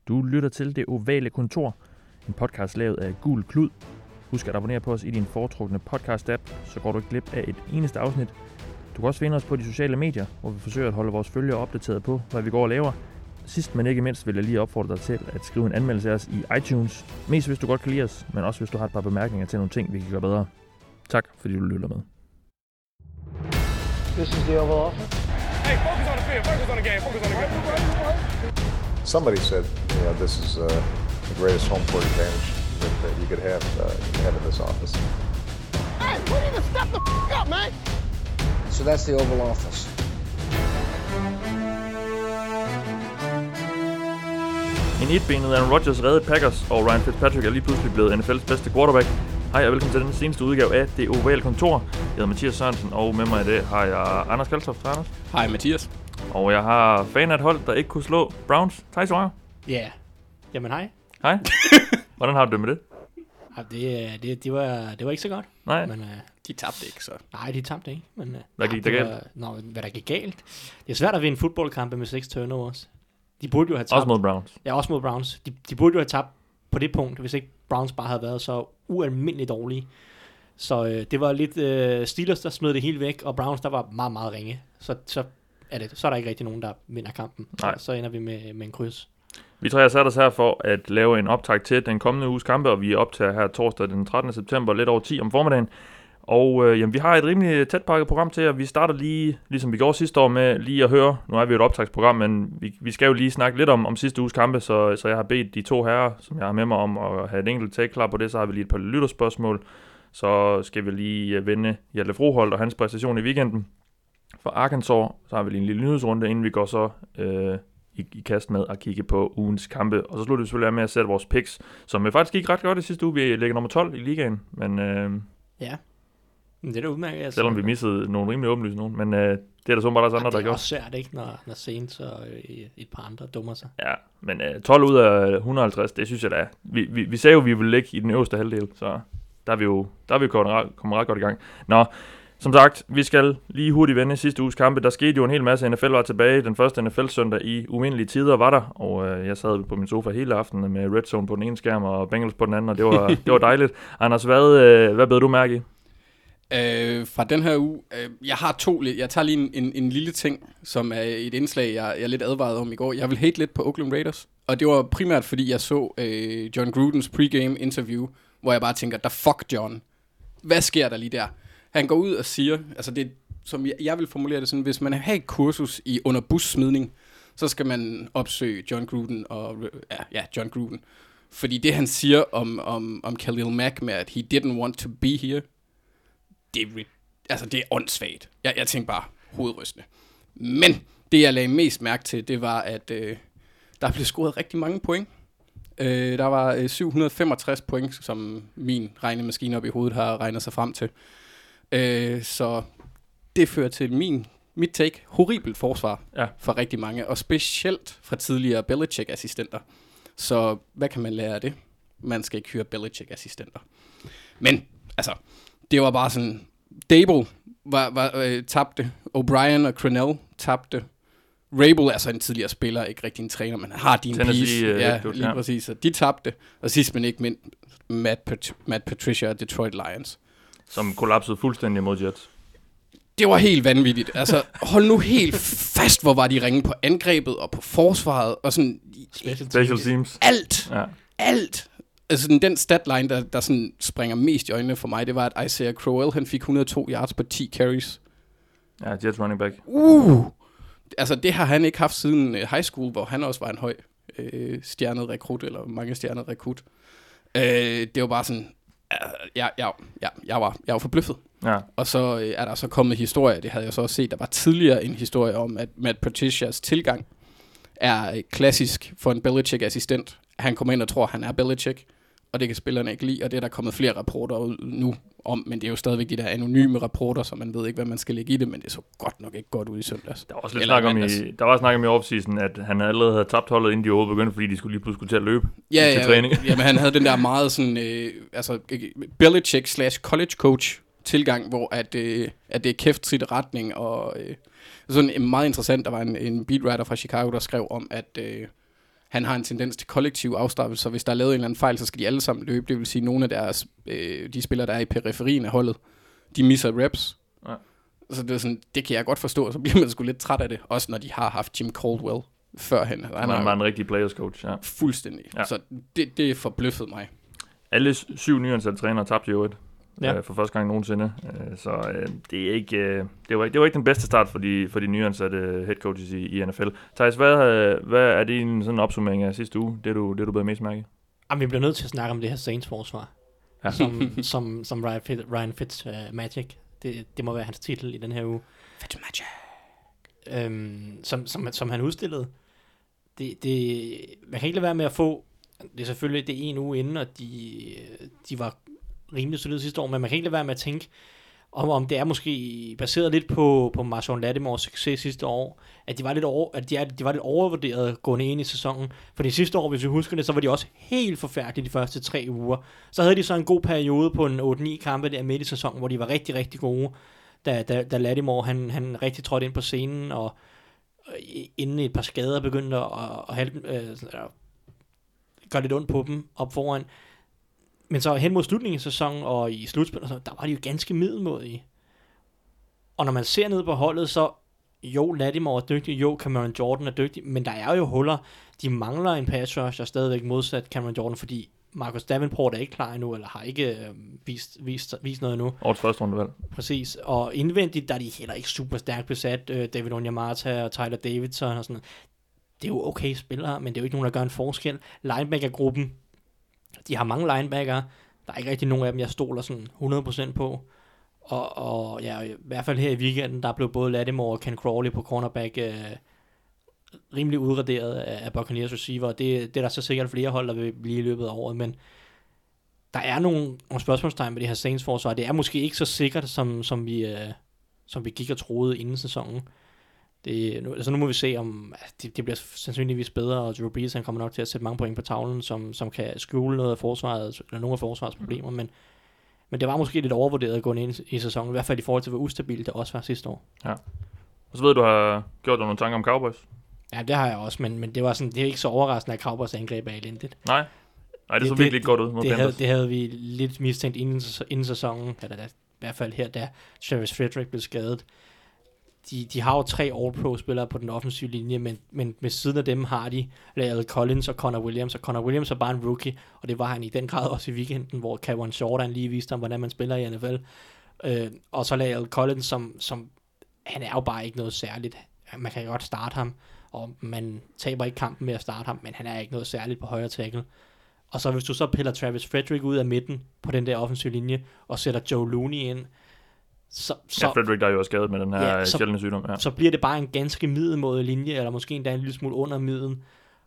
Du lytter til Det Ovale Kontor, en podcast lavet af Gul Klud. Husk at abonnere på os i din foretrukne podcast-app, så går du ikke glip af et eneste afsnit. Du kan også finde os på de sociale medier, hvor vi forsøger at holde vores følgere opdateret på, hvad vi går og laver. Sidst men ikke mindst vil jeg lige opfordre dig til at skrive en anmeldelse af os i iTunes. Mest hvis du godt kan lide os, men også hvis du har et par bemærkninger til nogle ting, vi kan gøre bedre. Tak fordi du lytter med. This is the Oval Office. Hey, focus on the field, focus on the game, focus on the game. Somebody said, this is the greatest home court advantage that you could have in this office. Hey, we need to step the up, man. So that's the Oval Office. En etbenet Aaron Rodgers reddede Packers, og Ryan Fitzpatrick er lige pludselig blevet NFL's bedste quarterback. Hej og velkommen til den seneste udgave af Det Ovale Kontor. Jeg hedder Mathias Sørensen, og med mig i dag har jeg Anders Kaltoft. Anders. Hej Mathias. Og jeg har fan af et hold, der ikke kunne slå Browns. Thijs Øjer. Ja, jamen hej. Hej. Hvordan har du det med det? Ja, det var ikke så godt. Nej. Men, De tabte ikke, så. nej, de tabte ikke. Men, Hvad gik der galt? Hvad der gik galt? Det er svært at vinde fodboldkampe med 6 turnovers. De burde jo have tabt. Også mod Browns. Ja, også mod Browns. De burde jo have tabt på det punkt, hvis ikke Browns bare havde været så ualmindeligt dårlige. Så det var lidt Steelers, der smed det hele væk, og Browns, der var meget, meget ringe. Så er der ikke rigtig nogen, der vinder kampen. Så ender vi med en kryds. Vi tre har sat os her for at lave en optag til den kommende uges kampe, og vi er optager her torsdag den 13. september, lidt over 10 om formiddagen. Og vi har et rimelig tæt pakket program til, og vi starter lige, ligesom vi gjorde sidste år, med lige at høre. Nu er vi jo et optagsprogram, men vi skal jo lige snakke lidt om sidste uges kampe, så jeg har bedt de to herrer, som jeg har med mig om, at have et enkelt take klar på det. Så har vi lige et par lytterspørgsmål. Så skal vi lige vende Hjalte Froholt og hans præstation i weekenden. For Arkansas, så har vi lige en lille nyhedsrunde, inden vi går så i kast med at kigge på ugens kampe. Og så slutter vi selvfølgelig af med at sætte vores picks, som faktisk gik ret godt i sidste uge. Vi ligger nummer 12 i ligaen, men Ja, men det er da udmærket. Altså. selvom vi missede nogle rimelig åbenlyse nogen. Men det er der så bare også andre, der gør. Det gør. er også svært, ikke, når Saints og et par andre dummer sig. Ja, men 12 ud af 150, det synes jeg da. Vi sagde jo, at vi ville ligge i den øverste halvdel, så der er vi kommet ret godt i gang. Nå, som sagt, vi skal lige hurtigt vende sidste uges kampe. Der skete jo en hel masse. NFL var tilbage. Den første NFL-søndag i umindelige tider var der, og jeg sad på min sofa hele aftenen med Red Zone på den ene skærm og Bengals på den anden, og det var dejligt. Anders, hvad bed du mærke i? Fra den her uge, jeg tager lige en lille ting, som er et indslag, jeg lidt advarede om i går. Jeg vil hate lidt på Oakland Raiders, og det var primært, fordi jeg så John Grudens pregame interview, hvor jeg bare tænker, the fuck John, hvad sker der lige der? Han går ud og siger, altså det, som jeg vil formulere det sådan, hvis man har et kursus i under bussmidning, så skal man opsøge John Gruden og John Gruden, fordi det han siger om Khalil Mack med at he didn't want to be here, det er åndssvagt. Jeg tænkte bare hovedrystende. Men det jeg lagde mest mærke til, det var at der blev scoret rigtig mange point. Der var 765 point, som min regnemaskine op i hovedet har regnet sig frem til. Så det fører til mit take horribelt forsvar for rigtig mange, og specielt fra tidligere Belichick-assistenter. Så hvad kan man lære af det? Man skal ikke hyre Belichick-assistenter. Men altså, det var bare sådan, Dable tabte, O'Brien og Crennel tabte, Rabel er så en tidligere spiller, ikke rigtig en træner, men har din piece. Lige præcis. De tabte, og sidst men ikke mindst Matt Patricia og Detroit Lions. Som kollapsede fuldstændig mod Jets. Det var helt vanvittigt. Altså, hold nu helt fast, hvor var de ringe på angrebet og på forsvaret, og sådan Special teams. Alt. Altså den statline, der sådan springer mest i øjnene for mig, det var, at Isaiah Crowell, han fik 102 yards på 10 carries. Ja, Jets running back. Altså, det har han ikke haft siden high school, hvor han også var en høj stjernet rekrut, eller mange stjernet rekrut. Det var bare sådan, jeg var forbløffet. Ja. Og så er der så kommet historie, det havde jeg så også set, der var tidligere en historie om, at Matt Patricias tilgang er klassisk for en Belichick-assistent. Han kommer ind og tror, han er Belichick, og det kan spillerne ikke lide, og det er der kommet flere rapporter ud nu om, men det er jo stadigvæk de der anonyme rapporter, så man ved ikke, hvad man skal lægge i det, men det er så godt nok ikke godt ud i søndags. Der var også lidt snak om i offseason, at han allerede havde tabt holdet, inden de overhovedet begyndte, fordi de skulle lige pludselig til at løbe til træning. Ja, men han havde den der meget sådan, Belichick/college coach tilgang, hvor at det er kæftrit retning, og sådan meget interessant, der var en beatwriter fra Chicago, der skrev om, han har en tendens til kollektiv afstraffelse, så hvis der er lavet en eller anden fejl, så skal de alle sammen løbe. Det vil sige, at nogle af deres, de spillere, der er i periferien af holdet, de misser reps. Ja. Så det er sådan, det kan jeg godt forstå, så bliver man sgu lidt træt af det. Også når de har haft Jim Caldwell førhen. Han var en rigtig players coach, ja. Fuldstændig. Ja. Så det forbløffede mig. Alle 7 nyansatte trænere tabte jo for første gang nogensinde. Så det er ikke, det var ikke den bedste start for de nyansatte head coaches i NFL. Thijs, hvad er det en sådan opsummering af sidste uge, det du blev mest mærke? Jamen, vi bliver nødt til at snakke om det her Saints-forsvar, som Ryan Fitzmagic. Det må være hans titel i den her uge. Fitzmagic. Som han udstillede. Man kan ikke lade være med at få, det er selvfølgelig det en uge inden, og de var rimelig solide sidste år, men man kan ikke lade være med at tænke, om det er måske baseret lidt på Marshawn Lattimores succes sidste år, at de var lidt overvurderet gående ind i sæsonen. For de sidste år, hvis vi husker det, så var de også helt forfærdelige de første 3 uger. Så havde de så en god periode på en 8-9 kampe der midt i sæsonen, hvor de var rigtig, rigtig gode, da Lattimore han rigtig trådte ind på scenen, og inden et par skader begyndte at gøre lidt ondt på dem op foran. Men så hen mod slutningen af sæsonen og i slutspillet, der var de jo ganske middelmådige. Og når man ser ned på holdet, så jo, Lattimore er dygtig, jo, Cameron Jordan er dygtig, men der er jo huller. De mangler en pass rusher stadigvæk modsat Cameron Jordan, fordi Marcus Davenport er ikke klar endnu, eller har ikke vist noget endnu. Årets første rundevalg. Præcis, og indvendigt, der er de heller ikke super stærkt besat. David Onyemata og Tyler Davidson og sådan noget. Det er jo okay spillere, men det er jo ikke nogen, der gør en forskel. Linebacker-gruppen, de har mange linebacker. Der er ikke rigtig nogen af dem, jeg stoler sådan 100% på. Og ja, i hvert fald her i weekenden, der blev både Lattimore og Ken Crawley på cornerback rimelig udraderet af Buccaneers receiver. Det er der så sikkert flere hold, der vil blive i løbet af året, men der er nogle spørgsmålstegn med det her Saints-forsvar. Det er måske ikke så sikkert, som vi gik og troede inden sæsonen. Nu må vi se, om det bliver sandsynligvis bedre, og Drew Brees han kommer nok til at sætte mange point på tavlen, som kan skjule noget af forsvaret, eller nogle af forsvarets problemer, men det var måske lidt overvurderet at gå ind i sæsonen, i hvert fald i forhold til, hvor ustabilt det også var sidste år. Ja. Og så ved du har gjort dig nogle tanker om Cowboys? Ja, det har jeg også, men det var sådan, det er ikke så overraskende, at Cowboys angreb er elendigt. Nej, det så virkelig godt ud mod Panthers. Det havde vi lidt mistænkt inden sæsonen, eller i hvert fald her, da Travis Frederick blev skadet. De har jo 3 All-Pro-spillere på den offensive linje, men ved siden af dem har de La'el Collins og Connor Williams, og Connor Williams er bare en rookie, og det var han i den grad også i weekenden, hvor Kevin Shorten lige viste ham, hvordan man spiller i NFL. Og så La'el Collins, som han er jo bare ikke noget særligt. Man kan godt starte ham, og man taber ikke kampen med at starte ham, men han er ikke noget særligt på højre tackle. Og så hvis du så piller Travis Frederick ud af midten på den der offensive linje, og sætter Joe Looney ind, så Frederick, der er jo også skadet med den her sjældne sygdom. Ja. Så bliver det bare en ganske middelmådig linje, eller måske endda en lille smule under midden.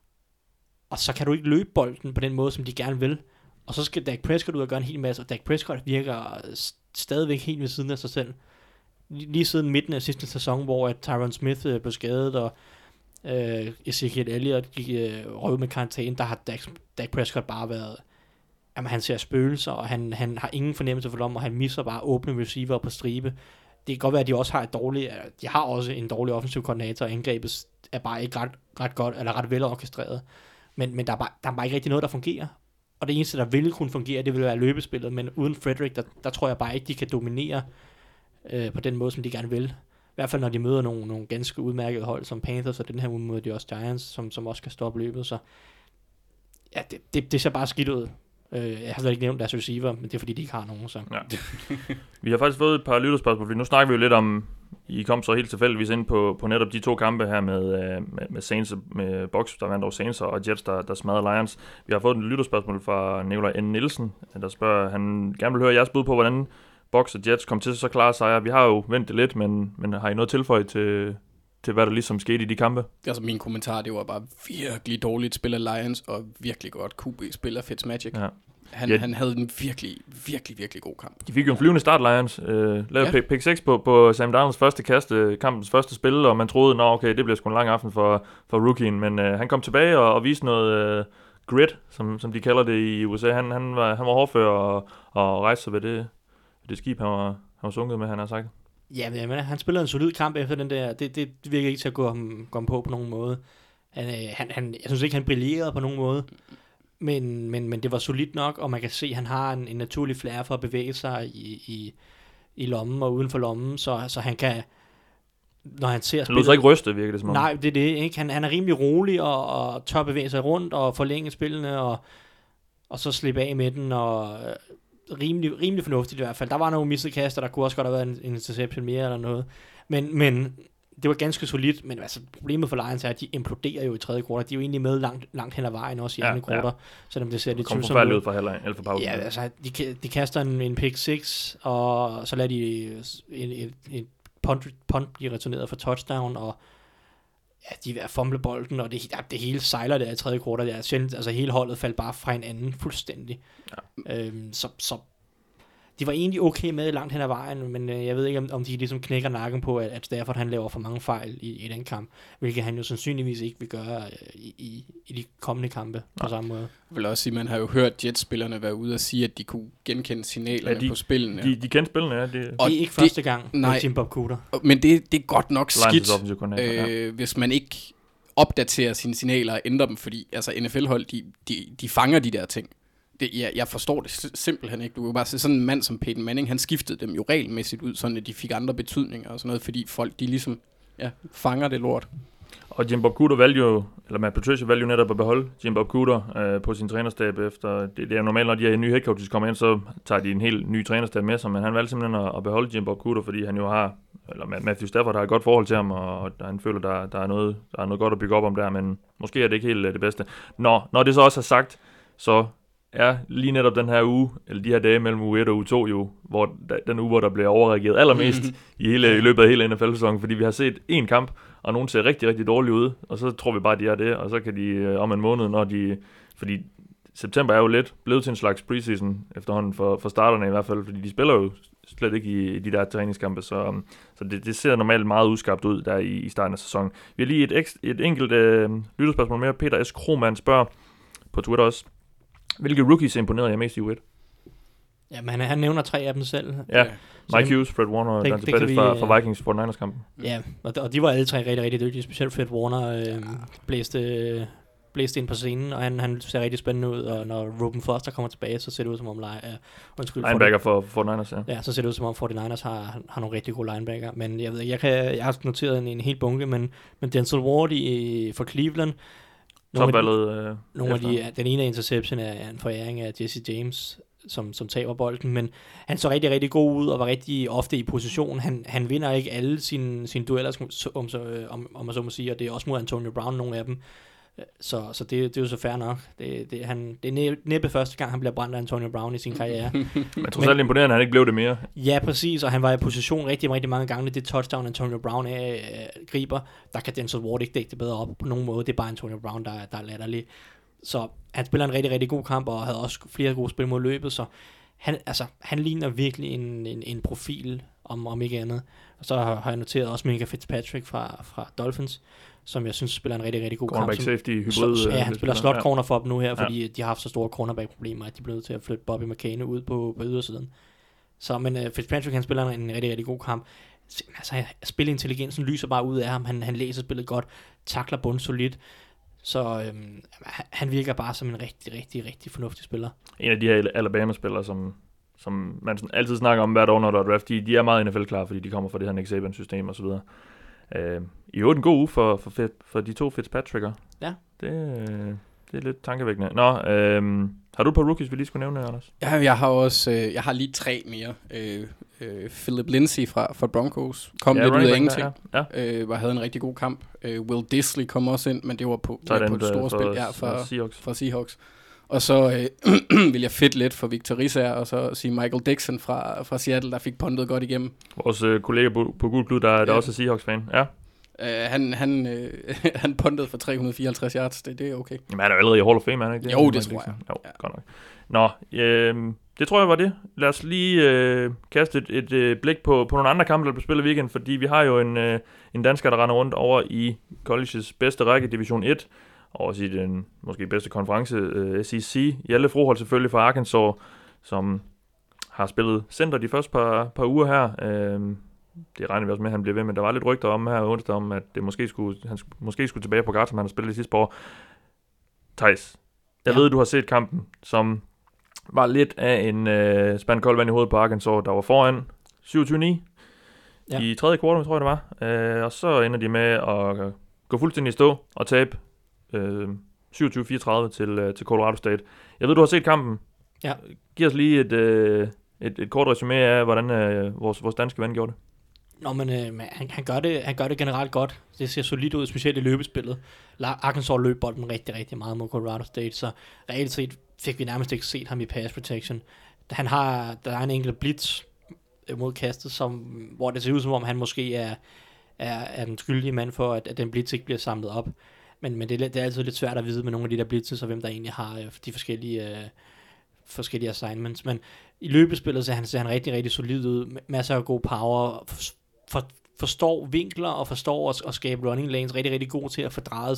Og så kan du ikke løbe bolden på den måde, som de gerne vil. Og så skal Dak Prescott ud og gøre en hel masse, og Dak Prescott virker stadigvæk helt ved siden af sig selv. Lige siden midten af sidste sæson, hvor Tyron Smith blev skadet, og Ezekiel Elliott gik røv med karantæne, der har Dak Prescott bare været... Jamen, han ser spøgelser, og han har ingen fornemmelse for dem, og han misser bare åbne receiver på stribe. Det kan godt være, at de også har de har også en dårlig offensiv koordinator, og angrebet er bare ikke ret godt, eller ret velorkestreret. Men der er bare ikke rigtig noget, der fungerer. Og det eneste, der ville kunne fungere, det ville være løbespillet, men uden Frederick, der tror jeg bare ikke, de kan dominere på den måde, som de gerne vil. I hvert fald, når de møder nogle ganske udmærkede hold, som Panthers, og den her uge møder de også Giants, som også kan stoppe løbet. Så ja, det ser bare skidt ud. Jeg har slet ikke nævnt deres receiver, men det er fordi, de ikke har nogen. Så. Ja. Vi har faktisk fået et par lytterspørgsmål, fordi nu snakker vi jo lidt om, I kom så helt tilfældigvis ind på netop de 2 kampe her med Saints, med Bucks, der vandt over Saints, og Jets, der smadrede Lions. Vi har fået et lytterspørgsmål fra Nikolaj N. Nielsen, der spørger, han gerne vil høre jeres bud på, hvordan Bucks og Jets kom til så klare sejre. Vi har jo ventet det lidt, men har I noget tilføjet til hvad der ligesom skete i de kampe? Altså min kommentar, det var bare virkelig dårligt spiller Lions, og virkelig godt QB spiller Fitzmagic. Ja. Han havde en virkelig, virkelig, virkelig god kamp. De fik jo en flyvende start, Lions. Lavede pick 6 på Sam Darnolds første kast, kampens første spil, og man troede, okay, det bliver sgu en lang aften for rookien, men han kom tilbage og viste noget grit, som de kalder det i USA. Han var hårdfører og rejste sig ved det skib, han var sunket med, han har sagt. Ja, men han spillede en solid kamp efter den der. Det virker ikke til at gå ham på nogen måde. Jeg synes ikke, han brillerede på nogen måde, men det var solidt nok, og man kan se, at han har en naturlig flair for at bevæge sig i lommen og uden for lommen, så han kan, når han ser spillet... Han lod sig ikke ryste, virker det som om. Nej, det er det, ikke? Han er rimelig rolig og tør bevæge sig rundt og forlænge spillene og så slippe af med den, og rimelig fornuftigt i hvert fald. Der var nogle missede kaster, der kunne også godt have været en interception mere eller noget, men det var ganske solidt, men altså problemet for Lions er, at de imploderer jo i tredje kvartal. De er jo egentlig med langt hen ad vejen også i andet kvartal, selvom det ser lidt tvivlsomt ud. Kom forfærdeligt ud fra halvleg, eller for pausen. Ja, altså de kaster en pick 6, og så lader de en punt blive returneret for touchdown, og ja, de er ved at fumble bolden, og det hele sejler der i tredje kvartal. Det er sjældent, altså hele holdet faldt bare fra hinanden fuldstændig. Ja. Så de var egentlig okay med langt hen ad vejen, men jeg ved ikke, om de ligesom knækker nakken på, at Stafford han laver for mange fejl i den kamp, hvilket han jo sandsynligvis ikke vil gøre i de kommende kampe på samme måde. Jeg vil også sige, man har jo hørt Jets-spillerne være ude og sige, at de kunne genkende signalerne på spillene. De kendte spillene, ja. Det er ikke første gang med Jim Bob Cooter. Men det er godt nok skidt, hvis man ikke opdaterer sine signaler og ændrer dem, fordi altså NFL-hold, de fanger de der ting. Jeg forstår det simpelthen ikke. Du kan bare se sådan en mand som Peyton Manning, han skiftede dem jo regelmæssigt ud, sådan at de fik andre betydninger og sådan noget, fordi folk, de ligesom fanger det lort. Og Jim Bob Cooter Matt Patricia valgte jo netop at beholde Jim Bob Cooter på sin trænerstab efter, det er normalt, når de her nye head coaches kommer ind, så tager de en helt ny trænerstab med sig, men han valgte simpelthen at beholde Jim Bob Cooter, fordi han jo har, eller Matthew Stafford har et godt forhold til ham, og han føler, der er noget godt at bygge op om der, men måske er det ikke helt det bedste. Når det så også er sagt, så er lige netop den her uge, eller de her dage mellem uge 1 og uge 2 jo, hvor den uge, hvor der bliver overreageret allermest i løbet af hele NFL-sæsonen, fordi vi har set én kamp, og nogen ser rigtig, rigtig dårligt ud, og så tror vi bare, at de er det, og så kan de om en måned, fordi september er jo lidt blevet til en slags preseason efterhånden for starterne i hvert fald, fordi de spiller jo slet ikke i de der træningskampe, så det ser normalt meget udskabt ud der i starten af sæsonen. Vi har lige et enkelt lytterspørgsmål mere. Peter S. Krohmann spørger på Twitter også, hvilke rookies imponerede jeg mest i U1? Ja, men han nævner 3 af dem selv. Ja, Mike Hughes, Fred Warner og Dante Pettis fra Vikings 49ers-kampen. Ja, og de var alle 3 rigtig, rigtig dygtige. Specielt Fred Warner blæste ind på scenen, og han ser rigtig spændende ud, og når Reuben Foster kommer tilbage, så ser det ud som om linebacker for 49ers, ja. Ja, så ser det ud som om 49ers har nogle rigtig gode linebacker, men jeg ved ikke, jeg har noteret en helt bunke, men Denzel Ward for Cleveland, den ene interception er en foræring af Jesse James, som taber bolden, men han så rigtig, rigtig god ud, og var rigtig ofte i position. Han vinder ikke alle sine dueller, om man så må sige, og det er også mod Antonio Brown, nogle af dem. Så det er jo så fair nok. Det er næppe første gang, han bliver brændt af Antonio Brown i sin karriere. Men trods alt imponerende, han ikke blev det mere. Ja, præcis, og han var i position rigtig, rigtig mange gange. Det touchdown, Antonio Brown griber, der kan Denzel Ward ikke dække det bedre op på nogen måde. Det er bare Antonio Brown, der er latterlig. Så han spiller en rigtig, rigtig god kamp, og havde også flere gode spil mod løbet, så han ligner virkelig en profil, om ikke andet. Og så har jeg noteret også Minka Fitzpatrick fra Dolphins, som jeg synes spiller en rigtig, rigtig god kamp. Safety hybrid. Han spiller slot corner for dem nu her, fordi de har haft så store cornerback-problemer, at de er blevet til at flytte Bobby McCain ud på ydersiden. Men Fitzpatrick, han spiller en rigtig, rigtig god kamp. Altså, spilintelligensen lyser bare ud af ham. Han læser spillet godt, takler bundsolidt. Så han virker bare som en rigtig, rigtig, rigtig fornuftig spiller. En af de her Alabama-spillere, som man altid snakker om hvert år, når der er draft, de er meget NFL-klar, fordi de kommer fra det her Nick Saban-system og så videre. I øvrigt en god uge for de 2 Fitzpatricker. Ja. Det er lidt tankevækkende. Har du et par rookies, vi lige skulle nævne, Anders? Ja, jeg har lige 3 mere. Philip Lindsay fra Broncos kom lidt ud af ingenting. Havde en rigtig god kamp. Will Disley kom også ind, men det var på et stort spil fra Seahawks. Og så vil jeg fedt lidt for Victor Risser, og så sige Michael Dixon fra Seattle, der fik puntet godt igennem. Vores kollega på Gul Klud, der er også Seahawks-fan. Ja. Han puntede for 354 yards, det er okay. Jamen han er jo allerede i Hall of Fame, er han ikke det? Jo, det tror jeg. Jo, godt nok. Det tror jeg var det. Lad os lige kaste et blik på nogle andre kampe, der bliver spillet i weekend, fordi vi har jo en dansker, der render rundt over i colleges bedste række, Division 1, og også i den måske bedste konference, SEC. Hjalte Froholt selvfølgelig fra Arkansas, som har spillet center de første par uger her. det regner vi også med, at han bliver ved, men der var lidt rygter om her onsdag om, at han måske skulle tilbage på guard, som han har spillet i sidste par år. Theis, jeg ved, du har set kampen, som var lidt af en spand kold vand i hovedet på Arkansas, der var foran 27-9 i tredje kvartal, tror jeg det var. Og så ender de med at gå fuldstændig i stå og tabe 27-34 til Colorado State. Jeg ved, du har set kampen. Ja. Giv os lige et kort resumé af, hvordan vores danske ven gjorde det. Nå, men han gør det generelt godt. Det ser solidt ud, specielt i løbespillet. Arkansas løb bolden rigtig, rigtig meget mod Colorado State, så reelt set fik vi nærmest ikke set ham i pass protection. Der er en enkelt blitz mod kastet, hvor det ser ud som om, han måske er den skyldige mand for, at den blitz ikke bliver samlet op. Men det er altid lidt svært at vide med nogle af de der blitzes, og hvem der egentlig har de forskellige assignments. Men i løbespillet ser han rigtig, rigtig solid ud. Masser af god power. Forstår vinkler og forstår at skabe running lanes. Rigtig, rigtig god til at fordreje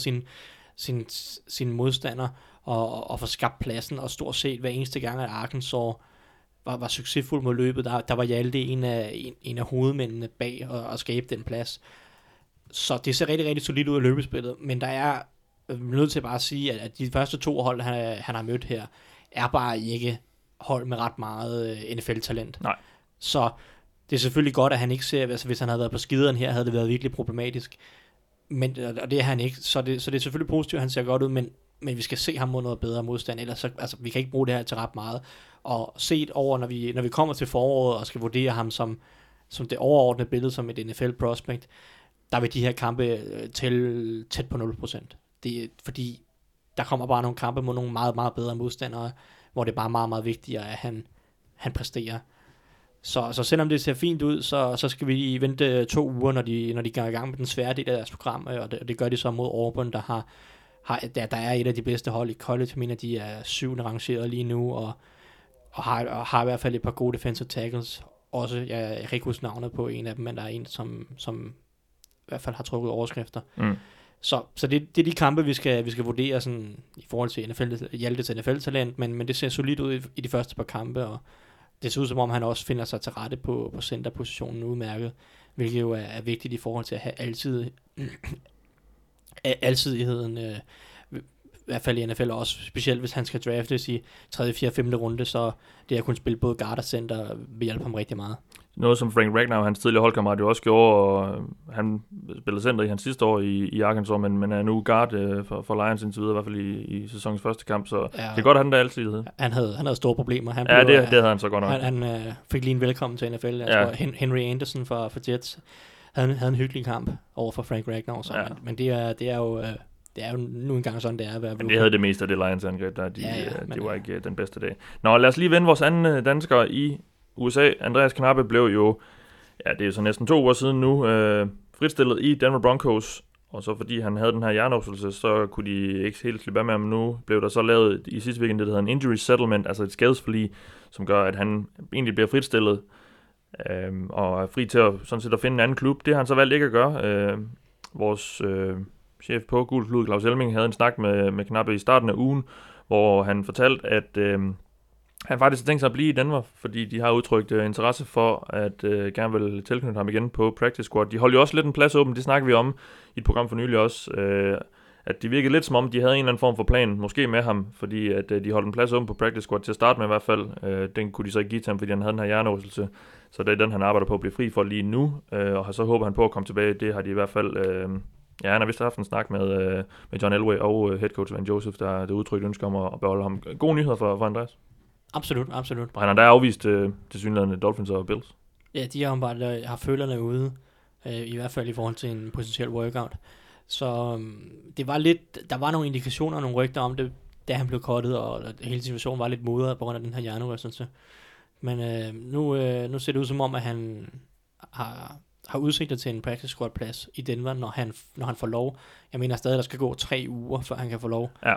sin modstander og få skabt pladsen. Og stort set hver eneste gang, at Arkansas var succesfuld mod løbet, der var Hjalte en af hovedmændene bag at skabe den plads. Så det ser rigtig, rigtig solidt ud i løbespillet. Men der er nødt til bare at sige, at de første 2 hold, han har mødt her, er bare ikke hold med ret meget NFL-talent. Nej. Så det er selvfølgelig godt, at han ikke ser, altså hvis han havde været på skideren her, havde det været virkelig problematisk. Og det er han ikke, så det er selvfølgelig positivt, at han ser godt ud, men vi skal se ham mod noget bedre modstand, ellers så, altså, vi kan ikke bruge det her til ret meget. Og set over, når vi kommer til foråret og skal vurdere ham som det overordnede billede som et NFL-prospect, der vil de her kampe tælle tæt på 0%. Det er fordi, der kommer bare nogle kampe mod nogle meget, meget bedre modstandere, hvor det er bare meget, meget vigtigere, at han præsterer. Så selvom det ser fint ud, så skal vi vente 2 uger, når de går i gang med den svære del af deres program, og det gør de så mod Auburn, der er et af de bedste hold i college. Jeg mener, de er 7. rangeret lige nu, og har i hvert fald et par gode defensive tackles. Også, jeg kan ikke huske navnet på en af dem, men der er en, som i hvert fald har trukket overskrifter. Mm. Så det er de kampe, vi skal vurdere sådan, i forhold til Hjaltes NFL-talent, men det ser solidt ud i de første par kampe, og det ser ud som om, han også finder sig til rette på centerpositionen udmærket, hvilket jo er vigtigt i forhold til at have alsidigheden, i hvert fald i NFL også, specielt hvis han skal draftes i 3., 4., 5. runde, så det at kunne spille både guard og center vil hjælpe ham rigtig meget. Noget som Frank Ragnow, hans tidligere holdkammerat, jo også gjorde, og han spillede center i hans sidste år i Arkansas, men er nu guard for Lions indtil videre, i hvert fald i sæsonens første kamp, så det er godt, at han der altid. Han havde store problemer. Det havde han så godt nok. Han fik lige en velkommen til NFL. Jeg tror, Henry Anderson for Jets havde en hyggelig kamp over for Frank Ragnow, men det er jo nu engang sådan, det er at være. Men det havde det meste af det Lions-angreb, det var ikke den bedste dag. Nå, lad os lige vende vores anden dansker i USA. Andreas Knappe blev jo, det er så næsten 2 uger siden nu, fritstillet i Denver Broncos, og så fordi han havde den her hjernerystelse, så kunne de ikke helt slippe af med ham. Nu blev der så lavet i sidste weekend det, der hedder en injury settlement, altså et skadesforlig, som gør, at han egentlig bliver fritstillet, og er fri til at, sådan set at finde en anden klub. Det har han så valgt ikke at gøre. Vores chef på Gul Klud, Claus Elming, havde en snak med Knappe i starten af ugen, hvor han fortalte, at han faktisk har tænkt sig at blive i Denver, fordi de har udtrykt interesse for at gerne vil tilknytte ham igen på practice squad. De holdt jo også lidt en plads åben, det snakker vi om i et program for nylig også, at de virkede lidt som om, de havde en eller anden form for plan, måske med ham, fordi at de holdt en plads åben på practice squad til at starte med i hvert fald. Den kunne de så ikke give til ham, fordi han havde den her hjernerystelse, så det er den, han arbejder på at blive fri for lige nu, og så håber han på at komme tilbage. Det har de i hvert fald. Han har vist haft en snak med John Elway og headcoach Van Joseph, der udtrykte ønske om at beholde ham. Gode nyheder for Andreas. Absolut. Og han har da afvist til synligheden Dolphins og Bills. Ja, de har bare har følerne ude, i hvert fald i forhold til en potentiel workout. Så det var lidt, der var nogle indikationer og nogle rygter om det, da han blev cuttet, og hele situationen var lidt modret på grund af den her hjernerystelse. Men nu ser det ud som om, at han har udsigter til en practice squad plads i Denver, når han får lov. Jeg mener stadig, der skal gå 3 uger, før han kan få lov. Ja.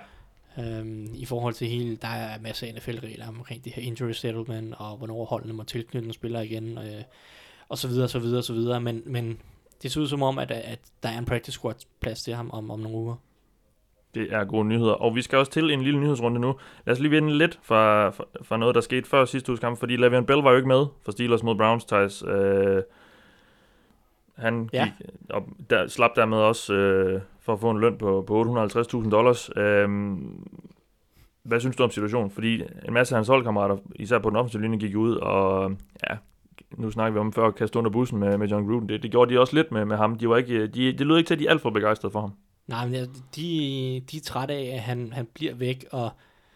I forhold til hele, der er masser af NFL-regler omkring det her injury settlement, og hvornår holdene må tilknytte en spiller igen, og så videre, så videre, så videre. Men det ser ud som om, at der er en practice squad plads til ham om nogle uger. Det er gode nyheder, og vi skal også til en lille nyhedsrunde nu. Lad os lige vende lidt fra noget, der skete før sidste uges kamp, fordi Le'Veon Bell var jo ikke med for Steelers mod Browns, Theis. Han gik, og der, slap dermed også for at få en løn på $850,000. Hvad synes du om situationen? Fordi en masse af hans holdkammerater, især på den offensive linje, gik ud, og ja, nu snakker vi om før at kaste under bussen med John Gruden. Det gjorde de også lidt med ham. De lød ikke til, at de er alt for begejstrede for ham. Nej, men de er trætte af, at han bliver væk, og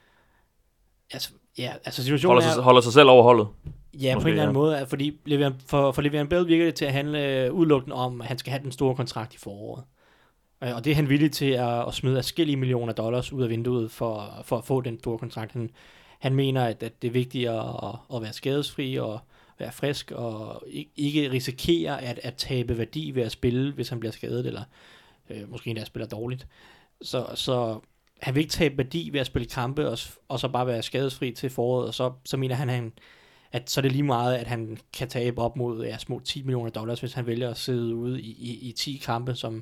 altså situationen holder sig selv over holdet. Ja, måske, på en eller anden måde, fordi for Le'Veon Bell virker det til at handle udelukkende om, at han skal have den store kontrakt i foråret. Og det er han villig til at smide adskillige millioner dollars ud af vinduet for at få den store kontrakt. Han mener, at det er vigtigt at være skadesfri og være frisk og ikke risikere at tabe værdi ved at spille, hvis han bliver skadet, eller måske endda spiller dårligt. Så han vil ikke tabe værdi ved at spille kampe og så bare være skadesfri til foråret, og så mener han at så er det lige meget, at han kan tabe op mod små $10 millioner, hvis han vælger at sidde ude i 10 kampe, som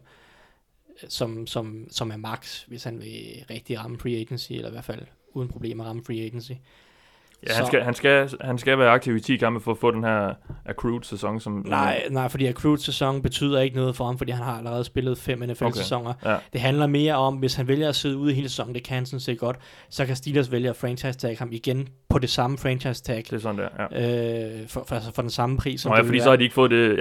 er max, hvis han vil rigtig ramme free agency, eller i hvert fald uden problemer ramme free agency. Ja, han skal være aktiv i 10 kampe for at få den her accrued sæson. Nej, fordi accrued sæson betyder ikke noget for ham, fordi han har allerede spillet 5 NFL-sæsoner. Okay, ja. Det handler mere om, hvis han vælger at sidde ude i hele sæsonen, det kan han sådan set godt, så kan Steelers vælge at franchise-tag ham igen på det samme franchise-tag. Det er sådan der, ja. For den samme pris, som fordi så har de ikke fået det,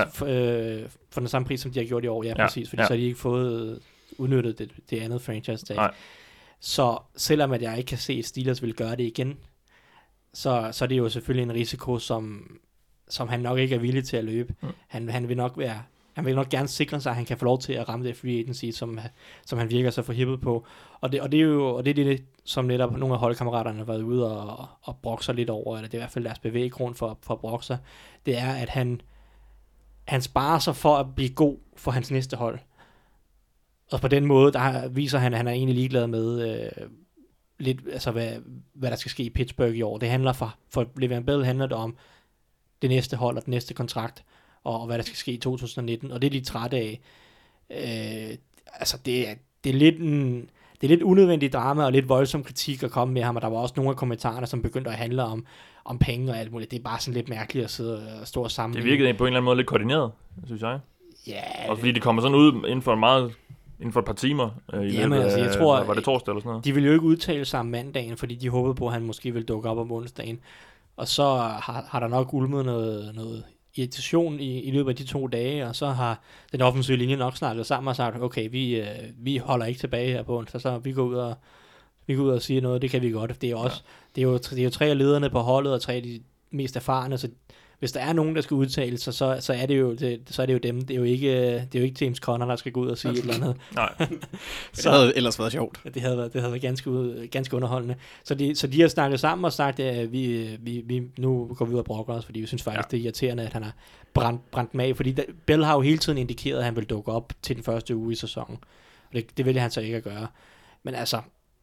for den samme pris, som de har gjort i år, præcis, fordi så har de ikke fået udnyttet det andet franchise-tag. Nej. Så selvom at jeg ikke kan se, at Steelers vil gøre det igen, så er det jo selvfølgelig en risiko, som han nok ikke er villig til at løbe. Han vil nok gerne sikre sig, at han kan få lov til at ramme det free agency, som han virker så forhippet på. Og det er jo det, som netop nogle af holdkammeraterne har været ude og brokke sig lidt over, eller det er i hvert fald deres bevæggrund for at brokke sig. Det er, at han sparer sig for at blive god for hans næste hold. Og på den måde, der viser han, at han er egentlig ligeglad med lidt, altså hvad der skal ske i Pittsburgh i år. Det handler for Le'Veon Bell handler det om det næste hold og den næste kontrakt, og hvad der skal ske i 2019, og det er de trætte af. Altså det er lidt unødvendigt drama og lidt voldsom kritik at komme med ham, og der var også nogle af kommentarerne, som begyndte at handle om penge og alt muligt. Det er bare sådan lidt mærkeligt at sidde og stå sammen. Det virkede på en eller anden måde lidt koordineret, synes jeg. Ja. Også fordi de kommer sådan ud inden for et par timer jeg tror, var det torsdag eller sådan noget? De ville jo ikke udtale sig om mandagen, fordi de håbede på, at han måske ville dukke op om onsdagen. Og så har der nok ulmet noget irritation i løbet af de 2 dage, og så har den offensive linje nok snakket sammen og sagt, okay, vi holder ikke tilbage her på onsdag, så vi går ud og siger noget, det kan vi godt. Det er jo 3 af lederne på holdet, og 3 af de mest erfarne, så hvis der er nogen, der skal udtale sig, så er det jo dem. Det er jo ikke James Conner, der skal gå ud og sige et eller andet. Nej. Det havde ellers været sjovt. Det havde været ganske underholdende. Så de har snakket sammen og sagt, at vi nu går vi ud og brokker os, fordi vi synes faktisk, det er irriterende, at han har brændt med af. Fordi Bell har jo hele tiden indikeret, at han vil dukke op til den første uge i sæsonen. Og det vælger han så ikke at gøre. Men altså,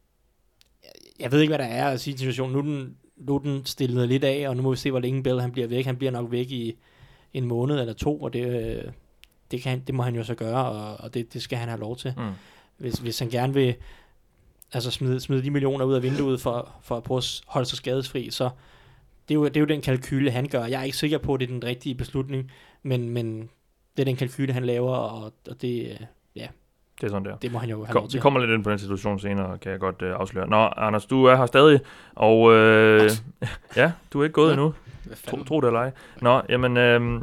jeg ved ikke, hvad der er at sige i situationen. Nu den stillet lidt af, og nu må vi se, hvor længe Bell han bliver væk. Han bliver nok væk i en måned eller 2, og det må han jo så gøre, og det skal han have lov til. Hvis han gerne vil altså smide de millioner ud af vinduet for at prøve at holde sig skadesfri, så det er jo den kalkyle, han gør. Jeg er ikke sikker på, at det er den rigtige beslutning, men det er den kalkyle, han laver, og det det er sådan der. Det må han jo have lov til. Vi kommer lidt ind på den situation senere, kan jeg godt afsløre. Nå, Anders, du er her stadig, og ja, du er ikke gået endnu. Tro det eller ej. Nå, jamen,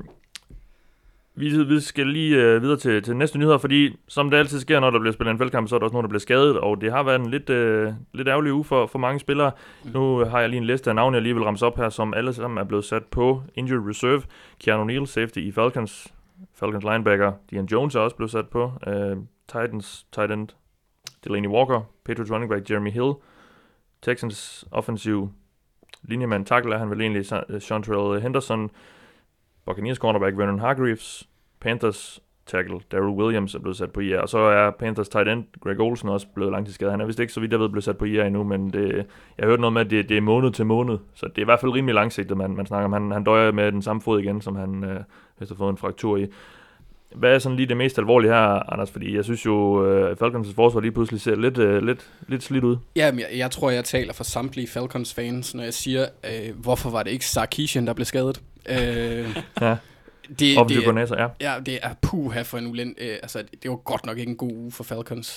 vi skal lige videre til næste nyheder, fordi som det altid sker, når der bliver spillet en fældkamp, så er der også nogen, der bliver skadet, og det har været en lidt ærgerlig uge for mange spillere. Nu har jeg lige en liste af navne, jeg lige vil ramse op her, som alle sammen er blevet sat på injured reserve. Keanu Neal, safety i Falcons linebacker. Deion Jones er også blevet sat på. Titans tight end Delaney Walker, Patriots running back Jeremy Hill, Texans offensive linjemand tackle er han vel egentlig Chantrell Henderson, Buccaneers cornerback Vernon Hargreaves, Panthers tackle Darrell Williams er blevet sat på IR, og så er Panthers tight end Greg Olsen også blevet langtidsskadet. Han er vist ikke, så vidt jeg ved, blevet sat på IR endnu, men jeg har hørt noget med, at det er måned til måned, så det er i hvert fald rimelig langsigtet, man snakker om. Han døjer med den samme fod igen, som han har fået en fraktur i. Hvad er sådan lige det mest alvorlige her, Anders? Fordi jeg synes jo, Falcons' forsvar lige pludselig ser lidt slidt ud. Ja, men jeg tror, jeg taler for samtlige Falcons-fans, når jeg siger, hvorfor var det ikke Sarkisian, der blev skadet? Ja. offensiv koordinator, ja. Ja, det er puha for en ulen. Altså, det var godt nok ikke en god uge for Falcons.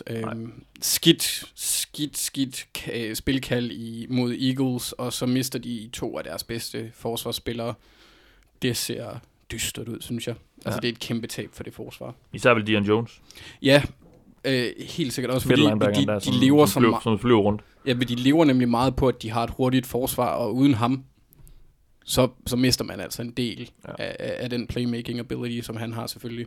Skidt spilkald mod Eagles, og så mister de 2 af deres bedste forsvarsspillere. Det ser dystert ud, synes jeg. Altså, det er et kæmpe tab for det forsvar. Især vel Dion Jones. Ja, helt sikkert også, fordi de lever som flyver rundt. Ja, men de lever nemlig meget på, at de har et hurtigt forsvar, og uden ham, så mister man altså en del af den playmaking ability, som han har selvfølgelig.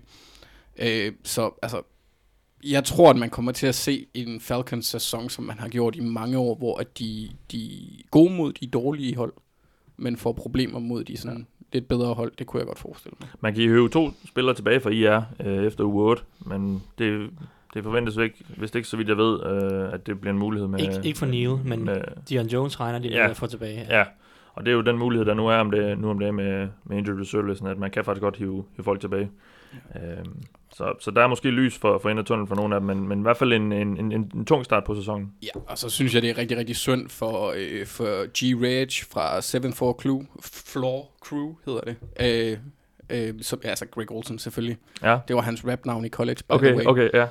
Så altså, jeg tror, at man kommer til at se en Falcons-sæson, som man har gjort i mange år, hvor at de er gode mod de dårlige hold, men får problemer mod de sådan lidt bedre hold. Det kunne jeg godt forestille mig. Man kan høve 2 spillere tilbage fra IR efter uge 8, men det forventes jo ikke, hvis det ikke så vidt jeg ved, at det bliver en mulighed med... Ikke for Neal, men Dion Jones regner de med at få tilbage. Ja, og det er jo den mulighed, der nu er om det med injured reserve listen, at man kan faktisk godt hive folk tilbage. Ja. Så der er måske lys for ind ad tunnelen for nogle af dem, men i hvert fald en tung start på sæsonen. Ja, og så synes jeg, det er rigtig, rigtig synd for G. Reg fra 7-4 Floor Crew, hedder det. Altså Greg Olsen selvfølgelig. Ja. Det var hans rap-navn i college, by the way. Okay, ja.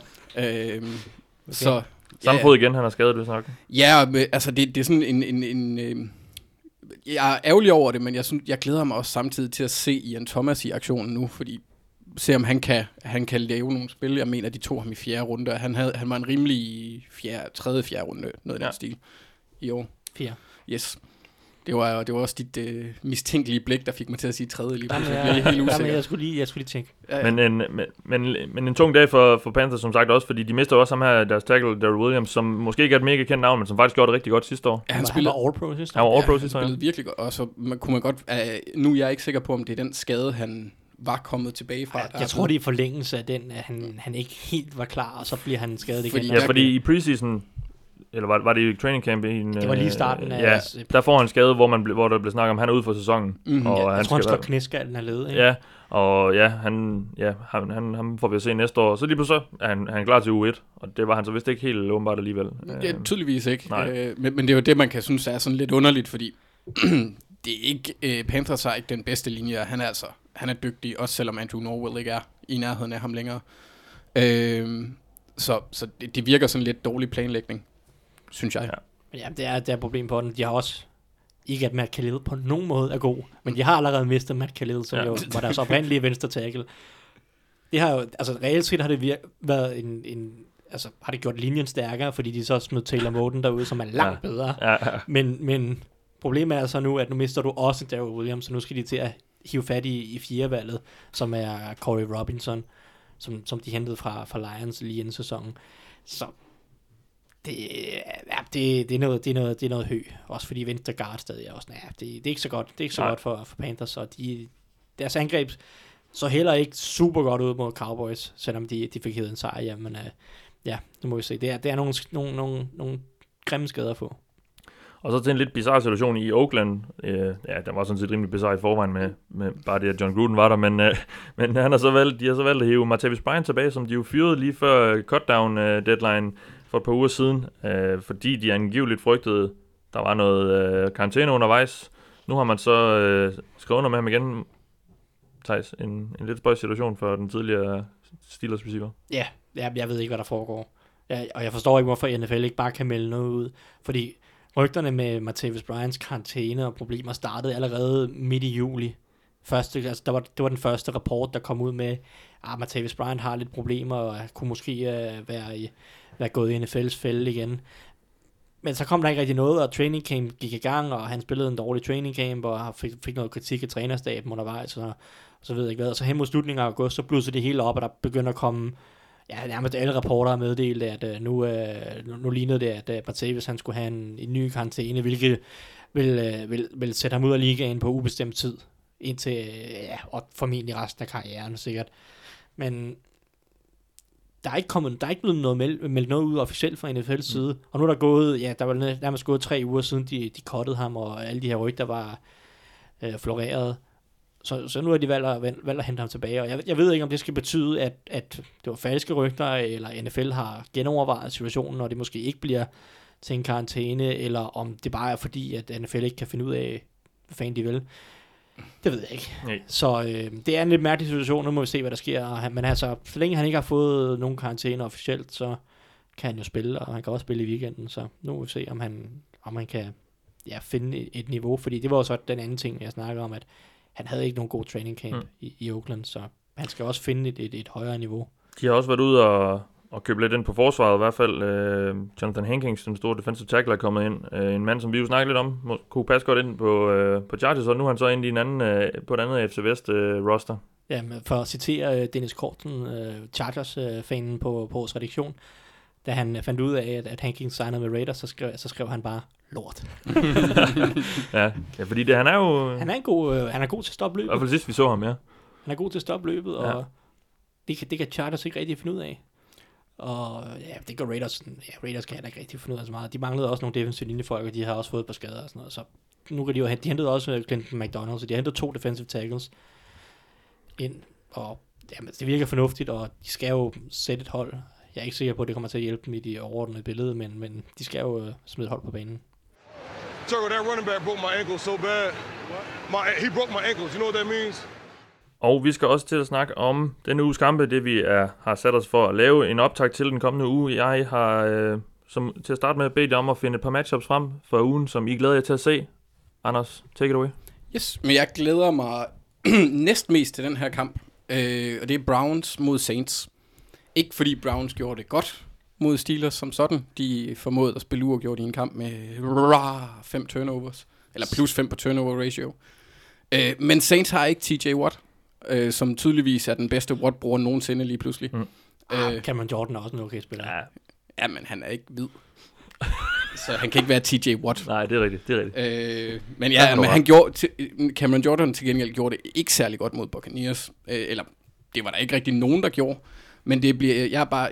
Så... Samme fod igen, han er skadet, hvis nok. Ja, altså det er sådan en jeg er ærgerlig over det, men jeg glæder mig også samtidig til at se Ian Thomas i aktionen nu, fordi se om han kan lave nogle spil. Jeg mener, de tog ham i 4. runde, og han var en rimelig 3. 4. runde, noget i den stil i år. 4. Yes. Det var også dit mistænkelige blik, der fik mig til at sige 3. lige pludselig. Jeg bliver helt usikker. Jeg skulle lige tænke. Ja. Men en tung dag for Panthers, som sagt også, fordi de mister også ham her, deres tackle, Darrell Williams, som måske ikke er et mega kendt navn, men som faktisk gjorde det rigtig godt sidste år. Ja, han spillede All-Pro sidste år. Han var All-Pro sidste år. Han spillede virkelig godt, og så kunne man godt... nu er jeg ikke sikker på, om det er den skade, han var kommet tilbage fra. Jeg tror, det er i forlængelse af den, at han ikke helt var klar, og så bliver han skadet igen. Fordi i preseason... Eller var det i training camp? Det var lige starten af... Ja, der får han en skade, hvor der blev snakket om, han er ude for sæsonen. Mm-hmm. Og jeg tror, han slår knæskallen af led. Ikke? Ja, og han får vi at se næste år. Så lige pludselig er han klar til uge 1, og det var han så vist ikke helt åbenbart alligevel. Ja, tydeligvis ikke. Men det er jo det, man kan synes er sådan lidt underligt, fordi det er ikke... Panthers har ikke den bedste linje, han er dygtig, også selvom Andrew Norwell ikke er i nærheden af ham længere. Så det virker sådan lidt dårlig planlægning, synes jeg. Ja, det er et problem på den. De har også ikke, at Matt Khalil på nogen måde er god, men de har allerede mistet Matt Khalil, som jo var deres oprindelige venstre tackle. Det har jo, altså reelt set har det været altså har det gjort linjen stærkere, fordi de så smed Taylor Moden derude, som er langt bedre. Ja. Men problemet er så nu, at nu mister du også Darrell Williams, så nu skal de til at hive fat i 4. valget, som er Corey Robinson, som de hentede fra Lions lige inden sæsonen. Så det er noget hø, også fordi venstre guard stadig er også, det er ikke så godt. Det er ikke så godt for Panthers, og deres angreb så heller ikke super godt ud mod Cowboys, selvom de fik hævet en sejr. Jamen, nu må vi se. Det er nogle grimme skader at få. Og så til en lidt bizarre situation i Oakland. Der var sådan set rimelig bizarre i forvejen med bare det, at John Gruden var der, men de har så valgt at hive Martavis Bryant tilbage, som de jo fyrede lige før cutdown deadline for et par uger siden, fordi de angiveligt frygtede, der var noget karantæne undervejs. Nu har man så skrevet under med ham igen, Thijs, en lidt spøjs situation for den tidligere Steelers receiver. Ja, jeg ved ikke, hvad der foregår. Og jeg forstår ikke, hvorfor NFL ikke bare kan melde noget ud, fordi rygterne med Martavis Bryants karantæne og problemer startede allerede midt i juli. Det var den første rapport, der kom ud med, at Martavis Bryant har lidt problemer, og kunne måske være gået i NFL's fælde igen. Men så kom der ikke rigtig noget, og training camp gik i gang, og han spillede en dårlig training camp, og fik noget kritik af trænerstaben undervejs, og så ved jeg ikke hvad. Så hen mod slutningen af august, så blussede det hele op, og der begynder at komme... Ja, nærmest alle rapporter har meddelt, at nu lignede det, at Martavis han skulle have en ny karantæne, hvilket vil sætte ham ud af ligaen på ubestemt tid, indtil, og formentlig resten af karrieren sikkert. Men der er ikke blevet noget meldt noget ud officielt fra NFL's side, og nu er der gået, der var nærmest gået 3 uger siden, de cuttede ham, og alle de her rygter var floreret. Så nu har de valgt at hente ham tilbage, og jeg ved ikke, om det skal betyde, at det var falske rygter, eller NFL har genovervejet situationen, og det måske ikke bliver til en karantæne, eller om det bare er fordi, at NFL ikke kan finde ud af, hvad fanden de vil. Det ved jeg ikke. Nej. Så det er en lidt mærkelig situation. Nu må vi se, hvad der sker. Men altså, så længe han ikke har fået nogen karantæne officielt, så kan han jo spille, og han kan også spille i weekenden. Så nu må vi se, om han kan finde et niveau. Fordi det var jo så den anden ting, jeg snakker om, at han havde ikke nogen god training camp i Oakland, så han skal også finde et højere niveau. De har også været ude og købe lidt ind på forsvaret, i hvert fald. Jonathan Hankins, den store defensive tackle, er kommet ind. En mand, som vi jo snakkede lidt om, kunne passe godt ind på Chargers, og nu er han så inde i på et andet FC West roster. Ja, for at citere Dennis Korten, Chargers-fanen på vores redaktion, da han fandt ud af, at Hankins signede med Raiders, så skrev han bare lort. ja, fordi han er jo... Han er god til at stoppe løbet. I hvert fald sidst vi så ham, ja. Han er god til at stoppe løbet, og det kan Chargers ikke rigtig finde ud af. Og ja, det gør Raiders. Ja, Raiders kan heller ikke rigtig finde ud af så meget. De manglede også nogle defensive linjefolk, og de har også fået et par skader og sådan noget. Så nu kan de hentede også Clinton McDonald, så de har hentet 2 defensive tackles ind. Og jamen, det virker fornuftigt, og de skal jo sætte et hold. Jeg er ikke sikker på, at det kommer til at hjælpe dem i de overordnede billede, men de skal jo smide et hold på banen. Turtle, that running back broke my ankle so bad. He broke my ankles. You know what that means? Og vi skal også til at snakke om denne uges kampe, det vi har sat os for at lave en optag til den kommende uge. Jeg har til at starte med bedt jer om at finde et par matchups frem for ugen, som I glæder jer til at se. Anders, take it away. Yes, men jeg glæder mig næstmest til den her kamp, og det er Browns mod Saints. Ikke fordi Browns gjorde det godt mod Steelers som sådan. De formåede at spille uafgjort i en kamp med 5 turnovers, eller plus 5 på turnover ratio. Men Saints har ikke TJ Watt, som tydeligvis er den bedste Watt-bruger nogensinde lige pludselig. Cameron Jordan er også en okay spiller. Ja, men han er ikke hvid. Så han kan ikke være TJ Watt. Nej, det er rigtigt. Men Cameron Jordan til gengæld gjorde det ikke særlig godt mod Buccaneers. Eller det var der ikke rigtig nogen, der gjorde. Men det bliver,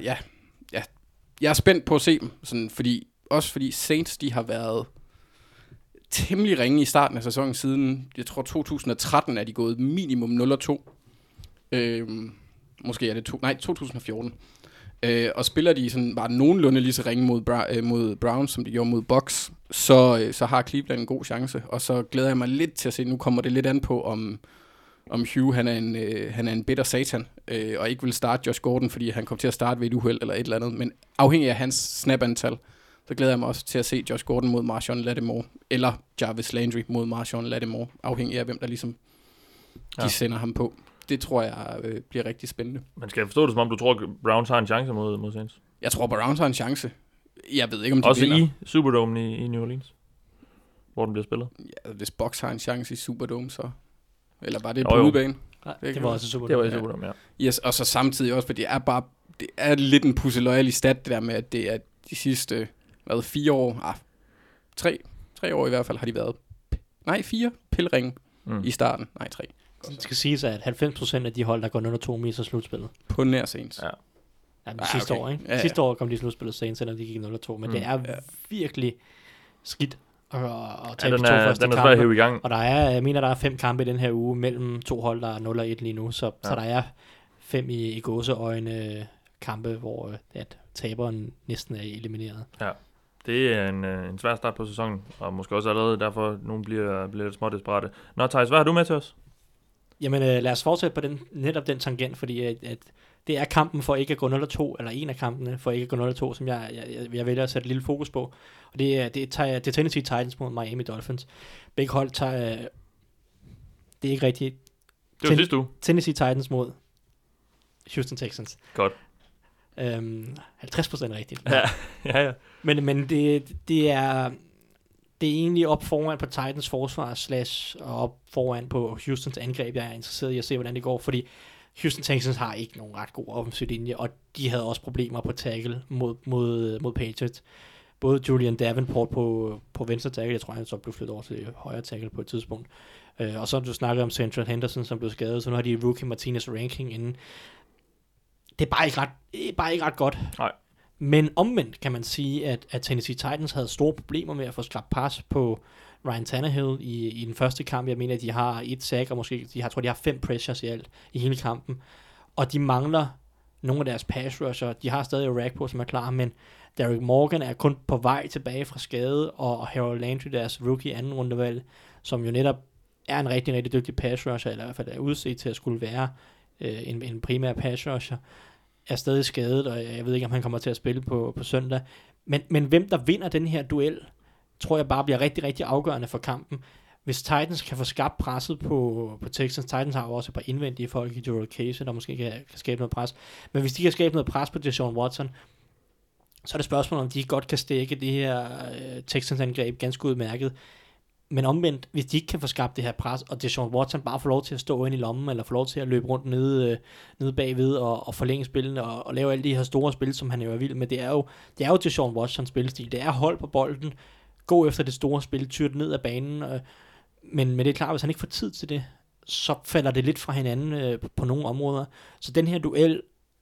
jeg er spændt på at se dem. Sådan, fordi Saints, de har været temmelig ringe i starten af sæsonen siden, jeg tror 2013 er de gået minimum 0-2. Måske er det 2014. Og spiller de sådan bare nogenlunde lige så ringe mod Browns, som de gjorde mod Bucks, så har Cleveland en god chance. Og så glæder jeg mig lidt til at se, nu kommer det lidt an på, om Hugh han er en bitter satan, og ikke vil starte Josh Gordon, fordi han kom til at starte ved et uheld eller et eller andet. Men afhængig af hans snap-antal, så glæder jeg mig også til at se Josh Gordon mod Marshawn Lattimore, eller Jarvis Landry mod Marshawn Lattimore, afhængig af hvem der ligesom de sender ham på. Det tror jeg bliver rigtig spændende. Men skal jeg forstå det, som om du tror, Browns har en chance mod Saints? Jeg tror, Browns har en chance. Jeg ved ikke, om de også vinder. I Superdome i New Orleans, hvor den bliver spillet? Ja, hvis Bucks har en chance i Superdome, så... Eller bare det på udebane. Det var også Superdome. Det var i Superdome, ja. Yes, og så samtidig også, for det er lidt en pusseløjelig stat, det der med, at det er de sidste 4 år, 3 år i hvert fald, har de været 4 pilringe i starten. 3. Det skal siges, at 90% af de hold, der går under 2 meter slutspillet. På nær Saints. Ja, sidste år, ikke? Ja. Sidste år kom de slutspillet Saints, selvom de gik 0-2, men det er virkelig skidt at tage de 2 første kampe. I gang. Og jeg mener, der er 5 kampe i den her uge mellem 2 hold, der er 0-1 lige nu, så der er 5 i gåseøjne kampe, hvor at taberen næsten er elimineret. Ja. Det er en svær start på sæsonen, og måske også allerede derfor, nogen bliver lidt små desperate. Nå, Thijs, hvad har du med til os? Jamen, lad os fortsætte på netop den tangent, fordi at det er kampen for ikke at gå 0-2, eller en af kampene for ikke at gå 0-2, som jeg vælger at sætte et lille fokus på. Og det er Tennessee Titans mod Miami Dolphins. Begge hold tager... det er ikke rigtigt. Det var sidste uge. Tennessee Titans mod Houston Texans. Godt. 50% rigtigt. Ja. Men det er egentlig op foran på Titans forsvar og op foran på Houstons angreb. Jeg er interesseret i at se, hvordan det går, fordi Houston Texans har ikke nogen ret god offensiv linje, og de havde også problemer på tackle mod Patriots. Både Julian Davenport på venstre tackle, jeg tror han så blev flyttet over til højre tackle på et tidspunkt. Og så du snakkede om Central Henderson, som blev skadet, så nu har de rookie Martinez ranking inden. Det er bare ikke ret godt. Nej. Men omvendt kan man sige, at Tennessee Titans havde store problemer med at få skabt pres på Ryan Tannehill i den første kamp. Jeg mener, at de har 1 sack, og måske jeg tror, de har 5 pressures i alt i hele kampen. Og de mangler nogle af deres pass rusher. De har stadig Rack på, som er klar, men Derek Morgan er kun på vej tilbage fra skade, og Harold Landry, deres rookie anden rundevalg, som jo netop er en rigtig, rigtig dygtig pass rusher, eller i hvert fald er udset til at skulle være en primær pass rusher, er stadig skadet, og jeg ved ikke, om han kommer til at spille på søndag. Men hvem der vinder den her duel, tror jeg bare bliver rigtig, rigtig afgørende for kampen. Hvis Titans kan få skabt presset på Texans, Titans har jo også et par indvendige folk i Jurel Casey, der måske kan skabe noget pres, men hvis de kan skabe noget pres på Deshaun Watson, så er det spørgsmålet, om de godt kan stikke det her Texans angreb ganske udmærket. Men omvendt, hvis de ikke kan få skabt det her pres, og Deshaun Watson bare får lov til at stå ind i lommen, eller får lov til at løbe rundt nede bagved og forlænge spillene, og lave alle de her store spil, som han jo er vild med, det er jo Deshaun Watsons spilstil. Det er hold på bolden, gå efter det store spil, tyrt ned ad banen, men det er klart, hvis han ikke får tid til det, så falder det lidt fra hinanden på nogle områder. Så den her duel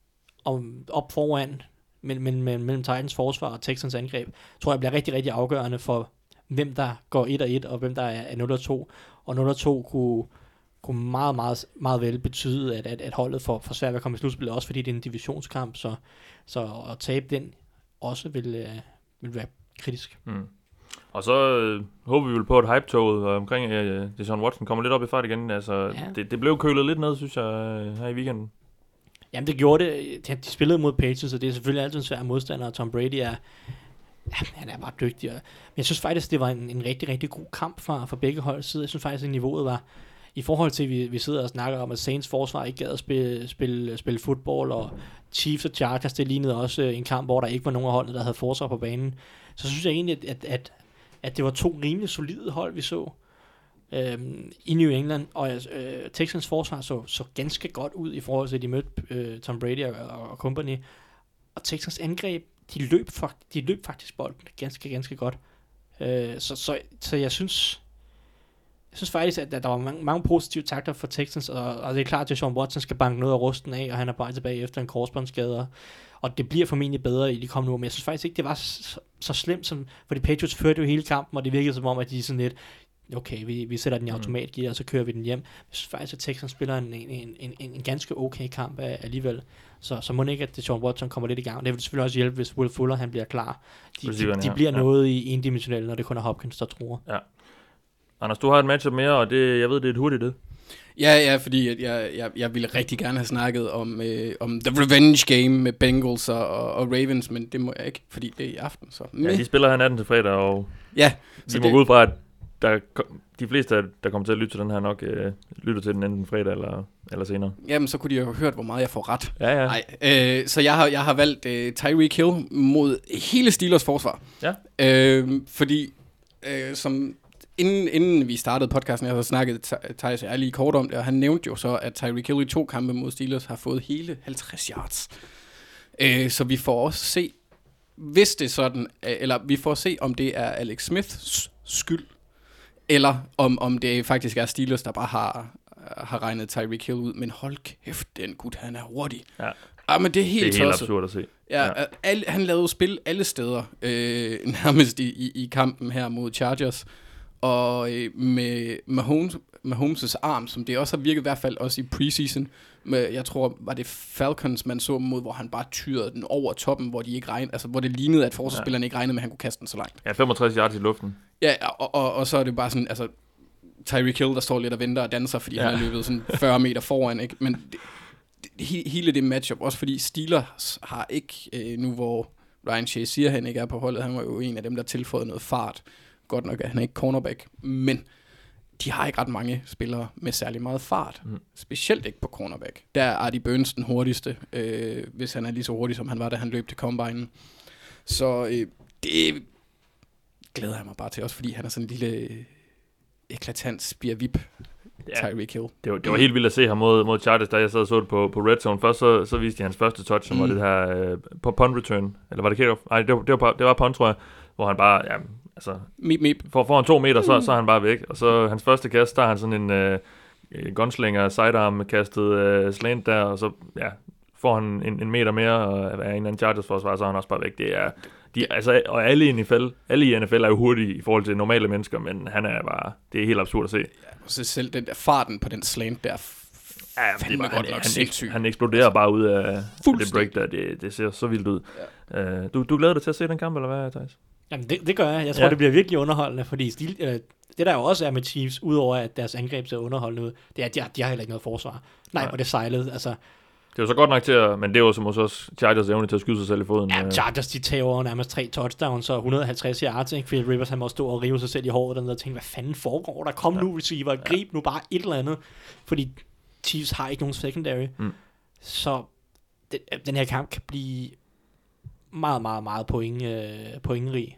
op foran mellem Titans forsvar og Texans angreb, tror jeg bliver rigtig, rigtig afgørende for, hvem der går 1-1, og hvem der er 0-2. Og 0-2 kunne meget, meget, meget vel betyde, at holdet får svært ved at komme i slutspillet, også fordi det er en divisionskamp, så at tabe den også vil være kritisk. Mm. Og så håber vi vel på, at hype-toget omkring Deshaun Watson kommer lidt op i fart igen. Altså, ja. det blev kølet lidt ned, synes jeg, her i weekenden. Jamen, det gjorde det. De spillede mod Patriots, og det er selvfølgelig altid en svær modstander, og Tom Brady han er bare dygtig. Men jeg synes faktisk, det var en rigtig, rigtig god kamp for begge hold side. Jeg synes faktisk, at niveauet var, i forhold til, at vi sidder og snakker om, at Saints forsvar ikke gad at spille fodbold, og Chiefs og Chargers, det lignede også en kamp, hvor der ikke var nogen af holdene, der havde forsvar på banen. Så synes jeg egentlig, at det var 2 rimelig solide hold, vi så i New England, og Texans forsvar så ganske godt ud i forhold til, at de mødte Tom Brady og company. Og Texans angreb, de løb faktisk bolden ganske, ganske godt. Så jeg synes faktisk, at der var mange positive takter for Texans, og det er klart, at Deshaun Watson skal banke noget af rusten af, og han er bare tilbage efter en korsbåndsskade, og det bliver formentlig bedre i de kommende uger, men jeg synes faktisk ikke, det var så slemt, som, fordi Patriots førte jo hele kampen, og det virkede som om, at de er sådan lidt, okay, vi sætter den i automatgear, og så kører vi den hjem. Jeg synes faktisk, at Texans spiller en ganske okay kamp alligevel. Så må ikke, at Deshaun Watson kommer lidt i gang. Det vil selvfølgelig også hjælpe, hvis Will Fuller han bliver klar. De bliver noget i endimensionelle, når det kun er Hopkins, der tror. Ja. Anders, du har et matchup mere, og jeg ved, det er et hurtigt det. Ja, fordi jeg ville rigtig gerne have snakket om The Revenge Game med Bengals og Ravens, men det må jeg ikke, fordi det er i aften. Så. Ja, de spiller her natten til fredag, og så vi må gå ud fra, at de fleste, der kommer til at lytte til den her, nok lytter til den enten fredag eller senere. Jamen, så kunne de jo have hørt, hvor meget jeg får ret. Ja. Nej, så jeg har valgt Tyreek Hill mod hele Steelers forsvar. Ja. Fordi som inden vi startede podcasten, jeg havde snakket Thijs lige kort om det, og han nævnte jo så, at Tyreek Hill i 2 kampe mod Steelers har fået hele 50 yards. Så vi får også se, hvis det er sådan, eller vi får se, om det er Alex Smiths skyld, eller om det faktisk er Steelers, der bare har regnet Tyreek Hill ud. Men hold kæft, den gut, han er hurtig. Ja. Men det er helt absurd at se. Ja. Han lavede spil alle steder, nærmest i kampen her mod Chargers. Og med Mahomes' arm, som det også har virket i hvert fald også i preseason, jeg tror, var det Falcons, man så mod, hvor han bare tyrede den over toppen, hvor de ikke regnede, altså hvor det lignede, at forsvarsspillerne ikke regnede med, at han kunne kaste den så langt. Ja, 65 yards i luften. Ja, og så er det bare sådan, altså Tyreek Hill, der står lidt og venter og danser, fordi han har løbet sådan 40 meter foran, ikke? Men hele det matchup, også fordi Steelers har ikke, nu hvor Ryan Chase siger, at han ikke er på holdet, han var jo en af dem, der tilføjede noget fart. Godt nok, at han er ikke cornerback, men de har ikke ret mange spillere med særlig meget fart. Specielt ikke på cornerback. Der er Artie Burns den hurtigste, hvis han er lige så hurtig, som han var, da han løb til combine. Så det glæder jeg mig bare til, også fordi han er sådan en lille eklatant spirvip. Tyreek Hill. Det var helt vildt at se ham mod Chargers, da jeg sad og så det på Red Zone. Først så viste de hans første touch, som var det her på punt return. Eller var det kickoff? Nej, det var punt, tror jeg. Hvor han bare, altså... Mip. Foran 2 meter, så er han bare væk. Og så hans første kast, der er han sådan en gunslinger, sidearm kastet slant der, og så får han en meter mere, og er en eller anden Chargers-forsvar, så er han også bare væk. Det er... og alle i NFL er jo hurtige i forhold til normale mennesker, men han er bare... Det er helt absurd at se. Ja, og så selv den der farten på den slant der... det er godt nok sindssygt. Han eksploderer bare ud af det break der. Det ser så vildt ud. Ja. Du glæder dig til at se den kamp, eller hvad, Thijs? Jamen, det gør jeg. Jeg tror, det bliver virkelig underholdende, fordi det der jo også er med Chiefs, udover at deres angreb ser underholdende ud, det er, at de har heller ikke noget forsvar. Nej, hvor det sejlede. Altså, det er jo så godt nok til at, men det er jo som også Chargers evne til at skyde sig selv i foden. Ja, Chargers, de tager over nærmest 3 touchdowns, så 150 yards, ikke? Philip Rivers, han må stå og rive sig selv i håret dernede og tænke, hvad fanden foregår der? Kom nu, receiver, grib nu bare et eller andet. Fordi Chiefs har ikke nogen secondary. Så den her kamp kan blive meget, meget, meget pointrig.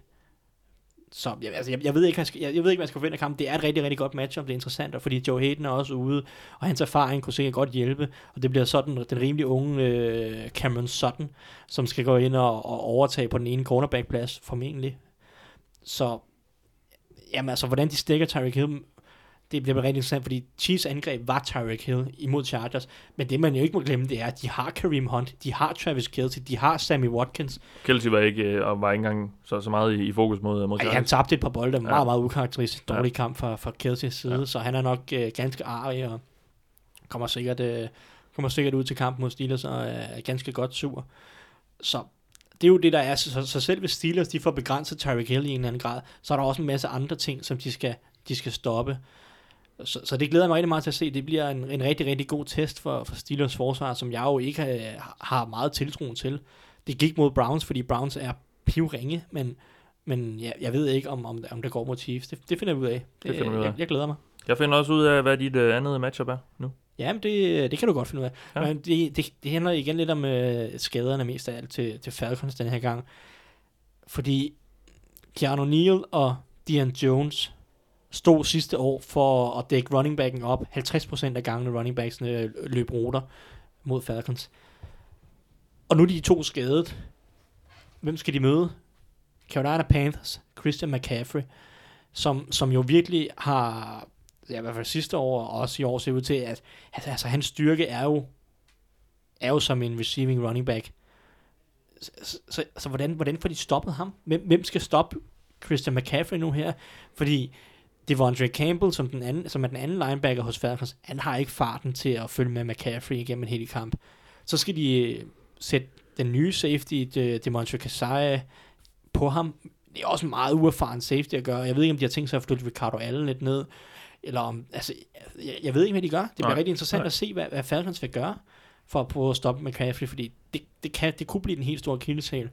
Så jeg ved ikke, hvad jeg skal forvente af kampen. Det er et rigtig, rigtig godt matchup. Det er interessant, og fordi Joe Hayden er også ude, og hans erfaring kunne sikkert godt hjælpe. Og det bliver sådan den rimelig unge Cameron Sutton, som skal gå ind og overtage på den ene cornerback-plads, formentlig. Så, jamen altså, hvordan de stikker Tyreek Hill, det bliver rigtig interessant, fordi Chiefs angreb var Tyreek Hill imod Chargers, men det man jo ikke må glemme, det er, at de har Kareem Hunt, de har Travis Kelce, de har Sammy Watkins. Kelce var ikke engang så meget i fokus mod Chargers. Han tabte et par bolde, meget, meget ukarakteristisk dårlig kamp fra Kelce's side, så han er nok ganske arrig, og kommer sikkert ud til kampen mod Steelers, og er ganske godt sur. Så det er jo det, der er. Så selv hvis Steelers de får begrænset Tyreek Hill i en eller anden grad, så er der også en masse andre ting, som de skal stoppe. Så det glæder mig rigtig meget til at se. Det bliver en rigtig, rigtig god test for Steelers forsvar, som jeg jo ikke har meget tiltroen til. Det gik mod Browns, fordi Browns er pivringe, men jeg ved ikke, om det går mod Chiefs. Det finder vi ud af. Jeg glæder mig. Jeg finder også ud af, hvad dit andet matchup er nu. Jamen, det kan du godt finde ud af. Ja. Men det handler igen lidt om skaderne mest af alt til Falcons den her gang. Fordi Keanu Neal og Deion Jones stod sidste år for at dække running backen op. 50% af gangene running backsene løb ruter mod Falcons. Og nu er de to skadet. Hvem skal de møde? Carolina Panthers, Christian McCaffrey, som jo virkelig har, i hvert fald sidste år, og også i år ser ud til, at altså, hans styrke er jo som en receiving running back. Så hvordan får de stoppet ham? Hvem skal stoppe Christian McCaffrey nu her? Fordi Devondre Campbell, som er den anden linebacker hos Falcons, han har ikke farten til at følge med McCaffrey igennem en hel kamp. Så skal de sætte den nye safety, Demontre Casaya, på ham. Det er også en meget uerfaren safety at gøre. Jeg ved ikke, om de har tænkt sig at flytte Ricardo Allen lidt ned, eller om, altså, jeg ved ikke, hvad de gør. Det bliver rigtig interessant at se, hvad Falcons vil gøre, for at prøve at stoppe McCaffrey, fordi det kunne blive en helt stor akilleshæl.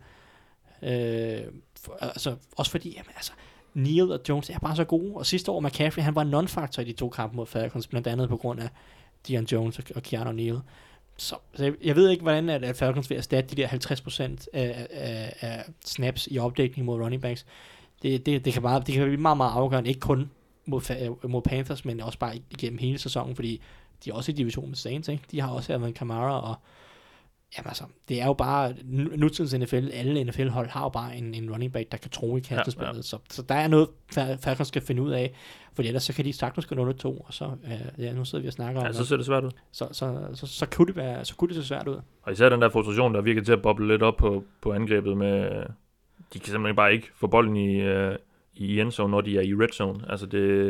Altså, også fordi, jamen, altså, Neal og Jones er bare så gode, og sidste år McCaffrey, han var non-factor i de to kampe mod Falcons, blandt andet på grund af Deion Jones og Keanu Neal. Så jeg ved ikke, hvordan at Falcons vil erstatte de der 50% af snaps i opdækning mod running backs. Det kan blive meget, meget afgørende, ikke kun mod Panthers, men også bare igennem hele sæsonen, fordi de er også i division med Saints, ikke? De har også Alvin Kamara, og jamen altså, det er jo bare nutidens NFL, alle NFL-hold har jo bare en running back, der kan tro i kastespillet, så der er noget, Falcons skal finde ud af, for ellers så kan de sagtens gå 0-2, og så, nu sidder vi og snakker om det. Så ser det svært ud. Så kunne det se svært ud. Og især den der frustration, der virker til at boble lidt op på angrebet med, de kan simpelthen bare ikke få bolden i endzone, når de er i red zone. Altså,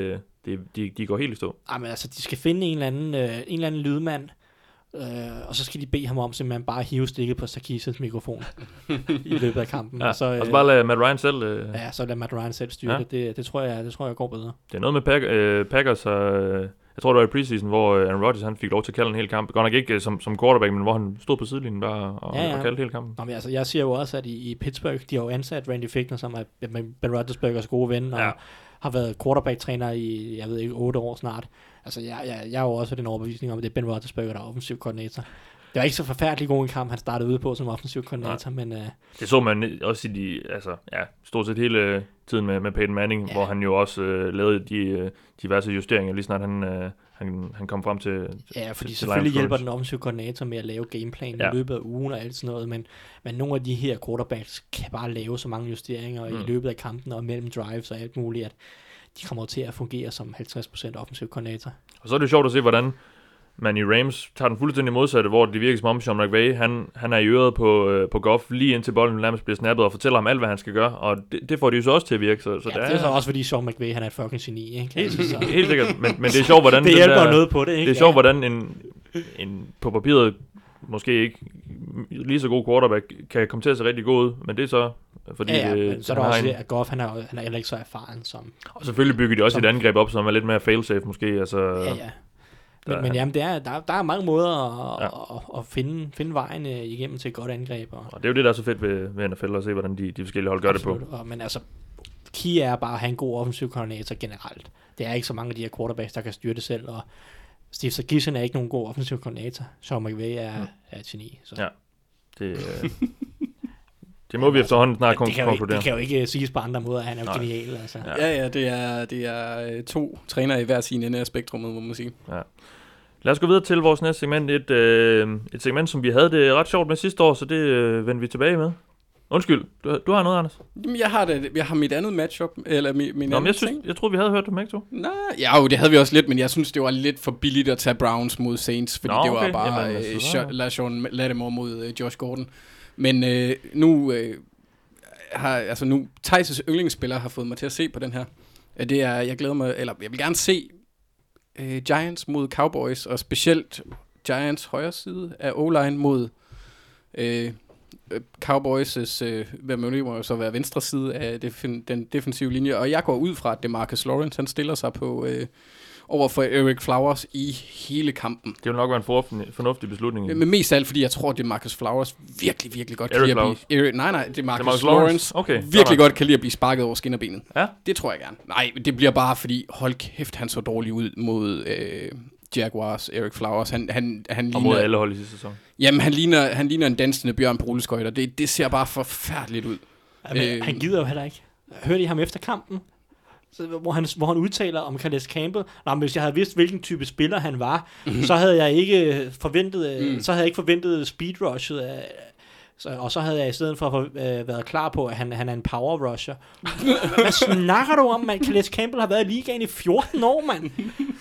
de går helt i stå. Jamen altså, de skal finde en eller anden lydmand, og så skal de bede ham om simpelthen bare at hive stikket på Sarkisians mikrofon i løbet af kampen. Ja, og så bare lade Matt Ryan selv... Ja, så lade Matt Ryan selv styre det. Det tror jeg går bedre. Det er noget med Packers, jeg tror det var i preseason, hvor Aaron Rodgers han fik lov til at kalde en hel kamp. Godt nok ikke som quarterback, men hvor han stod på sidelinjen bare og kaldte hele kampen. Nå, men altså, jeg siger jo også, at i Pittsburgh, de har jo ansat Randy Fichtner, som er Ben Roethlisbergers gode ven, og har været quarterback-træner i, jeg ved ikke, 8 år snart. Altså, jeg er jo også den overbevisning om, at det er Ben Roethlisberger, der er offensiv koordinator. Det var ikke så forfærdelig god en kamp, han startede ude på som offensiv koordinator, men... Det så man også i stort set hele tiden med Peyton Manning, hvor han jo også lavede de diverse justeringer, lige snart han kom frem til... Ja, fordi selvfølgelig hjælper den offensiv koordinator med at lave gameplan i løbet af ugen og alt sådan noget, men nogle af de her quarterbacks kan bare lave så mange justeringer i løbet af kampen og mellem drives og alt muligt, at de kommer til at fungere som 50% offensiv koordinator. Og så er det sjovt at se, hvordan man i Rams tager den fuldstændig modsatte, hvor det virker som om Sean McVay, han er i øret på Goff lige indtil bolden nærmest bliver snappet og fortæller ham alt, hvad han skal gøre, og det får de jo så også til at virke. Så det er så også fordi Sean McVay, han er et fucking geni, ikke? Helt sikkert, men det er sjovt, hvordan... det hjælper noget på det, ikke? Det er sjovt, hvordan en på papiret måske ikke lige så god quarterback kan komme til at se rigtig god ud, men det er så Fordi men så er der også det, at Goff, han er heller ikke så erfaren som... Og selvfølgelig bygger de også et angreb op, som er lidt mere fail-safe måske. Altså, Men jamen, der er mange måder at finde vejen igennem til et godt angreb. Og det er jo det, der er så fedt ved NFL, at se, hvordan de forskellige hold gør det på. Men altså, key er bare at have en god offensiv koordinator generelt. Det er ikke så mange af de her quarterbacks, der kan styre det selv, og Steve Sarkisian er ikke nogen god offensiv koordinator. Sean McVay er et geni. Så. Ja, det må vi efterhånden snart konkludere. Det kan jo ikke siges på andre måder, han er jo genial. Altså. Ja, det er 2 trænere i hver sin ende af spektrummet, må man sige. Ja. Lad os gå videre til vores næste segment. Et segment, som vi havde det ret sjovt med sidste år, så det vender vi tilbage med. Undskyld, du har noget, Anders? Jamen, jeg har mit andet matchup, eller min anden ting. Jeg troede, vi havde hørt det med, ikke? Nej, ja, det havde vi også lidt, men jeg synes, det var lidt for billigt at tage Browns mod Saints, fordi det var bare LaShawn Lattimore mod Josh Gordon. Men nu Theis' yndlingsspiller har fået mig til at se på den her. Jeg glæder mig, eller jeg vil gerne se Giants mod Cowboys, og specielt Giants højre side af O-line mod Cowboys' hvad man jo så være venstre side af den defensive linje, og jeg går ud fra, at DeMarcus Lawrence, han stiller sig på over for Ereck Flowers i hele kampen. Det vil nok være en fornuftig beslutning. Men mest af alt, fordi jeg tror, at DeMarcus Flowers virkelig, virkelig godt kan lide at blive... DeMarcus Lawrence virkelig godt kan lide at blive sparket over skinnerbenet. Ja? Det tror jeg gerne. Nej, det bliver bare, fordi hold kæft, han så dårlig ud mod Jaguars, Ereck Flowers. Han ligner, og mod alle hold i sidste sæson. Jamen, han ligner en dansende bjørn på rulleskøjter. Det ser bare forfærdeligt ud. Jamen, han gider jo heller ikke. Hørte I ham efter kampen? Så, hvor han udtaler om Calais Campbell. Nå, men hvis jeg havde vidst, hvilken type spiller han var, så havde jeg ikke forventet speed rushet. Og så havde jeg i stedet for været klar på, at han er en power rusher. Hvad snakker du om, mand? Calais Campbell har været i ligaen i 14 år, mand.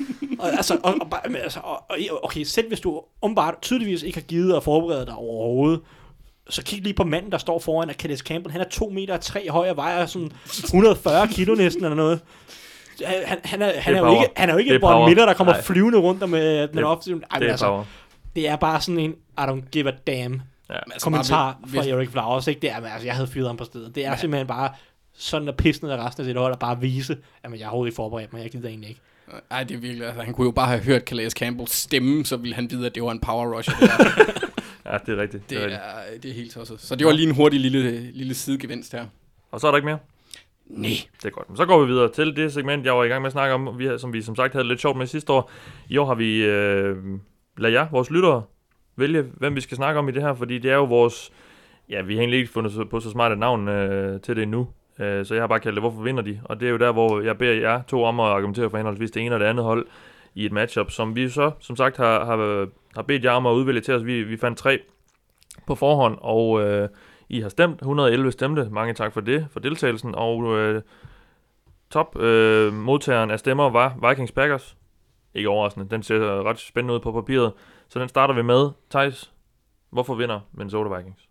Okay, selv hvis du tydeligvis ikke har givet at forberede dig overhovedet, så kig lige på manden, der står foran, at Calais Campbell, han er 2,3 meter høj og vejer sådan 140 kilo næsten eller noget. Han er jo ikke en Von Miller, der kommer flyvende rundt med den offensive. Det er bare sådan en I don't give a damn kommentar fra Ereck Flowers. Ikke? Det er, altså, jeg havde fyret ham på stedet. Det er simpelthen bare sådan at pisse ned af resten af sit hold og bare vise, at jeg har overhovedet ikke forberedt mig. Jeg gider egentlig ikke. Nej, det er virkelig. Altså, han kunne jo bare have hørt Calais Campbells stemme, så ville han vide, at det var en power rusher. Ja, det er rigtigt. Det er helt tosset. Så det var lige en hurtig lille sidegevinst her. Og så er der ikke mere? Nej. Det er godt. Så går vi videre til det segment, jeg var i gang med at snakke om, som vi som sagt havde lidt sjovt med sidste år. I år har vi ladet jer, vores lyttere, vælge, hvem vi skal snakke om i det her, fordi det er jo vores... Ja, vi har egentlig ikke fundet på så smart et navn til det endnu. Så jeg har bare kaldt det, hvorfor vinder de? Og det er jo der, hvor jeg beder jer to om at argumentere for henholdsvis det ene og det andet hold i et matchup, som vi så, som sagt, har bedt jer om at udvælge til os. Vi fandt 3 på forhånd, og I har stemt. 111 stemte. Mange tak for det, for deltagelsen. Og modtageren af stemmer var Vikings Packers. Ikke overraskende. Den ser ret spændende ud på papiret. Så den starter vi med. Theis, hvorfor vinder Minnesota Vikings?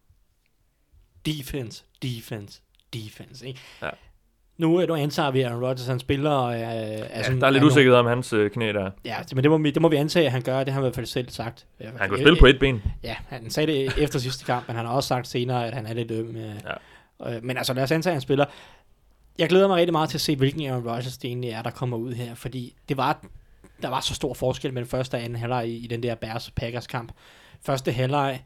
Defense, ikke? Ja. Nu antager vi, at Aaron Rodgers, han spiller, og der er lidt usikkerhed om hans knæ der. Ja, men det må vi antage, at han gør. Det har han i hvert fald selv sagt. Han kan spille på et ben. Ja, han sagde det efter sidste kamp, men han har også sagt senere, at han er lidt øm. Men altså, lad os antage, at han spiller. Jeg glæder mig rigtig meget til at se, hvilken Aaron Rodgers det egentlig er, der kommer ud her, fordi der var så stor forskel mellem første og anden halvleg i den der Bears-Packers kamp. Første halvleg,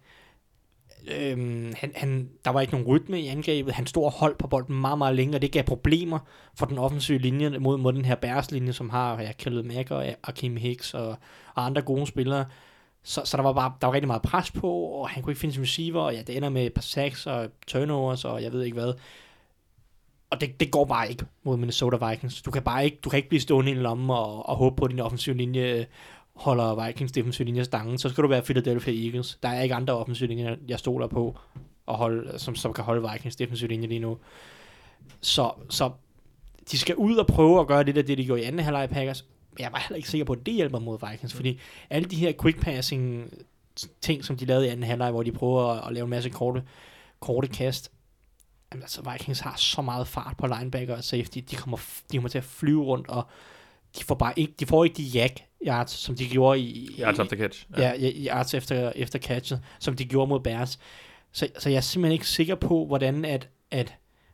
der var ikke nogen rytme i angrebet. Han stod og holdt på bolden meget, meget længe, og det gav problemer for den offensive linje mod den her Bears-linje, som har Khalil Mack og Akeem Hicks og andre gode spillere. Så der var rigtig meget pres på, og han kunne ikke finde sin receiver, og det ender med et par sacks og turnovers, og jeg ved ikke hvad. Og det går bare ikke mod Minnesota Vikings. Du kan ikke blive stående i en lomme og håbe på, at din offensive linje holder Vikings defensive linje stangen. Så skal du være Philadelphia Eagles. Der er ikke andre offensive linjer, jeg stoler på, som kan holde Vikings defensive linje lige nu. Så de skal ud og prøve at gøre det de gjorde i anden halvleg Packers. Jeg var heller ikke sikker på, at det hjælper mod Vikings, fordi alle de her quick passing ting, som de lavede i anden halvleg, hvor de prøver at lave en masse korte kast. Altså Vikings har så meget fart på linebacker og safety, de kommer til at flyve rundt, og de får ikke de yards, som de gjorde i yards after catch. Yards efter catchet, som de gjorde mod Bears. Så jeg er simpelthen ikke sikker på, hvordan at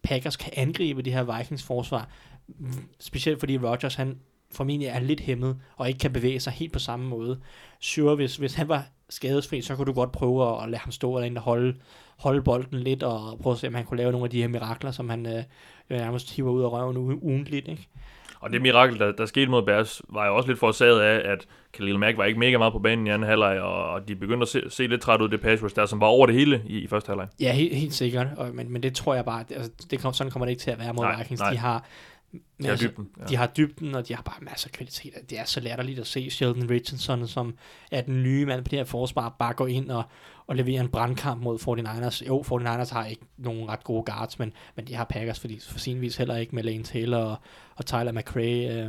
Packers kan angribe det her Vikings forsvar. Specielt fordi Rodgers, han formentlig er lidt hæmmet, og ikke kan bevæge sig helt på samme måde. Sure, hvis han var skadesfri, så kunne du godt prøve at lade ham stå derinde og holde bolden lidt, og prøve at se, om han kunne lave nogle af de her mirakler, som han nærmest hiver ud af røven ugentligt, ikke? Og det mirakel, der skete mod Bears, var jo også lidt forårsaget af, at Khalil Mack var ikke mega meget på banen i anden halvleg, og de begyndte at se lidt træt ud, det pass rush der, som var over det hele i første halvleg. Ja, helt sikkert, men det tror jeg bare, sådan kommer det ikke til at være mod Vikings. Nej. De har dybden, og de har bare masser af kvalitet. Det er så latterligt at se Sheldon Richardson, som er den nye mand på det her forsvar, bare gå ind og levere en brandkamp mod 49ers. Jo, 49ers har ikke nogen ret gode guards, men de har Packers, fordi for sin vis heller ikke med Lane Taylor og Tyler McRae.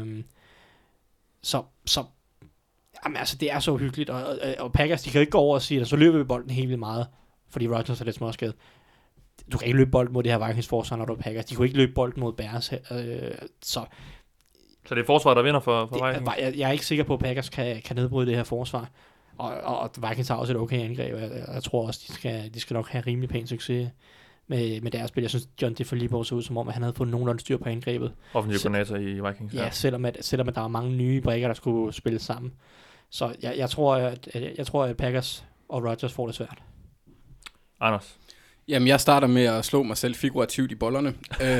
Så jamen, altså, det er så hyggeligt, og Packers, de kan ikke gå over og sige, at så løber vi bolden helt vildt meget, fordi Rodgers er lidt småskadet. Du kan ikke løbe bolden mod det her Vikings forsvar, når du er Packers. De kunne ikke løbe bolden mod Bears. Så det er forsvaret, der vinder for Vikings? Jeg er ikke sikker på, at Packers kan nedbryde det her forsvar. Og Vikings har også et okay angreb. Jeg tror også, de skal nok have rimelig pæn succes med deres spil. Jeg synes, John DeFilippo så ud som om, at han havde fået nogenlunde styr på angrebet. Offensiv koordinator i Vikings. Ja, selvom der var mange nye brikker, der skulle spille sammen. Så jeg tror, at Packers og Rodgers får det svært. Anders? Jamen, jeg starter med at slå mig selv figurativt i bollerne.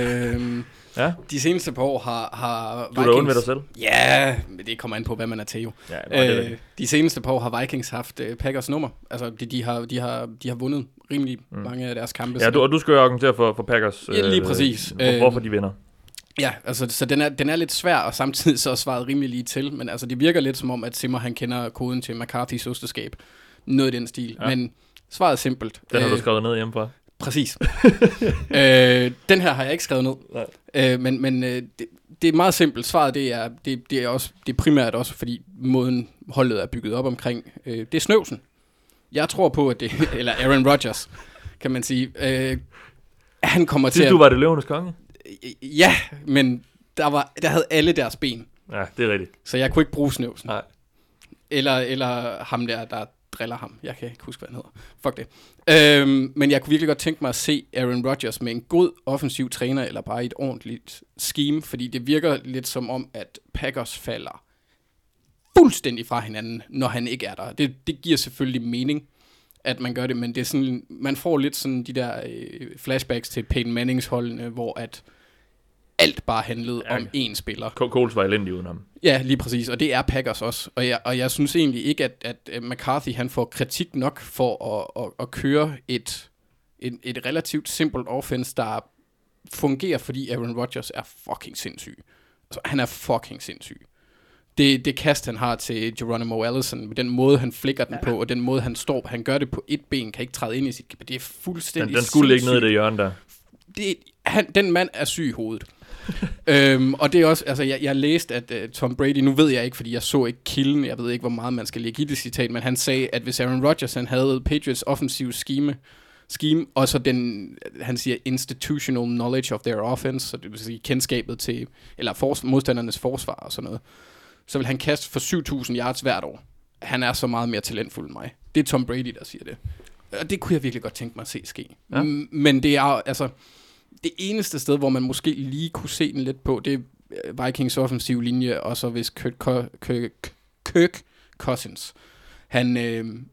Ja. De seneste par år har Vikings... Du er ved dig selv? Ja, men det kommer an på, hvad man er til jo. Ja, de seneste par år har Vikings haft Packers nummer. Altså, de har vundet rimelig mange af deres kampe. Ja, og du skal jo argumentere for Packers. Ja, lige præcis. Hvorfor de vinder. Ja, altså, så den er lidt svær, og samtidig så er svaret rimelig lige til. Men altså, det virker lidt som om, at Zimmer, han kender koden til McCarthy's osteskab. Noget i den stil. Ja. Men svaret er simpelt. Den har du skrevet ned hjemmefra. Præcis. Den her har jeg ikke skrevet ned. Men det er meget simpelt. Svaret det er primært også, fordi måden holdet er bygget op omkring, det er snøvsen. Jeg tror på, at det eller Aaron Rodgers, kan man sige. Han kommer til du var det løvenes konge? Ja, men der havde alle deres ben. Ja, det er rigtigt. Så jeg kunne ikke bruge snøvsen. Nej. Eller ham der driller ham. Jeg kan ikke huske, hvad han hedder. Fuck det. Men jeg kunne virkelig godt tænke mig at se Aaron Rodgers med en god offensiv træner, eller bare et ordentligt scheme, fordi det virker lidt som om, at Packers falder fuldstændig fra hinanden, når han ikke er der. Det giver selvfølgelig mening, at man gør det, men det er sådan, man får lidt sådan de der flashbacks til Peyton Mannings holdene, hvor at alt bare handlede om én spiller. Coles var elendig uden ham. Ja, lige præcis, og det er Packers også. Og jeg synes egentlig ikke, at McCarthy han får kritik nok for at køre et relativt simpelt offense, der fungerer, fordi Aaron Rodgers er fucking sindssyg. Altså, han er fucking sindssyg. Det kast, han har til Geronimo Allison, med den måde, han flikker den på, og den måde, han står, han gør det på et ben, kan ikke træde ind i sit kæbe. Det er fuldstændig den skulle ligge nede i det hjørne der. Den mand er syg i hovedet. Og det er også, altså jeg læste, at Tom Brady, nu ved jeg ikke, fordi jeg så ikke kilden, jeg ved ikke, hvor meget man skal lægge i det citat, men han sagde, at hvis Aaron Rodgers, han havde Patriots offensive scheme, og så han siger, institutional knowledge of their offense, så det vil sige kendskabet til, eller modstandernes forsvar og sådan noget, så vil han kaste for 7.000 yards hvert år. Han er så meget mere talentfuld end mig. Det er Tom Brady, der siger det. Og det kunne jeg virkelig godt tænke mig at se ske. Ja. Men det er altså det eneste sted, hvor man måske lige kunne se den lidt på, det er Vikings offensiv linje, og så hvis Kirk Cousins, han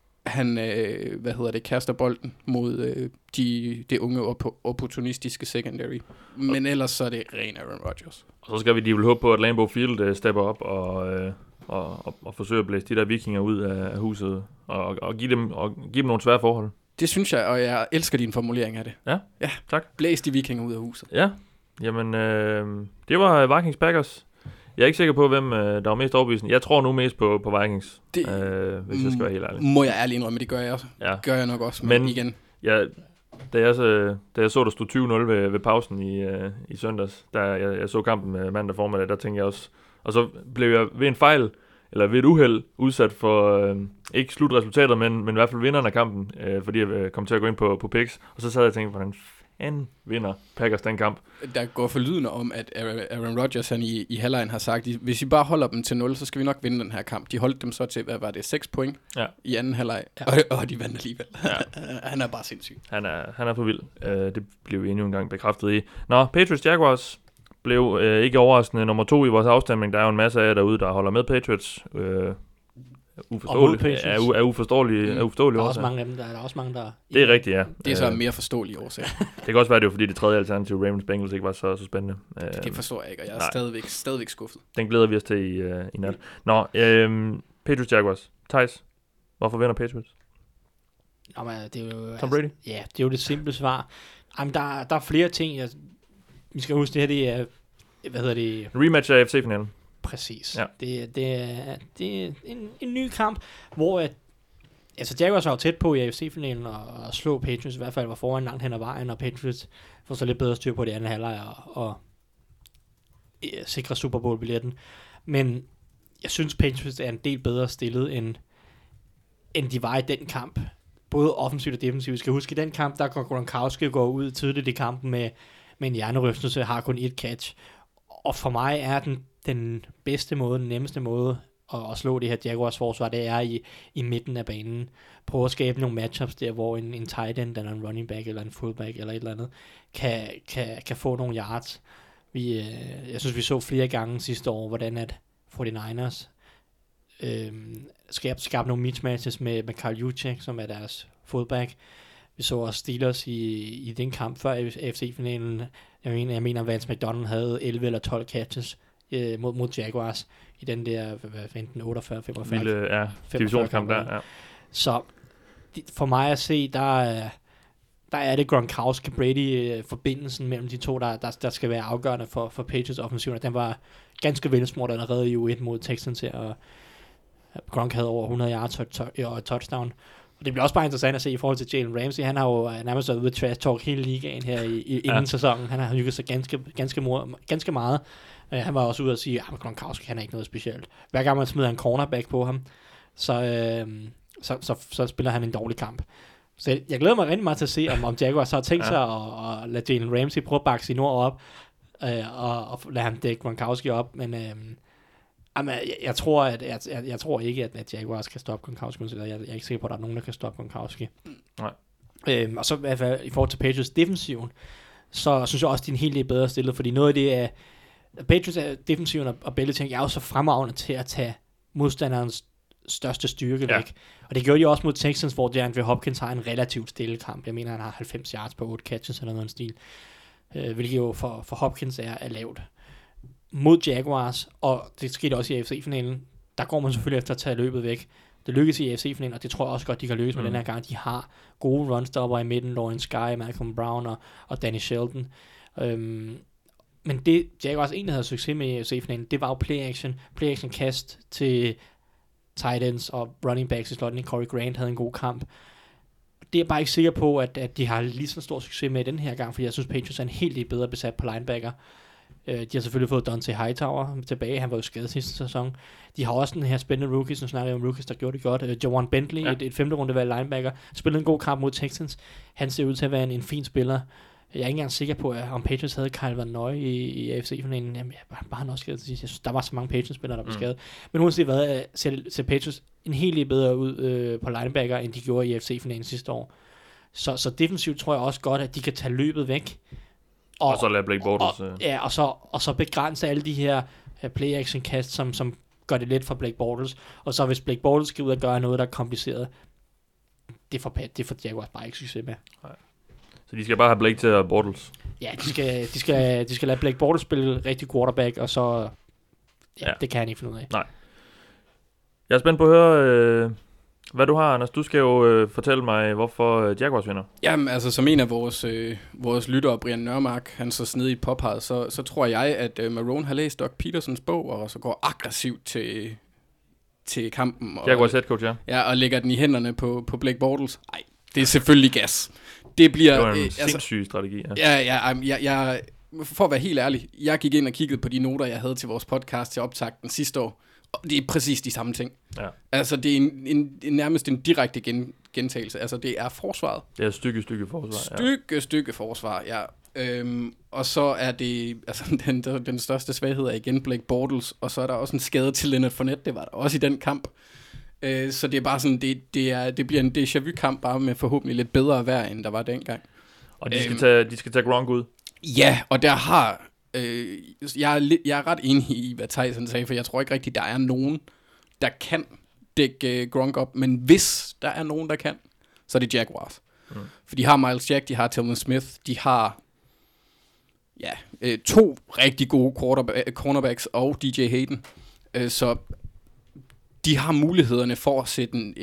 kaster bolden mod det unge opportunistiske secondary. Men ellers så er det ren Aaron Rodgers. Og så skal vi håbe på, at Lambeau Field stepper op og forsøger at blæse de der vikinger ud af huset og give dem nogle svære forhold. Det synes jeg, og jeg elsker din formulering af det. Ja, tak. Blæs de vikinger ud af huset. Ja, jamen det var Vikings Packers. Jeg er ikke sikker på, hvem der var mest overbevisende. Jeg tror nu mest på Vikings, hvis jeg skal være helt ærlig. Må jeg ærligt indrømme, det gør jeg også. Ja. Gør jeg nok også, men igen. Ja, da jeg så, der stod 20-0 ved pausen i søndags, da jeg så kampen med mandag formiddag, der tænkte jeg også, og så blev jeg ved en fejl, eller ved et uheld, udsat for, ikke slutresultatet, men i hvert fald vinderen af kampen, fordi jeg kom til at gå ind på picks, og så sad jeg og tænkte, hvordan vinder Packers den kamp. Der går forlydende om, at Aaron Rodgers han i halvlejen har sagt, hvis I bare holder dem til 0, så skal vi nok vinde den her kamp. De holdt dem så til, hvad var det, 6 point i anden halvleg, og de vandt alligevel. Ja. Han er bare sindssyg. Han er for vild. Det blev vi endnu en gang bekræftet i. Nå, Patriots Jaguars blev ikke overraskende nummer 2 i vores afstemning. Der er jo en masse af jer derude, der holder med Patriots. Uforståelige der er også mange af dem, der er også mange, der... Det er rigtigt, ja. Det er så mere forståelige årsager. Det kan også være, det var fordi det tredje alternativ, Ravens Bengals, ikke var så spændende. Det forstår jeg ikke, og jeg er stadigvæk skuffet. Den glæder vi os til i nat. Nå, Patriots Jaguars. Thijs, hvorfor vinder Patriots? Nå, men det er jo... Tom Brady? Ja, det er jo det simple svar. Jamen, der er flere ting. Vi skal huske, det her, det er... Hvad hedder det? Rematch af AFC-finalen. Præcis. Ja. Det er en ny kamp, hvor Jaguars var jo tæt på i AFC-finalen og slå Patriots, i hvert fald var foran langt hen ad vejen, og Patriots får så lidt bedre styr på det andet halvleg og sikre Super Bowl-billetten. Men jeg synes, Patriots er en del bedre stillet, end de var i den kamp. Både offensivt og defensivt. Vi skal huske, i den kamp, der går Gronkowski ud tidligt i kampen med en hjernerystelse, har kun et catch. Og for mig er den bedste måde, den nemmeste måde at slå det her Jaguars forsvar, det er i midten af banen. Prøve at skabe nogle matchups der, hvor en tight end, eller en running back, eller en fullback, eller et eller andet, kan få nogle yards. Jeg synes, vi så flere gange sidste år, hvordan at 49ers skabte nogle mismatches med Karl Juszczyk, som er deres fullback. Vi så også Steelers i den kamp før AFC-finalen. Jeg mener, Vance McDonald havde 11 eller 12 catches mod Jaguars i den der, enten 48-45. Lille, divisionskamp der, ja. Så for mig at se, der er det Gronkowski-Brady-forbindelsen mellem de to, der skal være afgørende for Patriots offensiven. Den var ganske velsmurt allerede i U1 mod Texans her, og Gronk havde over 100 yards og touchdown. Og det bliver også bare interessant at se i forhold til Jalen Ramsey. Han har jo nærmest været ude trash talk hele ligaen her inden sæsonen. Han har hygget sig ganske meget. Han var også ude at sige, at Gronkowski, han er ikke noget specielt. Hver gang man smider en cornerback på ham, så spiller han en dårlig kamp. Så jeg glæder mig rigtig meget til at se, om Jaguars har tænkt sig at lade Jalen Ramsey prøve at bakke sin ord op, og lade ham dække Gronkowski op, men jeg tror ikke, at Jaguars kan stoppe Gronkowski. Jeg er ikke sikker på, at der er nogen, der kan stoppe Gronkowski. Nej. Og så i forhold til Patriots defensiven, så synes jeg også, de er en helt lidt bedre stillet, fordi noget af det er, Patriots defensiven og Belichick er jo så fremragende til at tage modstanderens største styrke væk. Og det gjorde de også mod Texans, hvor DeAndre Hopkins har en relativt stille kamp. Jeg mener, han har 90 yards på 8 catches eller noget stil, hvilket jo for Hopkins er lavt. Mod Jaguars, og det skete også i AFC-finalen, der går man selvfølgelig efter at tage løbet væk. Det lykkedes i AFC-finalen, og det tror jeg også godt, de kan lykkes med den her gang. De har gode runstopper i midten, Lawrence Guy, Malcolm Brown og Danny Shelton. Men det Jaguars egentlig havde succes med i AFC-finalen, det var jo play-action kast til tight ends og running backs i slotten. Corey Grant havde en god kamp. Det er jeg bare ikke sikker på, at de har lige så stor succes med den her gang, fordi jeg synes, Patriots er en helt lidt bedre besat på linebacker. De har selvfølgelig fået Dante Hightower tilbage. Han var jo skadet sidste sæson. De har også den her spændende rookies. Nu snakker jeg om rookies, der gjorde det godt. Jawan Bentley, et 5. rundevalg linebacker, spillede en god kamp mod Texans. Han ser ud til at være en fin spiller. Jeg er ikke engang sikker på, om Patriots havde Kyle Van Noy i AFC-finalen. Jamen, bare han også skadet til sidst. Jeg synes, der var så mange Patriots-spillere, der blev skadet. Men uanset hvad, ser Patriots en helt lidt bedre ud på linebacker, end de gjorde i AFC-finalen sidste år. Så defensivt tror jeg også godt, at de kan tage løbet væk. Og så lade Blake Bortles... Og så begrænse alle de her play-action-kast, som gør det let for Blake Bortles. Og så hvis Blake Bortles skal ud og gøre noget, der er kompliceret, det får Jaguars bare ikke succes med. Nej. Så de skal bare have Blake til at Bortles? Ja, de skal lade Blake Bortles spille rigtig quarterback, og så... Ja, det kan han ikke finde ud af. Nej. Jeg er spændt på at høre... hvad du har, Anders. Du skal jo fortælle mig, hvorfor Jaguars vinder. Jamen, altså som en af vores lyttere, Brian Nørmark, han så snedigt påpeget, så tror jeg, at Marone har læst Doug Petersons bog, og så går aggressivt til kampen. Jaguars head coach, ja. Ja, og lægger den i hænderne på Blake Bortles. Nej, det er selvfølgelig gas. Det bliver... Det var en sindssyg strategi, ja. For at være helt ærlig, jeg gik ind og kiggede på de noter, jeg havde til vores podcast til optakten sidste år. Det er præcis de samme ting. Ja. Altså, det er nærmest en direkte gentagelse. Altså, det er forsvaret. Det er stykke forsvar. Stykke forsvar, ja. Og så er det, altså den største svaghed er igen Blake Bortles, og så er der også en skade til Leonard Fournette, det var der også i den kamp. Så det er bare sådan, det bliver en déjà vu-kamp, bare med forhåbentlig lidt bedre vejr, end der var dengang. Og de skal tage Gronk ud. Ja, og der har, jeg er ret enig i, hvad Tyson sagde, for jeg tror ikke rigtigt, der er nogen, der kan dække Gronk op, men hvis der er nogen, der kan, så er det Jaguars. For de har Miles Jack, de har Telvin Smith, de har 2 rigtig gode cornerbacks og DJ Hayden. Så de har mulighederne for at sætte en,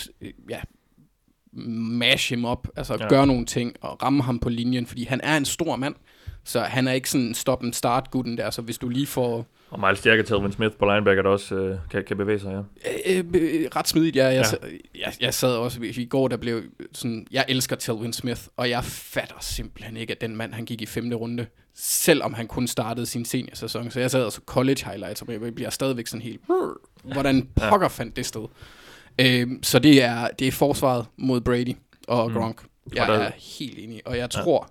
mash him op, altså gøre nogle ting og ramme ham på linjen, fordi han er en stor mand, så han er ikke sådan stop-and-start-gutten der, så hvis du lige får... Og Miles Jack og Telvin Smith på linebacker, der også kan bevæge sig, ja. Ret smidigt, jeg sad også i går, der blev sådan, jeg elsker Telvin Smith, og jeg fatter simpelthen ikke, at den mand, han gik i 5. runde, selvom han kun startede sin seniorsæson, så jeg sad altså college highlights, og jeg bliver stadigvæk sådan helt, hvordan pokker fandt det sted. Så det er forsvaret mod Brady og Gronk. Jeg er helt enig, og jeg tror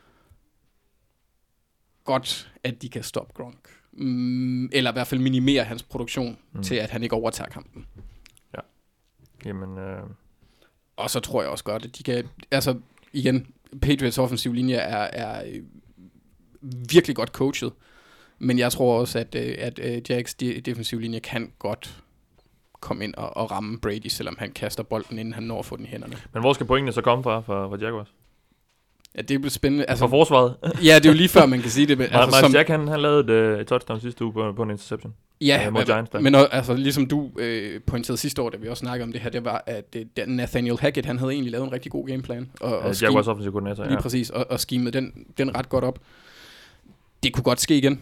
godt, at de kan stoppe Gronk. Eller i hvert fald minimere hans produktion til, at han ikke overtager kampen. Ja. Jamen... Og så tror jeg også godt, at de kan... Altså, igen, Patriots offensiv linje er virkelig godt coachet, men jeg tror også, at Jags defensiv linje kan godt komme ind og ramme Brady, selvom han kaster bolden, inden han når at få den i hænderne. Men hvor skal pointene så komme fra Jaguars? Ja, det bliver spændende. Altså, fra forsvaret? Ja, det er jo lige før, man kan sige det. Miles Jack, han lavede et touchdown sidste uge på en interception. Ja, men altså, ligesom du pointerede sidste år, da vi også snakkede om det her, det var, at Nathaniel Hackett, han havde egentlig lavet en rigtig god gameplan. Og Jaguars offensive koordinator, lige præcis, og skimede den ret godt op. Det kunne godt ske igen.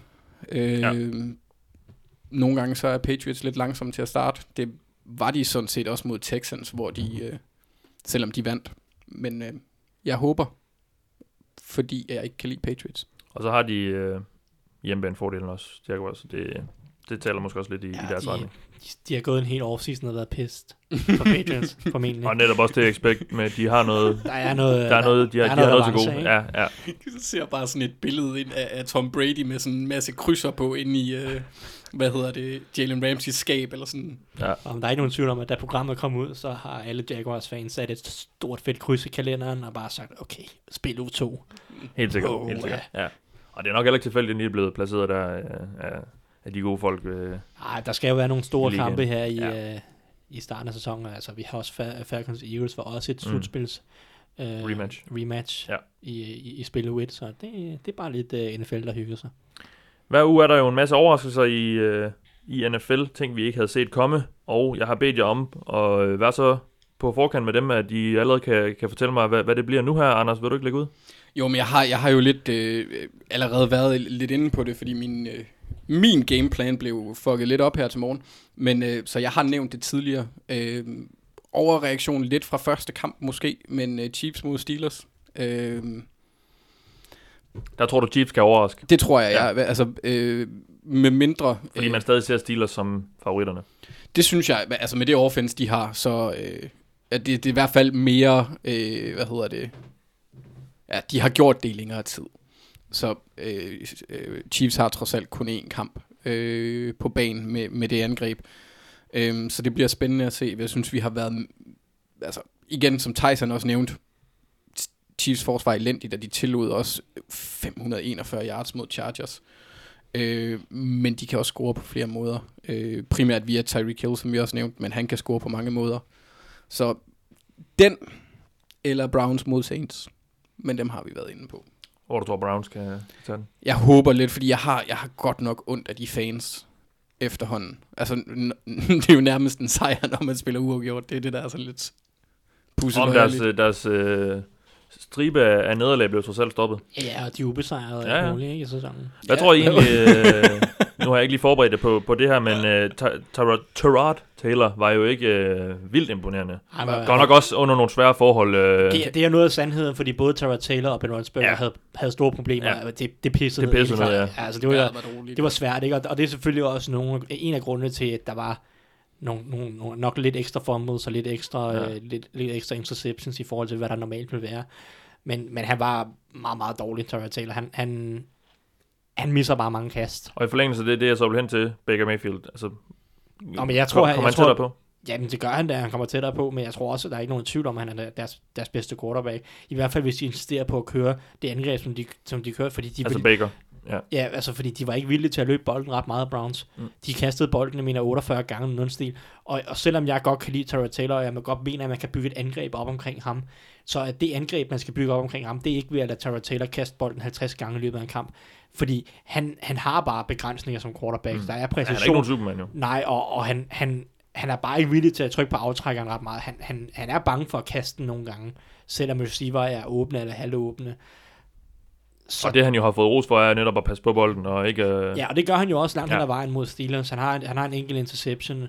Nogle gange så er Patriots lidt langsomme til at starte. Det var de sådan set også mod Texans, hvor de, selvom de vandt. Men jeg håber, fordi jeg ikke kan lide Patriots. Og så har de hjemmebane-fordelen også, Jaguars, så det taler måske også lidt i deres retning. De har gået en hel offseason og været pissed for Patriots, formentlig. Og netop også det expect med, at de har noget... Der er noget de har noget til gode. Ja. Jeg ser bare sådan et billede ind af Tom Brady med sådan en masse krydser på inde i, Jalen Ramseys skab eller sådan. Ja. Og der er ikke nogen tvivl om, at da programmet kom ud, så har alle Jaguars-fans sat et stort fedt kryds i kalenderen og bare sagt, okay, spil uge 2. Helt sikkert. Ja. Og det er nok heller ikke tilfældigt, at de er blevet placeret der af de gode folk. Nej, der skal jo være nogle store kampe her i starten af sæsonen. Altså, vi har også Falcons Eagles for også et slutspils rematch i spil u 1, så det er bare lidt NFL, der hygger sig. Hver uge er der jo en masse overraskelser i NFL, ting vi ikke havde set komme, og jeg har bedt jer om at være så på forkant med dem, at de allerede kan fortælle mig, hvad det bliver nu her. Anders, vil du ikke lægge ud? Jo, men jeg har jo lidt allerede været lidt inde på det, fordi min gameplan blev fucket lidt op her til morgen, men så jeg har nævnt det tidligere. Overreaktion lidt fra første kamp måske, men Chiefs mod Steelers. Der tror du, Chiefs kan overraske? Det tror jeg, ja. Altså, med mindre... Fordi man stadig ser Steelers som favoritterne? Det synes jeg, altså med det offense, de har, så det er i hvert fald mere, Ja, de har gjort det i længere tid. Så Chiefs har trods alt kun én kamp på banen med det angreb. Så det bliver spændende at se. Jeg synes, vi har været... Altså, igen, som Tyson også nævnte, Chiefs forsvar elendigt, at de tillod også 541 yards mod Chargers. Men de kan også score på flere måder. Primært via Tyreek Hill, som vi også nævnte, men han kan score på mange måder. Så den eller Browns mod Saints, men dem har vi været inde på. Hvor du tror, Browns kan tage den? Jeg håber lidt, fordi jeg har godt nok ondt af de fans efterhånden. Altså, det er jo nærmest en sejr, når man spiller uafgjort. Det er det, der er sådan lidt pusseløjeligt. Om deres stribe af nederlag blev trods alt stoppet. Ja, og de er ubesejrede muligt i sæsonen. Hvad tror I egentlig... Nu har jeg ikke lige forberedt det på det her, men Tyrod Taylor var jo ikke vildt imponerende. Godt nok også under nogle svære forhold. Det er noget af sandheden, fordi både Tyrod Taylor og Ben Roethlisberger havde store problemer. Ja. Det pissede noget, Altså, det var svært, ikke? Og det er selvfølgelig også en af grundene til, at der var nok lidt ekstra fumbles og lidt ekstra interceptions i forhold til, hvad der normalt vil være. Men han var meget, meget dårlig, Tyrod Taylor. Han misser bare mange kast. Og i forlængelse af det, jeg så vil hen til Baker Mayfield. Altså, men jeg tror, kommer han tættere på? Jamen, det gør han da, han kommer tættere på, men jeg tror også, at der er ikke nogen tvivl om, at han er deres bedste quarterback. I hvert fald, hvis de insisterer på at køre det angreb, som de kører, fordi de... Altså Baker. Ja, altså fordi de var ikke villige til at løbe bolden ret meget, Browns. De kastede bolden, jeg mener, 48 gange i nogen stil. Og selvom jeg godt kan lide Tyrod Taylor, og jeg godt mener, at man kan bygge et angreb op omkring ham, så er det angreb, man skal bygge op omkring ham, det er ikke ved at lade Tyrod Taylor kaste bolden 50 gange i løbet af en kamp. Fordi han har bare begrænsninger som quarterback. Der er præcision. Han er ikke nogen Superman, jo. Nej, og han er bare ikke villig til at trykke på aftrækkeren ret meget. Han er bange for at kaste den nogle gange, selvom receiver er åbne eller halvåbne. Så og det han jo har fået ros for, er netop at passe på bolden og ikke... Ja, og det gør han jo også langt hen ad vejen mod Steelers. Han har en enkelt interception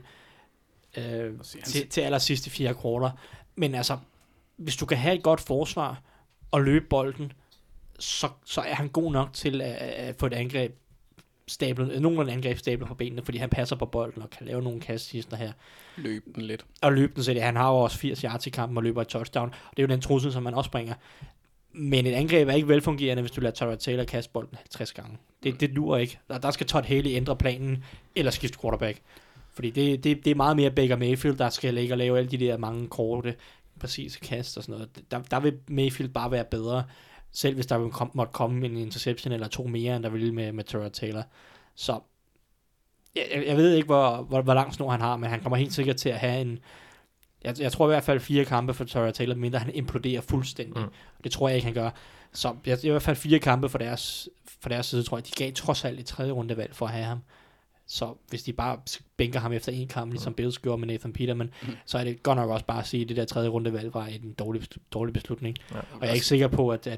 til allersidste 4 kvarter. Men altså, hvis du kan have et godt forsvar og løbe bolden, så er han god nok til at få et angreb nogenlunde angrebsstablet på benene, fordi han passer på bolden og kan lave nogle kasthister her. Løbe den lidt. Og løbe den, så han har jo også 80 yards i kampen og løber et touchdown. Og det er jo den trussel, som man også bringer. Men et angreb er ikke velfungerende, hvis du lader Tyrod Taylor kaste bolden 50 gange. Det duer ikke. Der skal Todd Haley ændre planen, eller skifte quarterback. Fordi det er meget mere Baker Mayfield, der skal ligge og lave alle de der mange korte, præcise kast og sådan noget. Der vil Mayfield bare være bedre, selv hvis der måtte komme en interception eller 2 mere, end der ville med Tyrod Taylor. Så jeg ved ikke, hvor lang snor han har, men han kommer helt sikkert til at have en... Jeg tror i hvert fald 4 kampe for Tyrod Taylor, mindre han imploderer fuldstændig. Det tror jeg ikke, han gør. Så i hvert fald 4 kampe for deres side, tror jeg. De gav trods alt et 3. rundevalg for at have ham. Så hvis de bare bænker ham efter 1 kamp, ligesom Bills gjorde med Nathan Peterman, så er det godt nok også bare at sige, at det der 3. rundevalg var en dårlig beslutning. Ja. Og jeg er ikke sikker på, at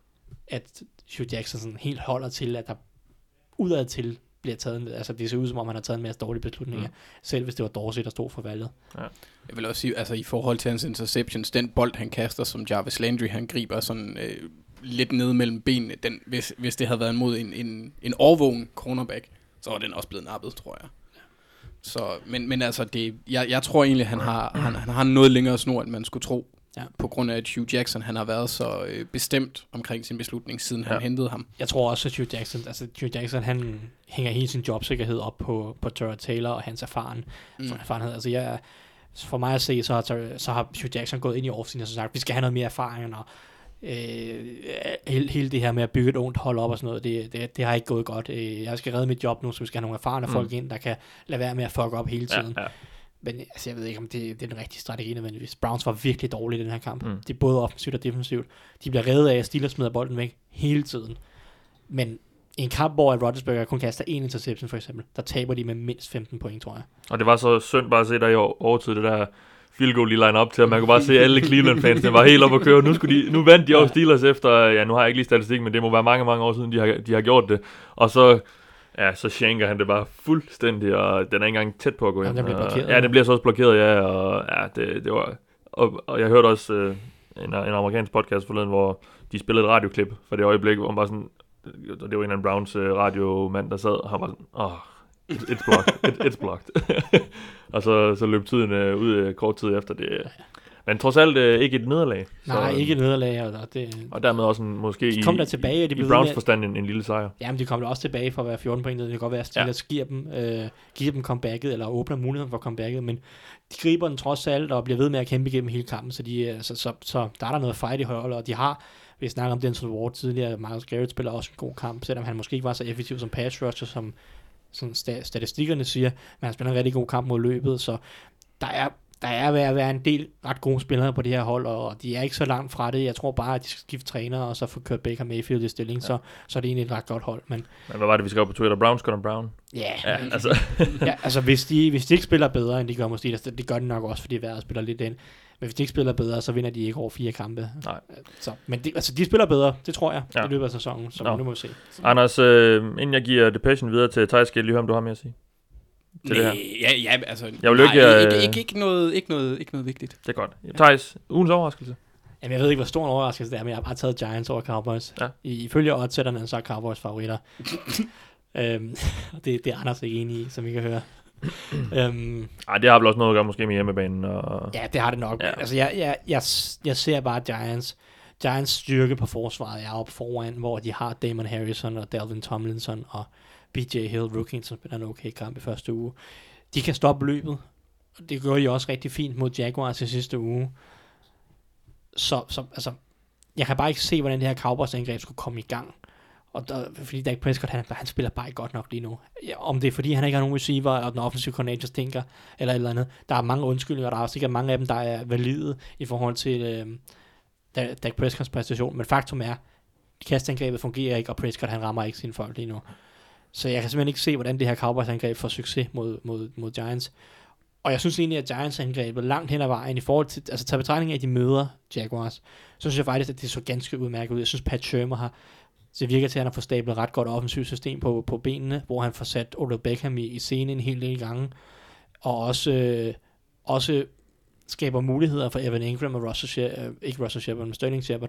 Hugh Jackson sådan helt holder til, at der udadtil bliver taget, altså det ser ud som om han har taget en masse dårlige beslutninger, selv hvis det var Dorsey, der stod for valget. Ja. Jeg vil også sige, altså i forhold til hans interceptions, den bold han kaster, som Jarvis Landry han griber sådan lidt ned mellem benene, hvis det havde været mod en overvågen cornerback, så var den også blevet nappet, tror jeg. Så, men altså jeg tror egentlig han har noget længere snor, end man skulle tro. Ja. På grund af, at Hugh Jackson han har været så bestemt omkring sin beslutning, siden han hentede ham. Jeg tror også, at Hugh Jackson han hænger hele sin jobsikkerhed op på Tyrod Taylor og hans erfarenhed. Altså for mig at se, så har Hugh Jackson gået ind i offseason og sagt, vi skal have noget mere erfaring, og hele det her med at bygge et ondt hold op og sådan noget, det har ikke gået godt. Jeg skal redde mit job nu, så vi skal have nogle erfarne folk ind, der kan lade være med at fuck op hele tiden. Ja. Men altså, jeg ved ikke, om det er den rigtige strategi nødvendigvis. Browns var virkelig dårlige i den her kamp. Det er både offensivt og defensivt. De bliver reddet af, at Steelers smider bolden væk hele tiden. Men i en kamp, hvor Rodgers kun kaster 1 interception for eksempel, der taber de med mindst 15 point, tror jeg. Og det var så synd bare at se der i overtid, det der field goal, de line op til, at man kunne bare se alle Cleveland-fansene var helt op at køre. Nu vandt de også Steelers efter, nu har jeg ikke lige statistik, men det må være mange, mange år siden, de har gjort det. Og så shanker han det bare fuldstændig, og den er ikke engang tæt på at gå ind. Den bliver blokeret. Ja, den bliver så også blokeret, og det var... Og jeg hørte også en amerikansk podcast forleden, hvor de spillede et radioklip for det øjeblik, hvor man bare sådan... Det var en eller anden Browns radiomand, der sad, og han var sådan... It's blocked. Og så løb tiden ud kort tid efter det. Men trods alt ikke et nederlag. Nej, ikke et nederlag. Og dermed også måske de kom der tilbage, i Browns forstand en lille sejr. Jamen, de kom der også tilbage for at være 14 point. Det kan godt være, at Steelers giver dem comebacket, eller åbner muligheden for comebacket, men de griber den trods alt, og bliver ved med at kæmpe igennem hele kampen, så der er der noget fight i holdet, og de har, vi snakker om Denzel Ward tidligere, Myles Garrett spiller også en god kamp, selvom han måske ikke var så effektiv som pass rusher, som statistikkerne siger, men han spiller en rigtig god kamp mod løbet, så der er ved at være en del ret gode spillere på det her hold, og de er ikke så langt fra det. Jeg tror bare, at de skal skifte træner, og så få kørt Baker Mayfield i stilling, så er det egentlig et ret godt hold. Men hvad var det, vi skrev på Twitter? Browns Gordon Brown? Altså hvis de ikke spiller bedre, end de gør mod Steelers, det gør de nok også, fordi vejret spiller lidt ind. Men hvis de ikke spiller bedre, så vinder de ikke over 4 kampe. Nej. Men de spiller bedre, det tror jeg, i løbet af sæsonen, så nu må vi se. Anders, inden jeg giver The Passion videre til Thijs, skal jeg lige høre, om du har mere at sige? Ja, altså... Jeg vil ikke noget vigtigt. Det er godt. Thijs, ugens overraskelse? Jamen, jeg ved ikke, hvor stor en overraskelse det er, men jeg har bare taget Giants over Cowboys. Ja. Ifølge oddsætterne, så er Cowboys favoritter. Det er Anders ikke enig i, som I kan høre. Det har vel også noget at gøre måske med hjemmebanen. Ja, det har det nok. Ja. Altså, jeg ser bare Giants styrke på forsvaret er oppe foran, hvor de har Damon Harrison og Dalvin Tomlinson og BJ Hill, rookie, som spiller en okay kamp i første uge. De kan stoppe løbet. Det gør de også rigtig fint mod Jaguars i sidste uge. Så altså, jeg kan bare ikke se, hvordan det her Cowboys-angreb skulle komme i gang. Og fordi Dak Prescott, han spiller bare ikke godt nok lige nu. Om det er, fordi han ikke har nogen receiver, og den offensive coordinator stinker, eller et eller andet. Der er mange undskyldninger, og der er sikkert mange af dem, der er valide i forhold til Dak Prescotts præstation. Men faktum er, kastangrebet fungerer ikke, og Prescott, han rammer ikke sine folk lige nu. Så jeg kan simpelthen ikke se, hvordan det her Cowboys-angreb får succes mod Giants. Og jeg synes egentlig, at Giants-angrebet langt hen ad vejen, i forhold til, altså tager betragtning af, at de møder Jaguars, så synes jeg faktisk, at det så ganske udmærket ud. Jeg synes, Pat Shurmur det virker til, at han har fået stablet ret godt offensivt system på benene, hvor han får sat Odell Beckham i scenen en hel del gange, og også skaber muligheder for Evan Ingram og Sterling Shepard.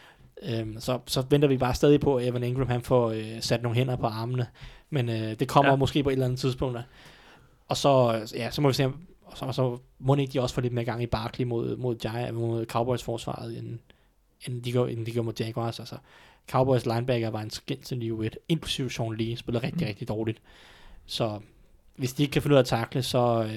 Så venter vi bare stadig på, at Evan Ingram han får sat nogle hænder på armene, men det kommer måske på et eller andet tidspunkt. Og så må vi se, så må ikke de også få lidt mere gang i Barkley mod Cowboys forsvaret, end de gør mod Jaguars. Altså, Cowboys linebacker var en skændselig U1, inklusive Sean Lee, spiller rigtig, rigtig dårligt. Så hvis de ikke kan finde ud af at tackle, så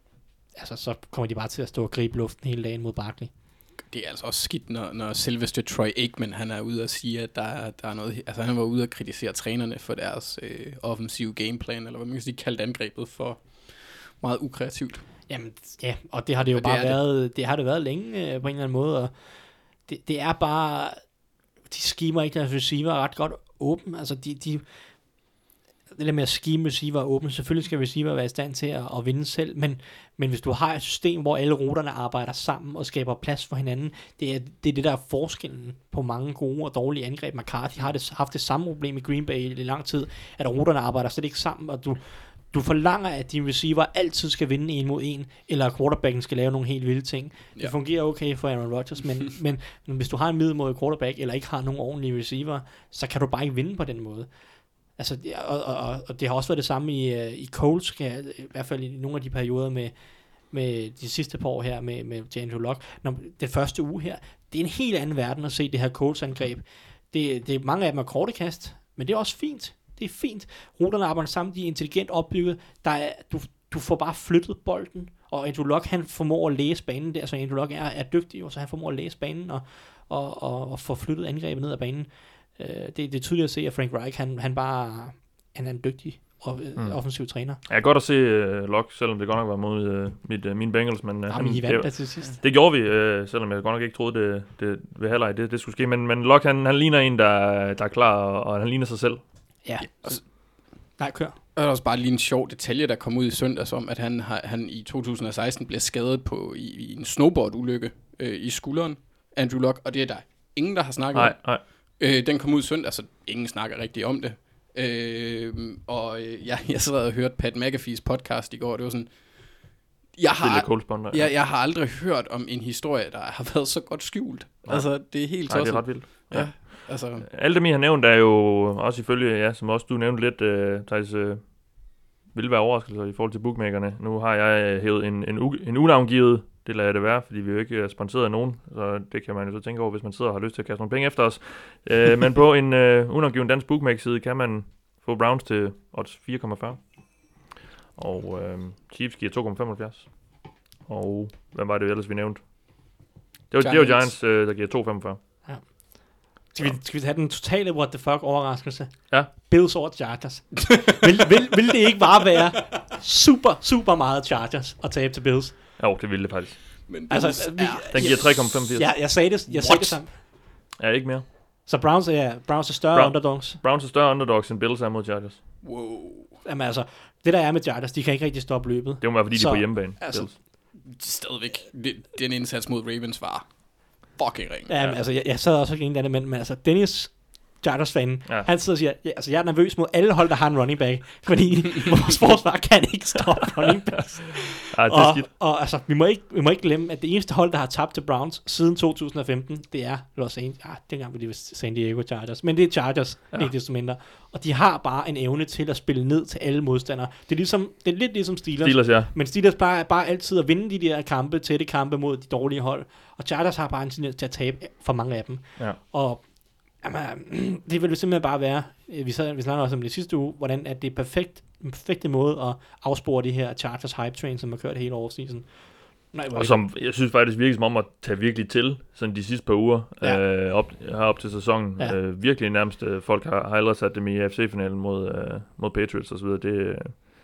kommer de bare til at stå og gribe luften hele dagen mod Barkley. Det er altså også skidt, når selveste Troy Aikman, han er ude og sige, at der er noget... Altså, han var ude og kritisere trænerne for deres offensive gameplan, eller hvad man kan sige, kaldt angrebet for meget ukreativt. Jamen, ja, og det har det jo bare været... Det har det været længe på en eller anden måde, og det er bare... De schemer ikke deres receiver ret godt åben. Altså, det der med at scheme receiver åben, selvfølgelig skal receiver være i stand til at vinde selv, men hvis du har et system, hvor alle ruterne arbejder sammen og skaber plads for hinanden, det er det, der er forskellen på mange gode og dårlige angreb. McCarthy har haft det samme problem i Green Bay i lang tid, at ruterne arbejder slet ikke sammen, og du forlanger, at din receiver altid skal vinde 1 mod 1, eller at quarterbacken skal lave nogle helt vilde ting. Ja. Det fungerer okay for Aaron Rodgers, men hvis du har en middelmådig quarterback, eller ikke har nogen ordentlige receiver, så kan du bare ikke vinde på den måde. Altså, og det har også været det samme i Colts, i hvert fald i nogle af de perioder med de sidste par år her med Andrew Luck. Den første uge her, det er en helt anden verden at se det her Colts-angreb. Det er mange af dem er korte kast, men det er også fint. Det er fint. Ruterne arbejder sammen, de er intelligent opbygget. Du får bare flyttet bolden, og Andrew Luck, han formår at læse banen der, så Andrew Luck er dygtig, og så han formår at læse banen og få flyttet angrebet ned ad banen. Det er tydeligt at se, at Frank Reich, han er en dygtig offensiv træner. Ja, godt at se Luck, selvom det godt nok var mod mine Bengals, men I vandt til sidst. Det gjorde vi, selvom jeg godt nok ikke troede det ved halvleg det skulle ske, men Luck, han ligner en, der er klar, og han ligner sig selv. Ja. Nej, kør. Og der er også bare lige en sjov detalje, der kom ud i søndags om, at han i 2016 blev skadet i en snowboard-ulykke i skulderen, Andrew Luck, og det er der ingen, der har snakket om. Nej. Den kom ud søndag, så ingen snakker rigtig om det. Jeg sad og hørte Pat McAfee's podcast i går, det var sådan... Jeg har aldrig hørt om en historie, der har været så godt skjult. Nej. Altså, det er helt tosset. Nej, det er ret vildt. Ja. Altså. Alt det, I har nævnt, er jo også ifølge, som også du nævnte lidt, Thijs, vil være overraskelser i forhold til bookmakerne. Nu har jeg hævet en unavngivet, det lader jeg det være, fordi vi jo ikke er sponsoreret af nogen, så det kan man jo så tænke over, hvis man sidder og har lyst til at kaste nogle penge efter os. Men på en unavngiven dansk bookmaker-side kan man få Browns til odds 4,40. Og Chiefs giver 2,75. Og hvad var det ellers, vi nævnte? Det var Giants, der giver 2,45. Ja. Skal vi have den totale what the fuck overraskelse? Ja. Bills over Chargers. vil det ikke bare være super, super meget Chargers at tabe til Bills? Jo, det ville det faktisk. Men altså, den giver 3,85. Ja, jeg sagde det sammen. Ja, ikke mere. Så Browns er større underdogs. Browns er større underdogs, end Bills er mod Chargers. Wow. Jamen altså, det der er med Chargers, de kan ikke rigtig stoppe løbet. Det må være, fordi de er på hjemmebane. Altså, stadigvæk, den indsats mod Ravens var fucking ring. Ja, men altså, jeg sad også og grinede af det, men altså, Dennis Chargers-fanen. Ja. Han sidder og siger, altså jeg er nervøs mod alle hold, der har en running back, fordi vores forsvar kan ikke stoppe running backs. Ja, det er skidt. Og altså, vi må ikke glemme, at det eneste hold, der har tabt til Browns siden 2015, det er Los Angeles. Ja, dengang var det San Diego Chargers. Men det er Chargers, ikke desto mindre. Og de har bare en evne til at spille ned til alle modstandere. Det er lidt ligesom Steelers. Ja. Men Steelers bare altid at vinde de der kampe, tætte kampe mod de dårlige hold. Og Chargers har bare en tendens til at tabe for mange af dem. Ja. Og jamen, det vil jo simpelthen bare være, vi snakker også om det sidste uge, hvordan at det er den perfekte måde at afspore det her Chargers hype train, som har kørt hele offseason. Og som jeg synes faktisk virker som om at tage virkelig til sådan de sidste par uger op til sæsonen. Ja. Virkelig nærmest folk har allerede sat dem i AFC-finalen mod Patriots og så videre.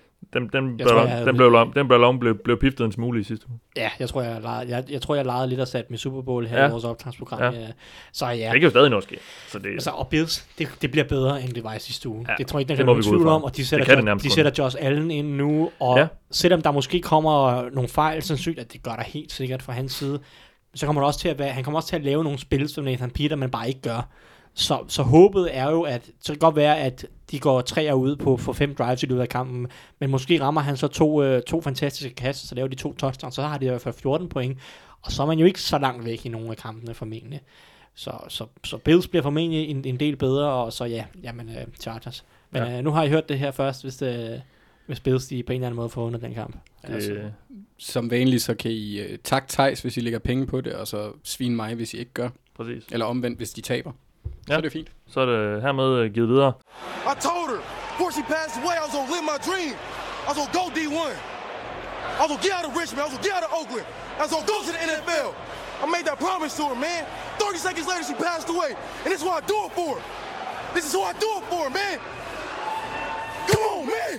Den blev piftet en smule i sidste uge. Ja, jeg tror jeg legede lidt og satte med Super Bowl her i vores optagsprogram. Ja. Så ja. Det kan jo stadig noget ske. Så det, altså, og Bills, det bliver bedre, end det var i sidste uge. Ja, det tror jeg ikke, der kan være tvivl om, og de sætter Josh Allen ind nu, og selvom der måske kommer nogle fejl, sandsynligt, at det gør der helt sikkert fra hans side, så kommer han kommer også til at lave nogle spil, som Nathan Peterman bare ikke gør. Så håbet er jo, at så kan det godt være, at de går 3 ud på 5 drives i løbet af kampen, men måske rammer han så to fantastiske kast, så laver de 2 touchdowns, så har de i hvert fald 14 point, og så er man jo ikke så langt væk i nogle af kampene formentlig. Så Bills bliver formentlig en del bedre, og så Chargers. Men nu har I hørt det her først, hvis Bills de på en eller anden måde får under den kamp. Som vanligt, så kan I takke Thijs, hvis I lægger penge på det, og så svine mig, hvis I ikke gør. Præcis. Eller omvendt, hvis de taber. Så er det fint. Så er det hermed givet videre. I told her, before she passed away, I was gonna live my dream. I was gonna go D1. I was gonna get out of Richmond. I was gonna get out of Oakland. I was gonna go to the NFL. I made that promise to her, man. 30 seconds later, she passed away. And this is what I do it for. This is who I do it for, man. Come on, man.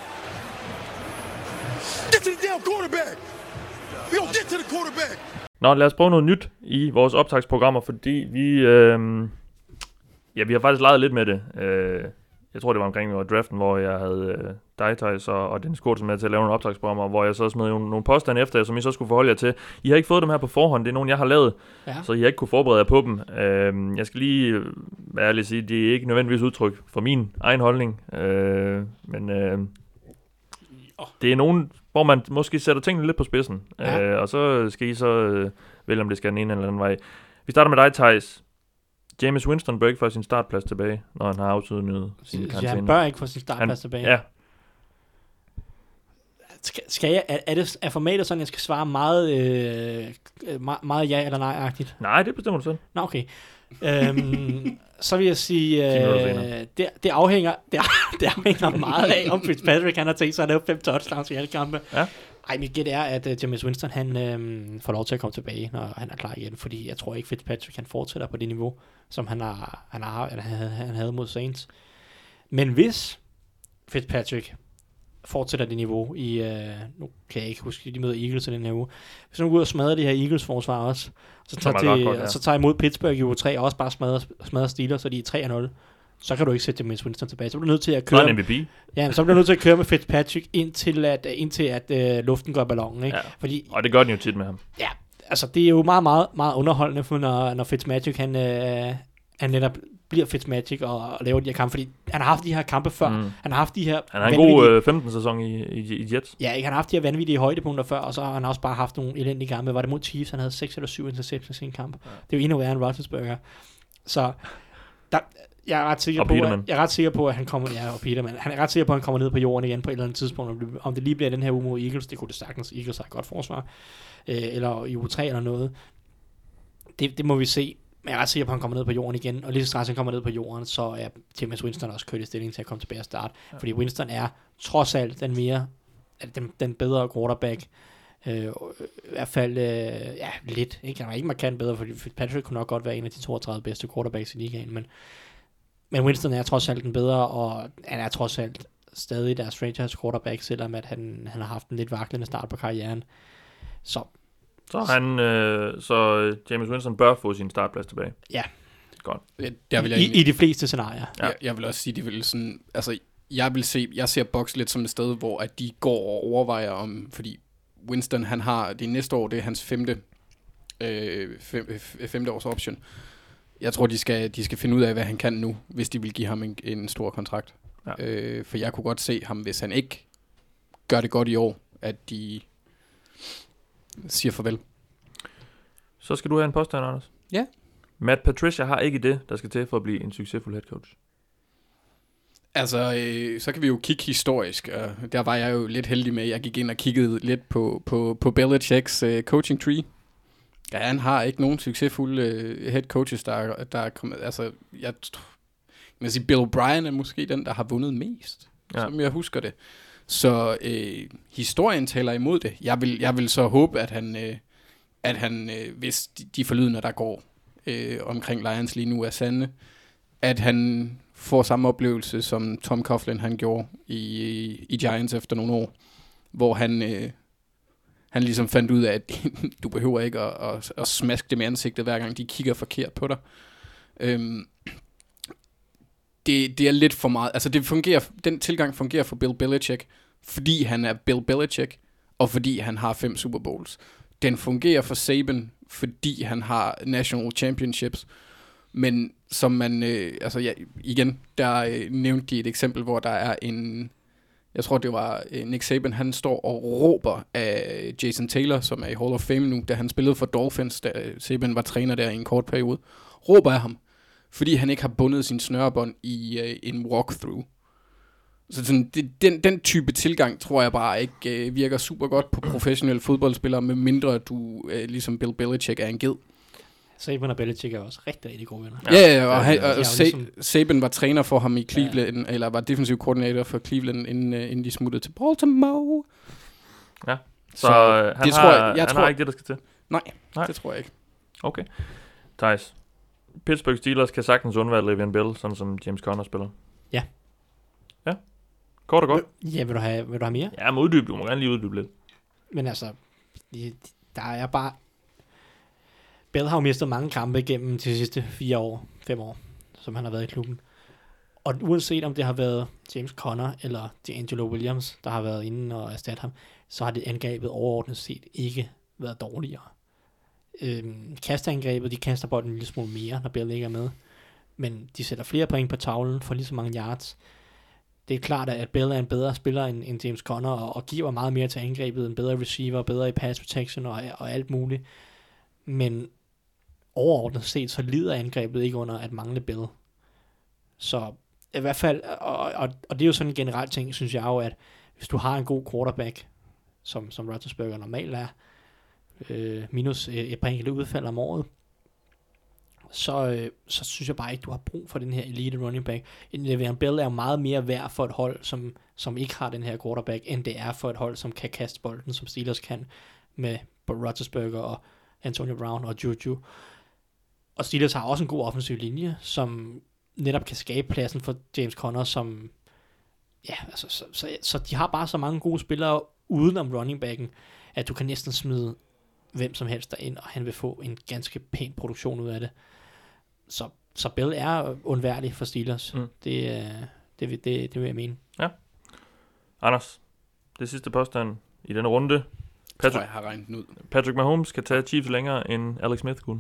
Get to the damn quarterback. We gonna get to the quarterback. Nå, lad os prøve noget nyt i vores optagsprogrammer, fordi vi har faktisk leget lidt med det. Jeg tror, det var omkring draften, hvor jeg havde Thijs og Dennis Kortsen med til at lave nogle optagsprogrammer, hvor jeg så smed nogle påstande efter, som I så skulle forholde jer til. I har ikke fået dem her på forhånd, det er nogle, jeg har lavet, så I har ikke kunne forberede jer på dem. Jeg skal lige være ærlig at sige, det er ikke nødvendigvis udtryk for min egen holdning, men det er nogen, hvor man måske sætter tingene lidt på spidsen, og så skal I vælge, om det skal den ene eller anden vej. Vi starter med dig, Thijs. Jameis Winston bør ikke få sin startplads tilbage, når han har afsluttet sin karantæne. Han bør ikke få sin startplads tilbage? Ja. Skal jeg, er formatet sådan, jeg skal svare meget ja eller nej-agtigt? Nej, det bestemmer du selv. Nå, okay. Så vil jeg sige, det afhænger meget af, om Fitzpatrick han har tænkt sig at lave 5 touchdowns i alle kampe. Ja. Ej, mit gæt er, at Jameis Winston han får lov til at komme tilbage, når han er klar igen, fordi jeg tror ikke, Fitzpatrick han fortsætter på det niveau, som han havde mod Saints. Men hvis Fitzpatrick fortsætter det niveau i, nu kan jeg ikke huske, de møder Eagles i den her uge, hvis han går ud og smadrer det her Eagles-forsvar også, så tager imod Pittsburgh i uge 3, og også bare smadrer Steelers, så de er 3-0, så kan du ikke sætte Jameis Winston tilbage. Så bliver du nødt til at køre. MVP. Ja, så bliver du nødt til at køre med Fitzpatrick indtil at luften går ballonen, ikke? Ja. Fordi, og det gør den jo tit med ham. Ja, altså det er jo meget, meget, meget underholdende, for når Fitzmagic han netop bliver Fitzmagic og laver de her kampe, fordi han har haft de her kampe før. Han har haft de her. Han har en god 15-sæson i Jets. Ja, han har haft de her vanvittige højdepunkter før, og så har han også bare haft nogle elendige kampe. Var det mod Chiefs? Han havde 6 eller 7 interceptions i en kamp. Ja. Det er jo endnu værre end Roethlisberger. Så jeg er ret sikker på, at han kommer. Ja, og Peterman. Han er ret sikker på, at han kommer ned på jorden igen på et eller andet tidspunkt. Om det lige bliver den her uge mod Eagles, det kunne det sagtens. Eagles har et godt forsvar. Eller i uge 3 eller noget. Det må vi se. Men jeg er ret sikker på, at han kommer ned på jorden igen. Og lige så snart han kommer ned på jorden, så er Jameis Winston også kørt i stilling til at komme tilbage og starte. Ja. Fordi Winston er trods alt den bedre quarterback. I hvert fald lidt. Ikke? Han er ikke markant bedre, fordi Patrick kunne nok godt være en af de 32 bedste quarterbacks i ligaen. Men Winston er trods alt den bedre, og han er trods alt stadig deres franchise quarterback, selvom at han har haft en lidt vaklende start på karrieren. Så Jameis Winston bør få sin startplads tilbage. Ja. Godt. I de fleste scenarier. Ja. Jeg vil også sige, det vil sådan, altså jeg ser Bucs lidt som et sted, hvor at de går og overvejer om, fordi Winston han har det næste år, det er hans femte års option. Jeg tror, de skal finde ud af, hvad han kan nu, hvis de vil give ham en stor kontrakt. Ja. For jeg kunne godt se ham, hvis han ikke gør det godt i år, at de siger farvel. Så skal du have en påstand, Anders. Ja. Matt Patricia har ikke det, der skal til for at blive en succesfuld head coach. Altså, så kan vi jo kigge historisk. Der var jeg jo lidt heldig med, at jeg gik ind og kiggede lidt på Belichicks coaching tree. Ja, han har ikke nogen succesfulde head coaches, der er kommet. Altså, jeg vil sige, Bill O'Brien er måske den, der har vundet mest, som jeg husker det. Så historien taler imod det. Jeg vil så håbe, at han hvis de forlydender, der går omkring Lions lige nu er sande, at han får samme oplevelse, som Tom Coughlin han gjorde i Giants efter nogle år, hvor han ligesom fandt ud af, at du behøver ikke at smaske dem i ansigtet, hver gang de kigger forkert på dig. Det er lidt for meget. Altså den tilgang fungerer for Bill Belichick, fordi han er Bill Belichick, og fordi han har 5 Super Bowls. Den fungerer for Saban, fordi han har National Championships. Men som man, igen, der nævnte de et eksempel, hvor der er jeg tror det var Nick Saban, han står og råber af Jason Taylor, som er i Hall of Fame nu, da han spillede for Dolphins, da Saban var træner der i en kort periode, råber af ham, fordi han ikke har bundet sin snørebånd i en walkthrough. Så sådan, den type tilgang tror jeg bare ikke virker super godt på professionelle fodboldspillere, med mindre du ligesom Bill Belichick er en ged. Saban og Belichick er også rigtig, rigtig gode venner. Ja, og Saban var træner for ham i Cleveland, eller var defensiv koordinator for Cleveland, inden de smuttede til Baltimore. Ja, så han har ikke det, der skal til? Nej, det tror jeg ikke. Okay. Thijs, Pittsburgh Steelers kan sagtens undvære Le'Veon Bell, sådan som James Conner spiller. Ja. Ja, kort og godt. Ja, vil du have mere? Ja, du må gerne lige uddybe lidt. Men altså, der er bare... Bell har jo mistet mange kampe igennem de sidste 5 år, som han har været i klubben. Og uanset om det har været James Conner eller D'Angelo Williams, der har været inde og erstatte ham, så har det angrebet overordnet set ikke været dårligere. Kasteangrebet, de kaster bolden en lille smule mere, når Bell ikke er med. Men de sætter flere point på tavlen for lige så mange yards. Det er klart, at Bell er en bedre spiller end James Conner, og giver meget mere til angrebet, en bedre receiver, bedre i pass protection og alt muligt. Men overordnet set, så lider angrebet ikke under at mangle Bell. Så i hvert fald, og det er jo sådan en generel ting, synes jeg jo, at hvis du har en god quarterback, som Roethlisberger normalt er, minus et par enkelte udfald om året, så synes jeg bare ikke, du har brug for den her elite running back. Le'Veon Bell er jo meget mere værd for et hold, som ikke har den her quarterback, end det er for et hold, som kan kaste bolden, som Steelers kan, med Roethlisberger og Antonio Brown og Juju. Og Steelers har også en god offensiv linje, som netop kan skabe pladsen for James Conner, som... Ja, altså, så de har bare så mange gode spillere udenom running backen, at du kan næsten smide hvem som helst derind, og han vil få en ganske pæn produktion ud af det. Så Bell er undværlig for Steelers. Det vil jeg mene. Ja. Anders, det sidste påstand i denne runde. Jeg tror, jeg har regnet den ud. Patrick Mahomes kan tage Chiefs længere, end Alex Smith kunne.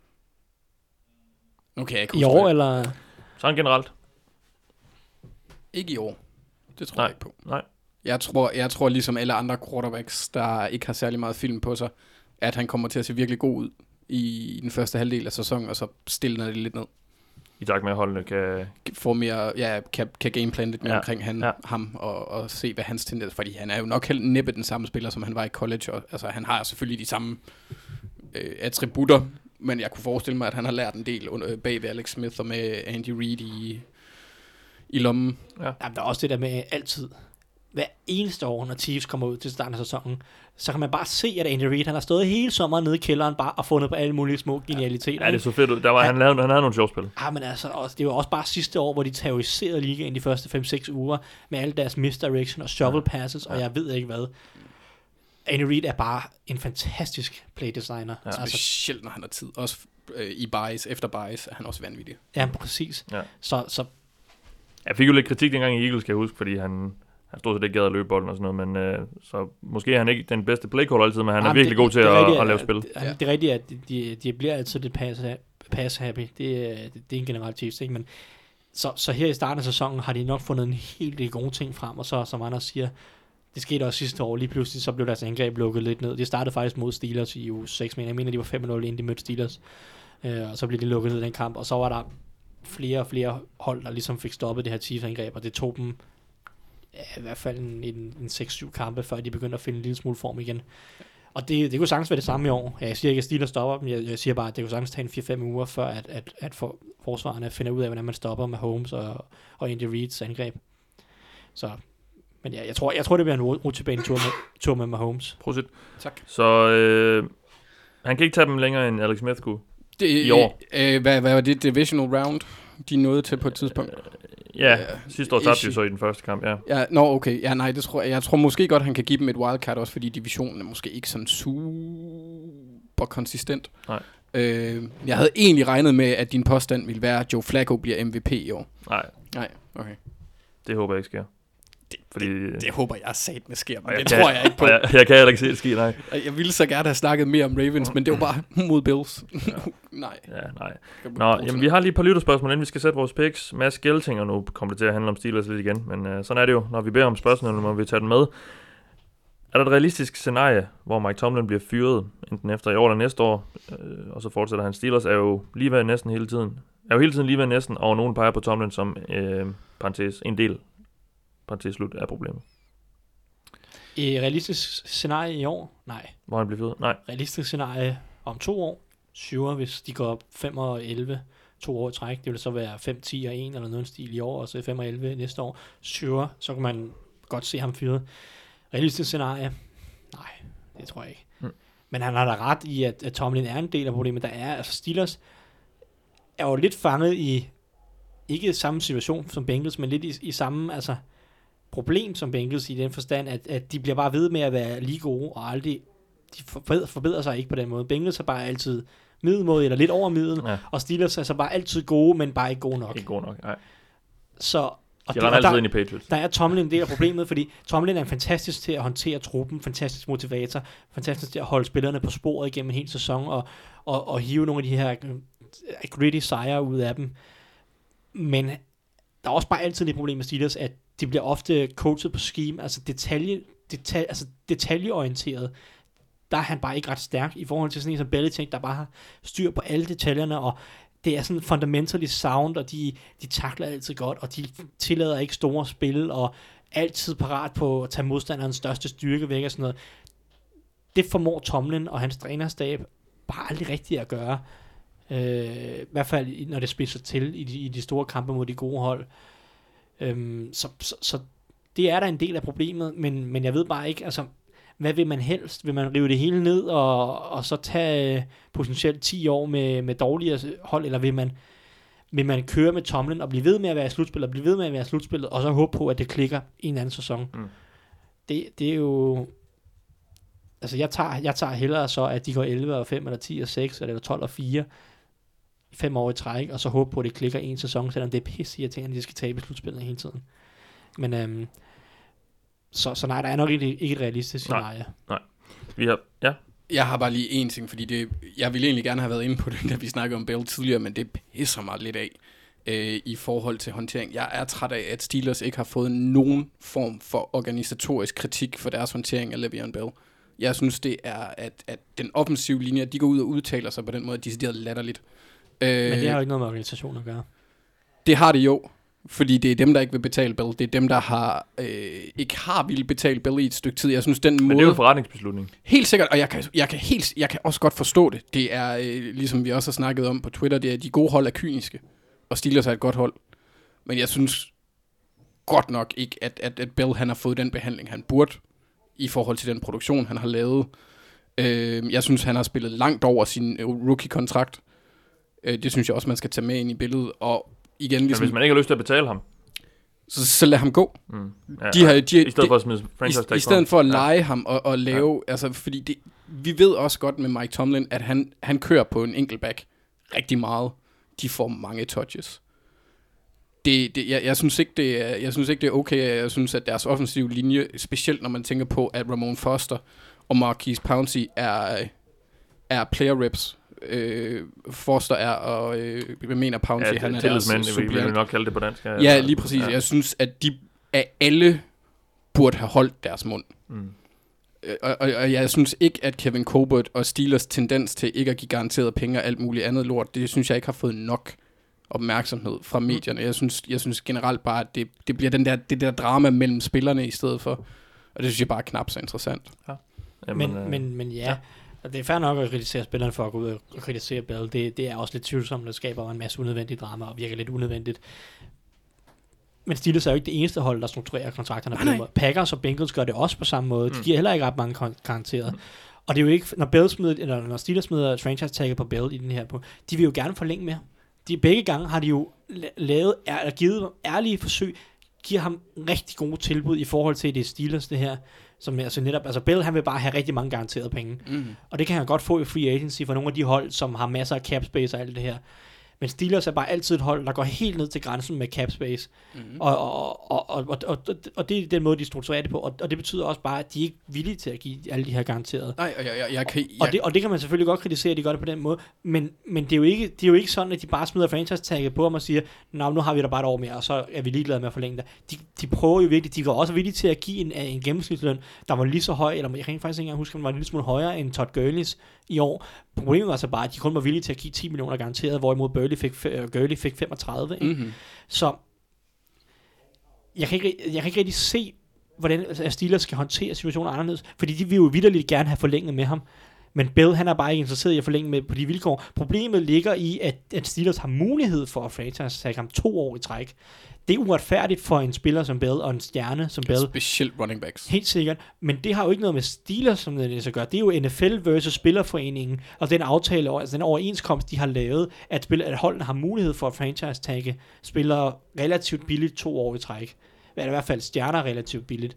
Okay, i år, eller? Sådan generelt. Ikke i år. Det tror jeg ikke på. Nej. Jeg tror ligesom alle andre quarterbacks, der ikke har særlig meget film på sig, at han kommer til at se virkelig god ud i den første halvdel af sæsonen, og så stiller det lidt ned. I takt med at holdene kan... Få mere, kan gameplan lidt mere omkring ham, og se, hvad hans tendens, fordi han er jo nok helt næppe den samme spiller, som han var i college, og altså, han har selvfølgelig de samme attributter, men jeg kunne forestille mig, at han har lært en del bag ved Alex Smith og med Andy Reid i lommen. Ja. Jamen, der er også det der med altid, hver eneste år, når Chiefs kommer ud til starten af sæsonen, så kan man bare se, at Andy Reid, han har stået hele sommeren nede i kælderen bare og fundet på alle mulige små genialiteter. Ja, det er så fedt ud. Han havde nogle sjove spil. Ja, men altså, det var også bare sidste år, hvor de terroriserede ligaen de første 5-6 uger, med alle deres misdirection og shovel passes, og jeg ved ikke hvad. Andy Reid er bare en fantastisk playdesigner. Ja. Altså, specielt når han har tid. Også i bias, efter bias, er han også vanvittig. Ja, præcis. Ja. Så jeg fik jo lidt kritik dengang i Eagles, skal jeg huske, fordi han han stod så ikke gad at løbe bolden og sådan noget, men så måske er han ikke den bedste playcaller altid, men han er virkelig god til at lave spil. Det er rigtigt, at de bliver altid lidt pass-happy. Det er en generelt Chiefs, ikke? Men så her i starten af sæsonen har de nok fundet en helt del gode ting frem, og så, som Anders siger, det skete også sidste år. Lige pludselig så blev deres angreb lukket lidt ned. De startede faktisk mod Steelers i uge 6, men jeg mener, de var 5-0 inden de mødte Steelers. Og så blev de lukket ned i den kamp, og så var der flere og flere hold, der ligesom fik stoppet det her Chiefs-angreb, og det tog dem i hvert fald en 6-7 kampe, før de begyndte at finde en lille smule form igen. Og det kunne sagtens være det samme i år. Jeg siger ikke, at Steelers stopper dem. Jeg siger bare, at det kunne sagtens tage en 4-5 uger, før at forsvarerne finder ud af, hvordan man stopper med Holmes og Andy Reeds angreb. Så, men jeg tror, det bliver en rutsjebanetur med Mahomes. Prosit. Tak. Så han kan ikke tage dem længere end Alex Smith kunne i år. Hvad var det divisional round, de nåede til på et tidspunkt? Sidste år tabte de så i den første kamp, okay. Ja, nej, det tror jeg tror måske godt, han kan give dem et wildcard også, fordi divisionen er måske ikke sådan super konsistent. Nej. Jeg havde egentlig regnet med, at din påstand ville være, at Joe Flacco bliver MVP i år. Nej, okay. Det håber jeg ikke sker. Det håber jeg satme sker, men det tror jeg ikke på. Jeg kan heller ikke se det ske, nej. Jeg ville så gerne have snakket mere om Ravens, men det var bare mod Bills. Nej. Nå, jamen, vi har lige et par lytterspørgsmål, inden vi skal sætte vores picks. Mads Gelting, og nu kommer det til at handle om Steelers lidt igen, men sådan er det jo. Når vi beder om spørgsmål, må vi tage den med. Er der et realistisk scenarie, hvor Mike Tomlin bliver fyret, enten efter i år eller næste år, og så fortsætter han? Steelers er jo lige ved næsten hele tiden. Lige ved næsten, og nogen peger på Tomlin som en del slut af problemet. I realistisk scenarie i år? Nej. Hvor han bliver fyret? Nej. Realistisk scenarie om 2 år? Sure, hvis de går op 5 og 11 2 år i træk. Det vil så være 5, 10 og 1 eller noget stil i år, og så 5 og 11 næste år. Sure, så kan man godt se ham fyret. Realistisk scenarie? Nej, det tror jeg ikke. Men han har da ret i, at Tomlin er en del af problemet. Der er, altså Steelers er jo lidt fanget i, ikke samme situation som Bengals, men lidt i samme problem som Bengals i den forstand, at de bliver bare ved med at være lige gode, og aldrig, de forbedrer sig ikke på den måde. Bengals er bare altid middelmåde, eller lidt over middel, og Steelers er så bare altid gode, men bare ikke gode nok. Ikke gode nok, nej. Så og de render altid ind i Patriots. Der er Tomlin en del af problemet, fordi Tomlin er fantastisk til at håndtere truppen, fantastisk motivator, fantastisk til at holde spillerne på sporet igennem en hel sæson, og hive nogle af de her gritty sejre ud af dem. Men der er også bare altid det problem med Steelers, at de bliver ofte coachet på scheme, altså detaljeorienteret. Der er han bare ikke ret stærk i forhold til sådan en som Belichick, der bare har styr på alle detaljerne, og det er sådan fundamentally sound, og de takler altid godt, og de tillader ikke store spil, og altid parat på at tage modstanderens største styrke væk og sådan noget. Det formår Tomlin og hans trænerstab bare aldrig rigtigt at gøre. I hvert fald når det spidser til i de store kampe mod de gode hold. Så det er der en del af problemet, men jeg ved bare ikke, altså hvad vil man helst? Vil man rive det hele ned og så tage potentielt 10 år med dårligere hold, eller vil man køre med Tomlin og blive ved med at være i slutspillet, og så håbe på, at det klikker i en anden sæson? Det er jo, altså jeg tager hellere så, at de går 11 og 5 eller 10 og 6 eller 12 og 4 5 år i træk, og så håbe på, at det klikker en sæson, selvom det er pisseirriterende, at de skal tabe slutspillet hele tiden. Men så nej, der er nok ikke et realistisk scenarie. Nej. Jeg har bare lige en ting, fordi jeg ville egentlig gerne have været inde på det, da vi snakkede om Bell tidligere, men det pisser mig lidt af i forhold til håndtering. Jeg er træt af, at Steelers ikke har fået nogen form for organisatorisk kritik for deres håndtering af Le'Veon Bell. Jeg synes, det er, at den offensive linje, de går ud og udtaler sig på den måde, decideret latterligt. Men det har jo ikke noget med organisation at gøre. Det har det jo, fordi det er dem, der ikke vil betale Bell. Det er dem, der ikke har ville betale Bell i et stykke tid. Jeg synes, den måde... Men det er jo en forretningsbeslutning. Helt sikkert, og jeg kan også godt forstå det. Det er, ligesom vi også har snakket om på Twitter, det er, de gode hold er kyniske, og Steelers er et godt hold. Men jeg synes godt nok ikke, at Bell han har fået den behandling, han burde, i forhold til den produktion, han har lavet. Jeg synes, han har spillet langt over sin rookie-kontrakt. Det synes jeg også, man skal tage med ind i billedet. Og igen, ligesom, hvis man ikke har lyst til at betale ham, så lad ham gå. I stedet for at smide franchise tag. I stedet for at lege ham og lave... Altså, fordi vi ved også godt med Mike Tomlin, at han kører på en enkeltback rigtig meget. De får mange touches. Jeg synes ikke, det er okay. Jeg synes, at deres offensive linje, specielt når man tænker på, at Ramon Foster og Marquise Pouncey er player reps. Foster er, og jeg mener Pouncey, han er deres suppleant. Vi vil nok kalde det på dansk. Ja, lige præcis. Ja. Jeg synes, at de af alle burde have holdt deres mund. Og jeg synes ikke, at Kevin Colbert og Steelers tendens til ikke at give garanteret penge og alt muligt andet lort, det synes jeg ikke har fået nok opmærksomhed fra medierne. Jeg synes generelt bare, at det bliver det der drama mellem spillerne i stedet for, og det synes jeg bare er knap så interessant. Ja. Jamen, men ja. Og det er fair nok at kritisere spillerne for at gå ud og kritisere Bell. Det er også lidt tvivlsomt, det skaber en masse unødvendigt drama og virker lidt unødvendigt. Men Steelers er jo ikke det eneste hold, der strukturerer kontrakterne på den måde. Packers og Bengals gør det også på samme måde. De giver heller ikke ret mange karakterer. Og det er jo ikke, når Steelers smider franchise tagget på Bell i den her på, de vil jo gerne forlænge med. Begge gange har de jo givet ærlige forsøg, giver ham rigtig gode tilbud i forhold til det Steelers, det her. Som altså Bell, han vil bare have rigtig mange garanterede penge. Og det kan han godt få i free agency for nogle af de hold, som har masser af cap space og alt det her. Men Steelers er bare altid et hold, der går helt ned til grænsen med cap space. Og det er den måde, de strukturerer det på. Og det betyder også bare, at de er ikke villige til at give alle de her garanterede. Nej, og det kan man selvfølgelig godt kritisere, at de gør det på den måde. Men det er jo ikke sådan, at de bare smider franchise-tagget på ham og siger, nu har vi da bare et år mere, og så er vi ligeglade med at forlænge det. De prøver jo virkelig, de var også villige til at give en gennemsnitsløn, der var lige så høj, eller jeg kan faktisk ikke engang huske, om den var en lille smule højere end Todd Gurley's i år. Problemet var så bare, at de kun var villige til at give 10 millioner garanteret, hvorimod Gurley fik 35. Så jeg kan ikke rigtig se, hvordan Steelers skal håndtere situationen anderledes, fordi de vil jo vitterligt gerne have forlænget med ham. Men Bell, han er bare ikke interesseret i at forlænge med på de vilkår. Problemet ligger i, at Steelers har mulighed for at franchise-tagge ham 2 år i træk. Det er uretfærdigt for en spiller som Bell og en stjerne som Bell. Specielt running backs. Helt sikkert. Men det har jo ikke noget med Steelers, som det så gør. Det er jo NFL versus Spillerforeningen, og den aftale, altså den overenskomst, de har lavet, at holdene har mulighed for at franchise-tagge spillere relativt billigt 2 år i træk. Eller i hvert fald stjerner relativt billigt.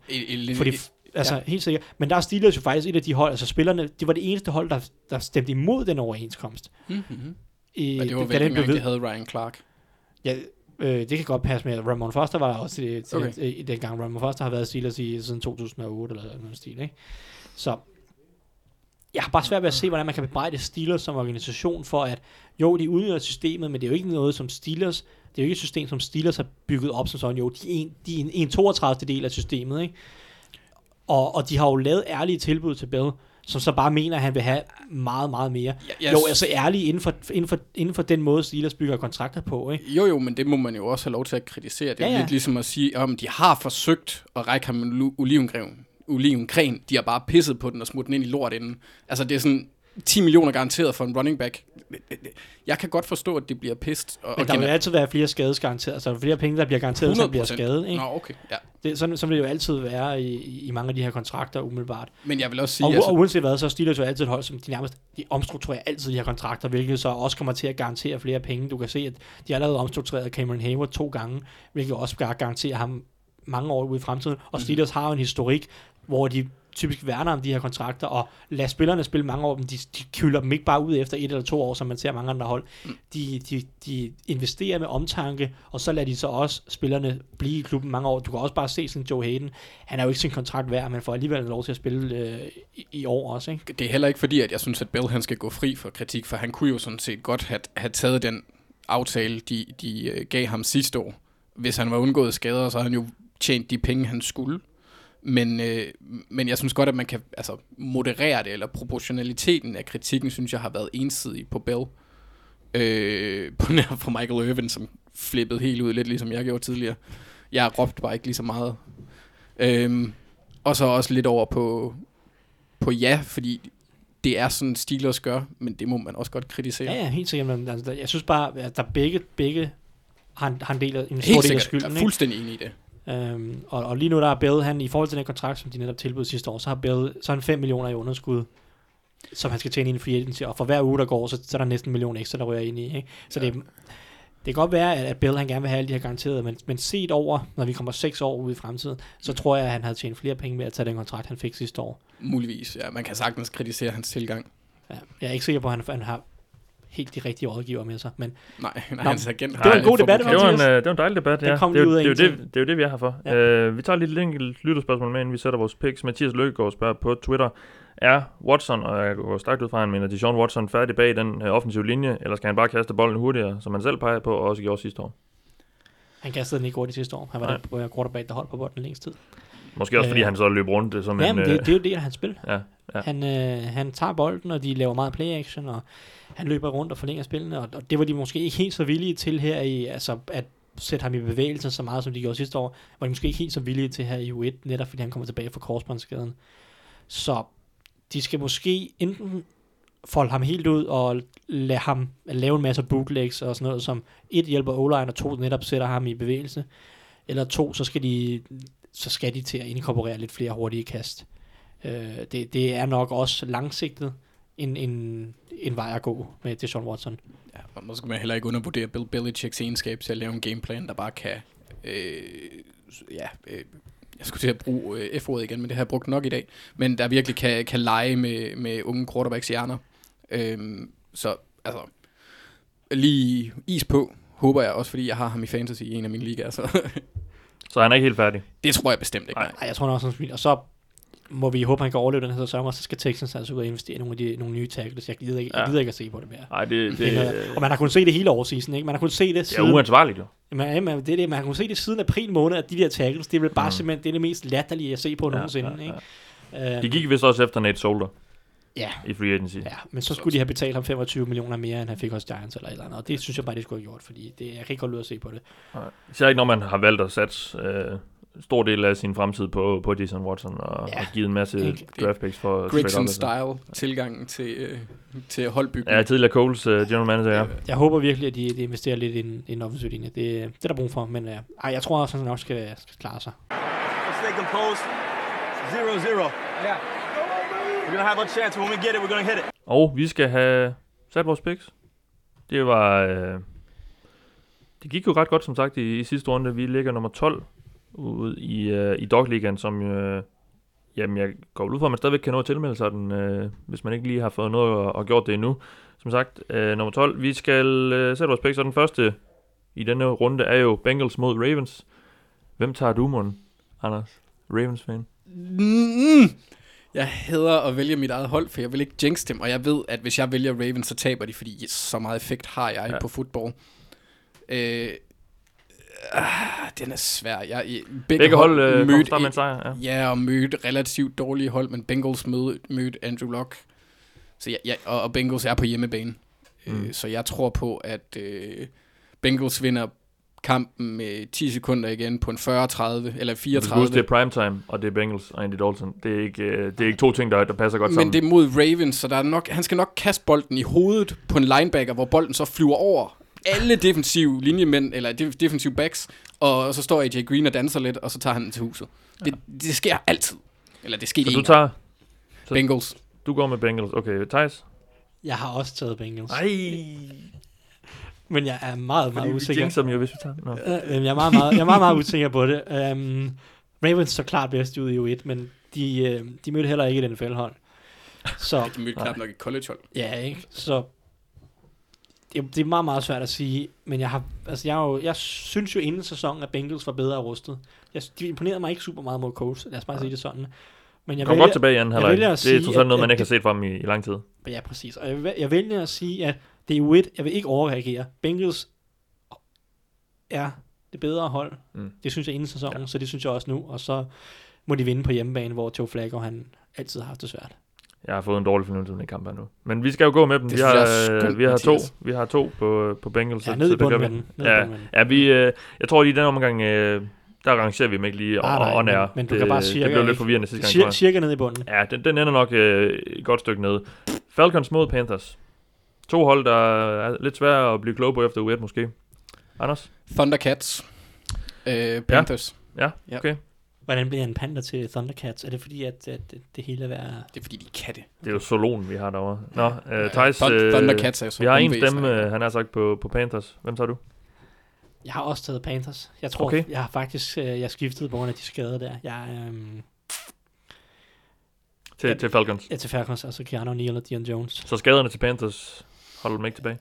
Helt sikkert. Men der er Steelers jo faktisk et af de hold, altså spillerne, det var det eneste hold, der stemte imod den overenskomst. Men det var vel ikke det havde Ryan Clark. Ja, det kan godt passe med, at Ramon Foster var også i dengang. Ramon Foster har været Steelers siden 2008 eller noget stil, ikke? Så jeg har bare svært ved at se, hvordan man kan bebrejde Steelers som organisation for, at jo, de udnytter systemet, men det er jo ikke noget som Steelers, det er jo ikke et system, som Steelers har bygget op som sådan, jo, de er en 32. del af systemet, ikke? Og de har jo lavet ærlige tilbud til Bell, som så bare mener, at han vil have meget, meget mere. Jo, altså ærligt inden for den måde, Steelers bygger kontrakter på, ikke? Jo, men det må man jo også have lov til at kritisere. Det er lidt ligesom at sige, om de har forsøgt at række ham en olivengren. De har bare pisset på den og smurt den ind i lort inden. Altså, det er sådan 10 millioner garanteret for en running back. Jeg kan godt forstå, at det bliver pist. Men der vil altid være flere skadesgaranteret. Altså, flere penge, der bliver garanteret, som bliver skadet, ikke? Nå, okay, ja. Sådan vil det jo altid være i mange af de her kontrakter umiddelbart. Men jeg vil også sige... Og uanset hvad, så Steelers jo altid et hold, som de omstrukturerer altid de her kontrakter, hvilket så også kommer til at garantere flere penge. Du kan se, at de har allerede omstruktureret Cameron Hayward 2 gange, hvilket også garanterer ham mange år ude i fremtiden. Og Steelers har jo en historik, hvor de typisk værner om de her kontrakter, og lader spillerne spille mange år, men de kylder dem ikke bare ud efter 1 eller 2 år, som man ser mange andre hold. De investerer med omtanke, og så lader de så også spillerne blive i klubben mange år. Du kan også bare se sådan Joe Hayden, han er jo ikke sin kontrakt værd, men får alligevel lov til at spille i år også, ikke? Det er heller ikke fordi, at jeg synes, at Bell han skal gå fri for kritik, for han kunne jo sådan set godt have taget den aftale, de gav ham sidste år. Hvis han var undgået skader, så havde han jo tjent de penge, han skulle. Men jeg synes godt, at man kan moderere det, eller proportionaliteten af kritikken, synes jeg har været ensidig på Bell. På nær for Michael Irvin, som flippede helt ud, lidt ligesom jeg gjorde tidligere. Jeg råbte bare ikke lige så meget. Og så også lidt over på ja, fordi det er sådan Steelers gør, men det må man også godt kritisere. Ja, helt sikkert. Men altså, jeg synes bare, at der begge har en del af en stor del af skylden. Jeg er fuldstændig enig i det. Og lige nu der er Bell, han i forhold til den kontrakt, som de netop tilbød sidste år, så har Bell så 5 millioner i underskud, som han skal tjene ind i free agency, og for hver uge der går, så er der næsten 1 million ekstra, der rører ind i, ikke? Så det kan godt være, at Bell han gerne vil have alle de her garanterede, men set over, når vi kommer 6 år ud i fremtiden, så tror jeg, at han havde tjent flere penge ved at tage den kontrakt, han fik sidste år. Muligvis, ja. Man kan sagtens kritisere hans tilgang. Ja, jeg er ikke sikker på, at han har helt de rigtige rådgiver med sig. Men Nej, hans agent. Det var en god debat, Det var en dejlig debat, ja. kom Det ud af er jo det, vi er her for. Ja. Vi tager lige et enkelt lytterspørgsmål med, inden vi sætter vores picks. Mathias Løkkegaard spørger på Twitter, er Watson, og jeg går stærkt ud fra, han mener, Deshaun Watson færdig bag den offensive linje, eller skal han bare kaste bolden hurtigere, som han selv peger på, og også gjorde sidste år? Han kastede den ikke hurtigt sidste år. Han var den quarterback, der holdt på bolden længst tid. Måske også, fordi han så løb rundt som en... det er jo det af hans spil. Ja. Han tager bolden, og de laver meget play-action, og han løber rundt og forlænger spillene, og det var de måske ikke helt så villige til her i, altså at sætte ham i bevægelse så meget, som de gjorde sidste år, var de måske ikke helt så villige til her i U1, netop fordi han kommer tilbage fra korsbåndsskaden. Så de skal måske enten folde ham helt ud og lade ham lave en masse bootlegs og sådan noget, som 1 hjælper O-line, og 2 netop sætter ham i bevægelse, eller 2, så skal de til at inkorporere lidt flere hurtige kast. Det er nok også langsigtet en vej at gå med Deshaun Watson. Ja, og nu skal man heller ikke undervurdere Bill Belichicks egenskab til at lave en gameplan, der bare kan... jeg skulle til at bruge F-ordet igen, men det har jeg brugt nok i dag. Men der virkelig kan lege med unge quarterbacks hjerner. Så altså, lige is på, håber jeg også, fordi jeg har ham i fantasy i en af mine ligaer. Så han er ikke helt færdig? Det tror jeg bestemt ikke. Nej, jeg tror nok også, og så må vi håbe, han kan overleve den her sæson, og så skal Texans altså ud og investere i nogle nye tackles. Jeg gider ikke at se på det mere. Nej, og man har kunnet se det hele overseason, ikke? Man har kunnet se det siden... Det er uansvarligt, jo. Man har kunnet se det siden april måned, at de der tackles, det er vel bare simpelthen, det er det mest latterlige at se på nogensinde, ikke? De gik vist også efter Nate Solder. Ja. I free agency. Ja, men så skulle de have betalt ham 25 millioner mere, end han fik hos Giants eller et eller andet, og det synes jeg bare, de skulle have gjort, fordi jeg kan ikke holde ud at se på det. Især ikke, når man har valgt at satse stor del af sin fremtid på Deshaun Watson, og givet en masse draft picks for... Grigson-style tilgangen til holdbygning. Ja, tidligere Coles general manager, ja. Jeg håber virkelig, at de investerer lidt i en offensiv linje. Det er der brug for, men jeg tror også, at han nok skal klare sig. Stay composed. 0-0. Yeah. We're gonna have a chance. When we get it, we're gonna hit it. Og vi skal have sat vores picks. Det var... det gik jo ret godt, som sagt, i sidste runde. Vi ligger nummer 12 ude i Dogligaen, som... jamen, jeg går ud fra, at man stadigvæk kan nå at tilmelde sig den, hvis man ikke lige har fået noget og gjort det endnu. Som sagt, nummer 12. Vi skal sætte vores picks, og den første i denne runde er jo Bengals mod Ravens. Hvem tager du, mon, Anders? Ravens-fan? Jeg hader at vælge mit eget hold, for jeg vil ikke jinx dem, og jeg ved, at hvis jeg vælger Ravens, så taber de, fordi så meget effekt har jeg på fodbold. Den er svær. Begge hold mødte med en sejr. Ja, og mødte relativt dårlige hold, men Bengals mødte Andrew Luck. Så og Bengals er på hjemmebane. Så jeg tror på, at Bengals vinder kampen med 10 sekunder igen på en 40-30 eller 34. Det er primetime, og det er Bengals og Andy Dalton. Det er ikke to ting, der passer godt sammen. Men det er mod Ravens, så der er nok, han skal nok kaste bolden i hovedet på en linebacker, hvor bolden så flyver over alle defensive linjemænd, eller defensive backs, og så står AJ Green og danser lidt, og så tager han den til huset. Ja. Det sker altid. Eller det sker så du tager Bengals. Du går med Bengals. Okay, Thijs? Jeg har også taget Bengals. Ej. Men jeg er meget, meget usikker. Vi jinxer dem jo, hvis vi tager den. No. Jeg er meget usikker på det. Ravens så klart bedst ud i U1, men de mødte heller ikke et NFL-hold. Så, de mødte klart nok et college-hold. Ja, ikke? Så det er meget, meget svært at sige, men jeg synes jo inden sæsonen, at Bengals var bedre rustet. De imponerede mig ikke super meget mod Colts, lad os bare sige det sådan. Men jeg godt tilbage i anden halvleg. Det er sådan noget, man ikke har set fra dem i lang tid. Ja, præcis. Og jeg vælger at sige, at det er U1, jeg vil ikke overreagere. Bengals er det bedre hold. Det synes jeg inden sæsonen, så det synes jeg også nu. Og så må de vinde på hjemmebane, hvor Joe Flacco, han altid har haft det svært. Jeg har fået en dårlig fornemmelse med den kamp her nu. Men vi skal jo gå med dem. Vi har to på Bengals. Ja, ned i bunden. Jeg tror lige i den omgang, der rangerer vi dem ikke lige on air. Men du kan bare cirka... Det blev lidt forvirrende sidste gang. Cirka ned i bunden. Ja, den ender nok et godt stykke ned. Falcons mod Panthers. To hold, der er lidt svære at blive kloge på efter U1 måske. Anders? Thundercats. Panthers. Ja, okay. Hvordan bliver en panda til Thundercats? Er det fordi, at det hele er værd? Det er fordi, de kan det. Det er jo Solon, vi har derovre. Nå, Thijs, Thundercats er jo så vi har en stemme, han har sagt på Panthers. Hvem tager du? Jeg har også taget Panthers. Jeg tror, jeg har faktisk skiftet på grund af de skader der. Til Falcons? Ja, til Falcons, altså Keanu Neal og Dion Jones. Så skaderne til Panthers Holder dem ikke tilbage?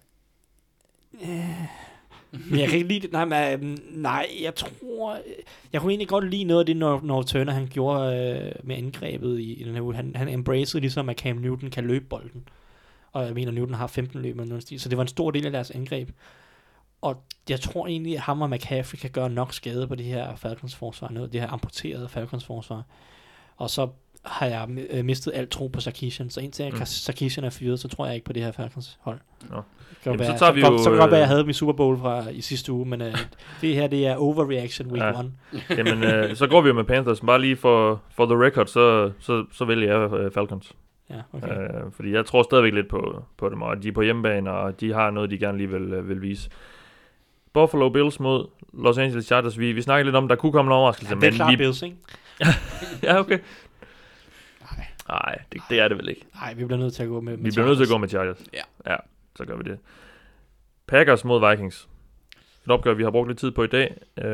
Men jeg kan ikke lide det. Nej, jeg tror... Jeg kunne egentlig godt lide noget af det, når Turner han gjorde med angrebet i den her uge. Han embracede ligesom, at Cam Newton kan løbe bolden. Og jeg mener, Newton har 15 løb med noget stil. Så det var en stor del af deres angreb. Og jeg tror egentlig, at ham og McCaffrey kan gøre nok skade på det her Falcons forsvar. Det her amputerede Falcons forsvar. Og så har jeg mistet alt tro på Sarkisian. Så indtil Sarkisian er fyret, så tror jeg ikke på det her Falcons hold. Nå. Så kan det godt være, at jeg havde min Super Bowl fra i sidste uge, men det her, det er overreaction week 1. Jamen, så går vi jo med Panthers. Bare lige for the record, så vælger jeg Falcons. Ja, okay. Fordi jeg tror stadigvæk lidt på dem, og de er på hjemmebane, og de har noget, de gerne lige vil vise. Buffalo Bills mod Los Angeles Chargers. Vi snakker lidt om, der kunne komme en overraskelse. Ja, det er klart Bills, ikke? Ja, okay. Nej, det er det vel ikke. Nej, vi bliver nødt til at gå med Vi bliver nødt til at gå med Chargers. Ja, så gør vi det. Packers mod Vikings. Et opgør, vi har brugt lidt tid på i dag.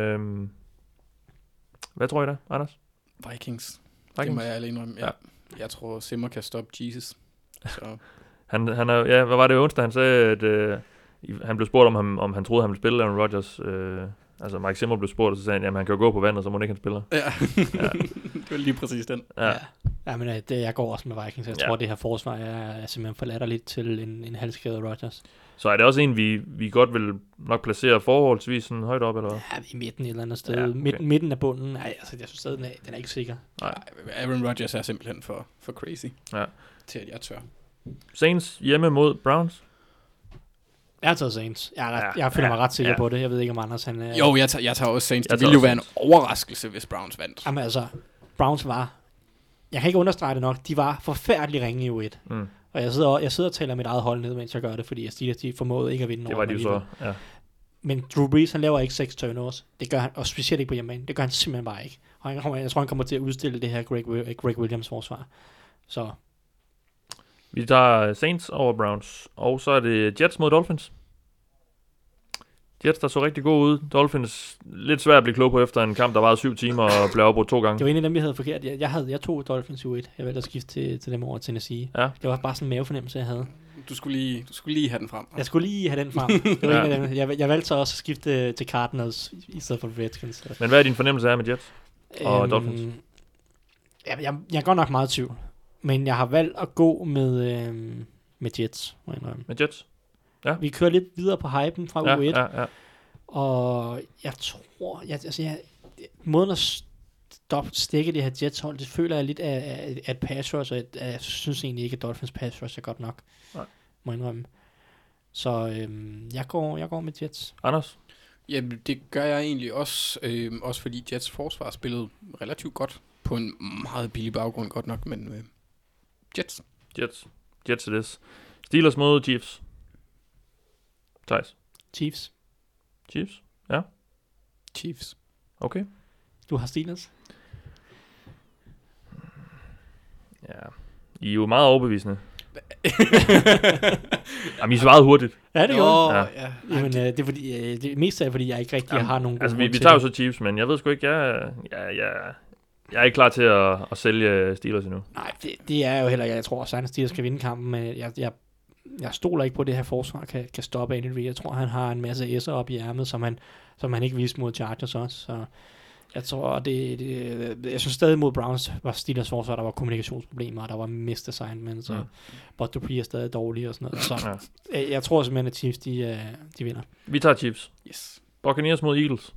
Hvad tror I der, Anders? Vikings. Det må jeg alene indrømme. Ja. Jeg tror, Simmer kan stoppe Jesus. Så. han er, hvad var det onsdag? Han sagde, at han blev spurgt om han troede, han ville spille Aaron Rodgers. Altså Mike Zimmer blev spurgt, og så sagde han, jamen han kan jo gå på vandet, så må han ikke han spiller. Ja, det var lige præcis den. Ja, men jeg går også med Vikings. Jeg tror, det her forsvar er simpelthen for latterligt til en halvskadet Rodgers. Så er det også en, vi godt vil nok placere forholdsvis sådan højt op, eller hvad? Ja, i midten et eller andet sted. Ja, okay. Midten af bunden. Nej, altså jeg synes stadig, den er ikke sikker. Nej, Aaron Rodgers er simpelthen for crazy. Ja. Til at jeg tør. Saints hjemme mod Browns. Jeg har taget Saints. Jeg føler mig ret sikker på det. Jeg ved ikke, om Anders han... Jo, jeg tager også Saints. Det ville jo være en overraskelse, hvis Browns vandt. Jamen altså, Browns var... Jeg kan ikke understrege det nok. De var forfærdelig ringe i U1. Og jeg sidder og taler mit eget hold ned, mens jeg gør det, fordi Steelers, de formåede ikke at vinde. Det var de jo så, ja. Men Drew Brees, han laver ikke 6 turnovers. Det gør han, og specielt ikke på hjemmebane. Det gør han simpelthen bare ikke. Og jeg tror, han kommer til at udstille det her Greg Williams forsvar. Så... Vi tager Saints over Browns. Og så er det Jets mod Dolphins. Jets, der så rigtig god ud. Dolphins, lidt svært at blive klog på efter en kamp, der varede 7 timer og blev afbrudt 2 gange. Det var en af dem, vi havde forkert. Jeg tog Dolphins i U1. Jeg valgte at skifte til dem over Tennessee. Ja. Det var bare sådan en mavefornemmelse, jeg havde. Du skulle lige have den frem. Jeg skulle lige have den frem. Det var en af dem. Jeg valgte så også at skifte til Cardinals i stedet for Redskins. Men hvad er din fornemmelse af med Jets og Dolphins? Jeg går nok meget i tvivl. Men jeg har valgt at gå med Jets. Med Jets? Ja. Vi kører lidt videre på hypen fra U1. Ja. Og jeg tror... måden at stikke det her Jets-hold, det føler jeg lidt af et pass rush, og jeg synes egentlig ikke, at Dolphins pass rush er godt nok. Nej. Må indrømme. Så jeg går med Jets. Anders? Ja, det gør jeg egentlig også. Også fordi Jets forsvar spillede relativt godt. På en meget billig baggrund, godt nok, men Jets. Jets it is. Steelers mod Chiefs. Thijs? Chiefs. Ja. Chiefs. Okay. Du har Steelers? Ja. I er jo meget overbevisende. Jamen, I svarede hurtigt. Ja, det gør ja. Jamen, det er fordi, det mest er, fordi jeg ikke rigtig har nogen altså, vi tager jo så Chiefs, men jeg ved sgu ikke, jeg er ikke klar til at sælge Steelers endnu. Nej, det er jo heller ikke. Jeg tror også, at Steelers skal vinde kampen, men jeg stoler ikke på, at det her forsvar kan stoppe Andy Reid. Jeg tror, han har en masse S'er op i ærmet, som han ikke viste mod Chargers også. Så jeg tror, jeg synes stadig mod Browns var Steelers forsvar, der var kommunikationsproblemer, og der var missed assignments, og Bud Dupree er stadig dårlig og sådan noget. Så jeg tror simpelthen, at Chiefs, de vinder. Vi tager Chiefs. Yes. Buccaneers mod Eagles.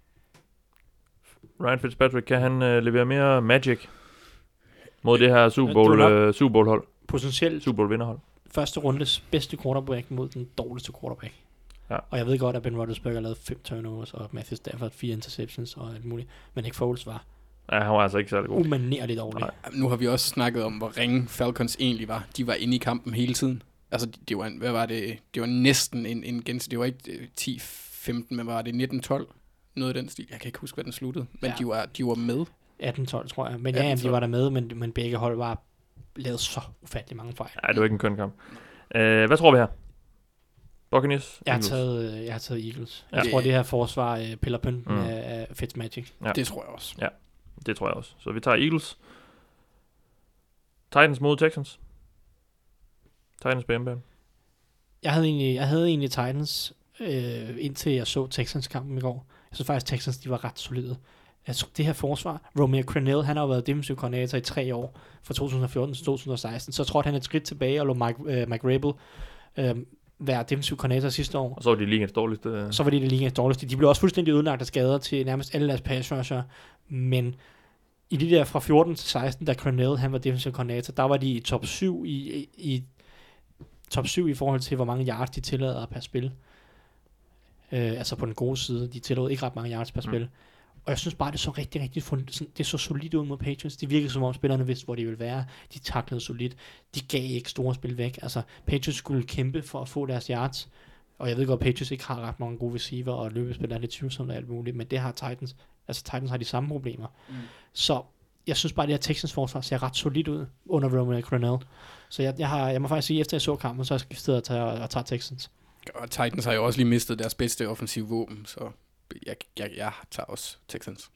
Ryan Fitzpatrick, kan han levere mere magic mod det her Super Bowl hold? Potentielt Super Bowl vinderhold. Første rundes bedste quarterback mod den dårligste quarterback. Ja. Og jeg ved godt, at Ben Roethlisberger lavede 5 turnovers, og Matthew Stafford 4 interceptions og alt muligt. Men Nick Foles var... Ja, han var altså ikke særlig god. Umanerligt dårlig. Nej. Nu har vi også snakket om, hvor ringe Falcons egentlig var. De var inde i kampen hele tiden. Altså, det var, hvad var det? Det var næsten en gense. Det var ikke 10-15, men var det 19-12? Noget af den stil. Jeg kan ikke huske, hvad den sluttede. Men de var med. 18-12, tror jeg. Men ja, de var der med, men begge hold var lavet så ufattelig mange fejl. Ja, det var ikke en køn kamp. Hvad tror vi her? Buccaneers? Jeg har taget Eagles. Jeg tror, det her forsvar piller pynten af Fitzmagic. Ja. Det tror jeg også. Ja, det tror jeg også. Så vi tager Eagles. Titans mod Texans. Titans på hjemmebane. Jeg havde egentlig Titans, indtil jeg så Texans-kampen i går. Jeg synes faktisk, Texans de var ret solide. Altså, det her forsvar, Romeo Crennel, han har jo været defensive koordinator i 3 år, fra 2014 til 2016. Så trådte han et skridt tilbage og lå Mike Rabel være defensive koordinator sidste år. Og så var de ligens dårligste. Så var de ligens dårligste. De blev også fuldstændig udlagt af skader til nærmest alle deres pass rusher. Men i de der fra 14 til 16, da Crennel han var defensive koordinator, der var de i top 7 i top 7 i forhold til, hvor mange yards de tillader per spil. Altså på den gode side. De tillod ikke ret mange yards per spil. Og jeg synes bare, det så rigtig det så solidt ud mod Patriots. Det virkede som om spillerne vidste, hvor de ville være. De taklede solidt. De gav ikke store spil væk. Altså, Patriots skulle kæmpe for at få deres yards. Og jeg ved godt, Patriots ikke har ret mange gode receiver, og løbespil er lidt tvivlsomt og alt muligt, men det har Titans. Altså, Titans har de samme problemer. Så jeg synes bare, at det her Texans forsvar ser ret solidt ud under Romeo Crennel. Så jeg må faktisk sige, efter jeg så kampen, så har jeg skiftet at tage Texans. Og Titans har jo også lige mistet deres bedste offensive våben, så jeg tager også Texans.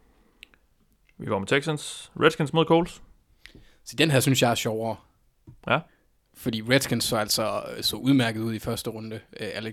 Vi går med Texans. Redskins mod Colts. Så den her synes jeg er sjovere. Ja. Fordi Redskins så udmærket ud i første runde.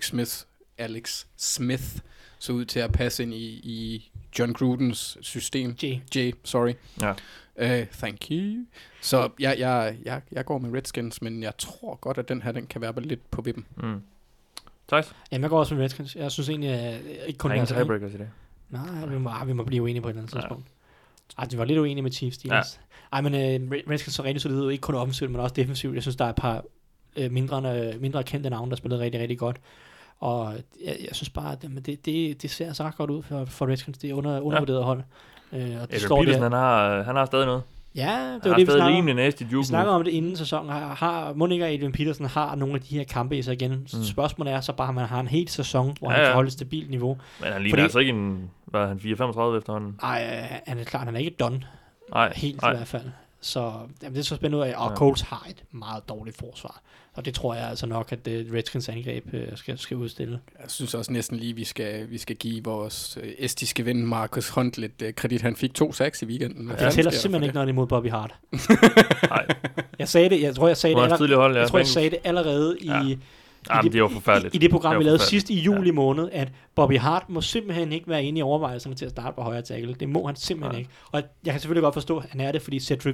Alex Smith så ud til at passe ind i John Grudens system. Jay, sorry. Ja. Thank you. Så jeg går med Redskins, men jeg tror godt, at den her den kan være lidt på vippen. Thijs? Jamen, jeg går også med Redskins. Jeg synes egentlig, at ikke kun... Der er ingen tiebreakers i dag. Nej, vi må blive uenige på et eller andet tidspunkt. De var lidt uenige med Chiefs. Ja. Ej, men Redskins så rigtig solidt ud, ikke kun offensivt, men også defensivt. Jeg synes, der er et par mindre kendte navne, der spillede rigtig, rigtig godt. Og jeg synes bare, at det ser så ret godt ud for Redskins. Det er undervurderet hold. Og Adrian Peterson, han har stadig noget. Ja, det var det, vi snakker om det inden sæsonen. Monika og Adrian Peterson har nogle af de her kampe i sig igen. Spørgsmålet er så bare, at man har en hel sæson, hvor han kan holde et stabilt niveau. Men han ligner altså ikke var han 4-35 efterhånden? Nej, han er klart, han er ikke done. Helt i hvert fald. Så det er så spændende ud af, og Colts har et meget dårligt forsvar. Og det tror jeg altså nok, at Redskins angreb skal udstille. Jeg synes også næsten lige, vi skal give vores estiske ven Marcus Hunt lidt kredit. Han fik 2 sacks i weekenden. Det tæller simpelthen ikke noget imod Bobby Hart. Nej. Jeg sagde det, jeg tror jeg sagde det allerede det var forfærdeligt. I det program, vi lavede sidst i juli måned, at Bobby Hart må simpelthen ikke være inde i overvejelserne til at starte på højre tackle. Det må han simpelthen ikke. Og jeg kan selvfølgelig godt forstå, at han er det, fordi Cedric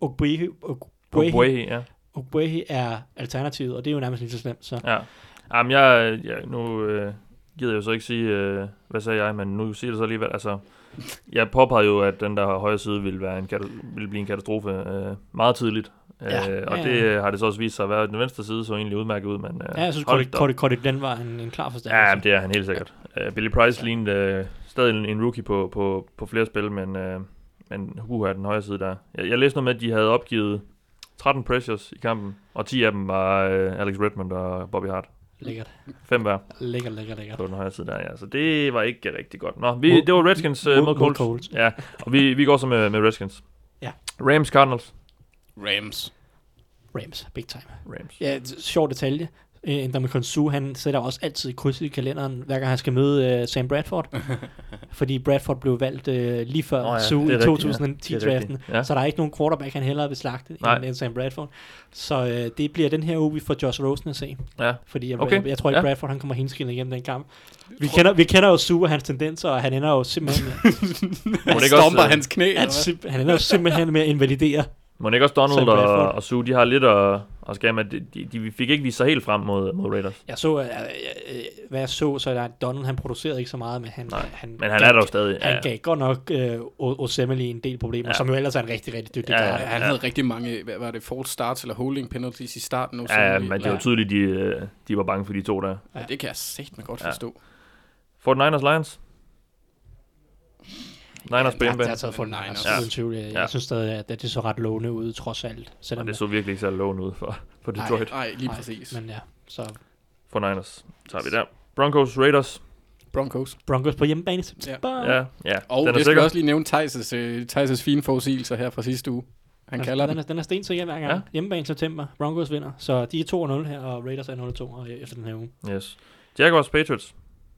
Ogbuehi er alternativet, og det er jo nærmest lige så slemt. Så. Ja. Jamen, nu gider jeg jo så ikke sige, hvad sagde jeg, men nu siger det så alligevel. Altså, jeg påpegede jo, at den der højre side ville blive en katastrofe meget tidligt. Det har det så også vist sig at være. Den venstre side så egentlig udmærket ud, men jeg synes, Cody Glenn var en klar forstærkelse. Ja, det er han helt sikkert. Billy Price lignede stadig en rookie på flere spil, men er den højre side der. Jeg læste noget med, at de havde opgivet 13 pressures i kampen, og 10 af dem var Alex Redmond og Bobby Hart. Lækkert. 5 hver. Lækkert. På den højre side der, ja. Så det var ikke rigtig godt. Nå, det var Redskins mod Colts. Ja, og vi går så med Redskins. Ja. Rams Cardinals. Rams, big time. Rams. Ja, sjov detalje. Ndamukong Suh, han sætter også altid krydset i kalenderen, hver gang han skal møde Sam Bradford. Fordi Bradford blev valgt lige før Suh i 2010-draften. Ja. Så der er ikke nogen quarterback, han hellere vil slagte end Sam Bradford. Så det bliver den her uge, vi får Josh Rosen at se. Ja. Fordi jeg tror ikke, Bradford han kommer henskillet igennem den kamp. Vi kender jo Suh og hans tendenser, og han ender jo simpelthen han stomper hans knæ. Han ender jo simpelthen med at invalidere. Må ikke også Donald og Suh, de har lidt at skære med, de fik ikke vist sig helt frem mod Raiders. Jeg så, så er Donald, han producerede ikke så meget, men han er der jo stadig. Han gav godt nok Osemele en del problemer, som jo ellers er en rigtig, rigtig dygtig guard. Han havde rigtig mange, hvad var det, false starts eller holding penalties i starten. Ja, men det var tydeligt, de var bange for de to der. Ja, det kan jeg satme godt forstå. 49ers Lions. Niners på hjemmebane. Jeg har taget for Niners, uden tvivl. Jeg synes stadig, at det så ret lovende ud, trods alt. Og det så virkelig ikke så lovende ud for Detroit. Nej, lige præcis. Men ja, så... For Niners tager vi der. Broncos, Raiders. Broncos på hjemmebane. Ja. Og det skal jeg også lige nævne Thijs' fine forudsigelser her fra sidste uge. Han kalder den er stensikker hver gang. Hjemmebane september. Broncos vinder. Så de er 2-0 her, og Raiders er 0-2 efter den her uge. Yes. Jaguars, Patriots.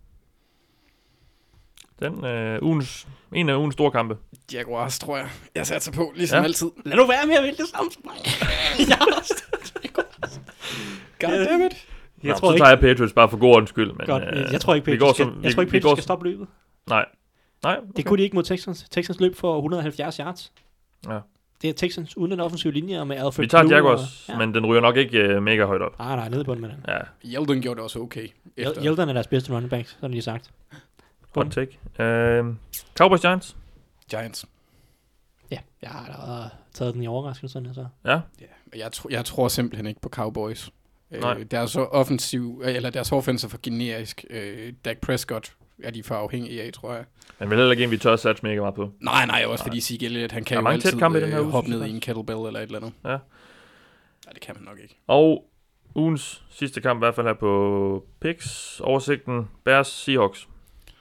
En af ugens store kampe. Jaguars, tror jeg. Jeg satser på, ligesom altid. Lad nu være med at vælge det samme som mig. Goddammit. Så tager jeg Patriots bare for god ordens skyld. Men, godt. Jeg tror ikke, Patriots skal stoppe løbet. Nej. Okay. Det kunne de ikke mod Texans. Texans løb for 170 yards. Ja. Det er Texans uden den offensive linje, og med Alfred Vi tager Jaguars, men den ryger nok ikke mega højt op. Nej, nede på den med den. Ja. Yeldon gjorde det også okay. Yeldon er deres bedste running back, sådan lige sagt. Hot take. Cowboys Giants? Giants. Ja, jeg har allerede taget den i overraskelsen. Så. Ja. Jeg tror simpelthen ikke på Cowboys. Deres offensiv, eller deres offensiv for generisk. Dak Prescott er de for afhængige af, tror jeg. Men vel heller ikke en, vi tør at satse mega meget på. Nej, også fordi Zeke Elliott, han kan jo altid hoppe ned i en kettlebell eller et eller andet. Ja. Nej, det kan man nok ikke. Og ugens sidste kamp, i hvert fald her på Picks, oversigten, Bears Seahawks.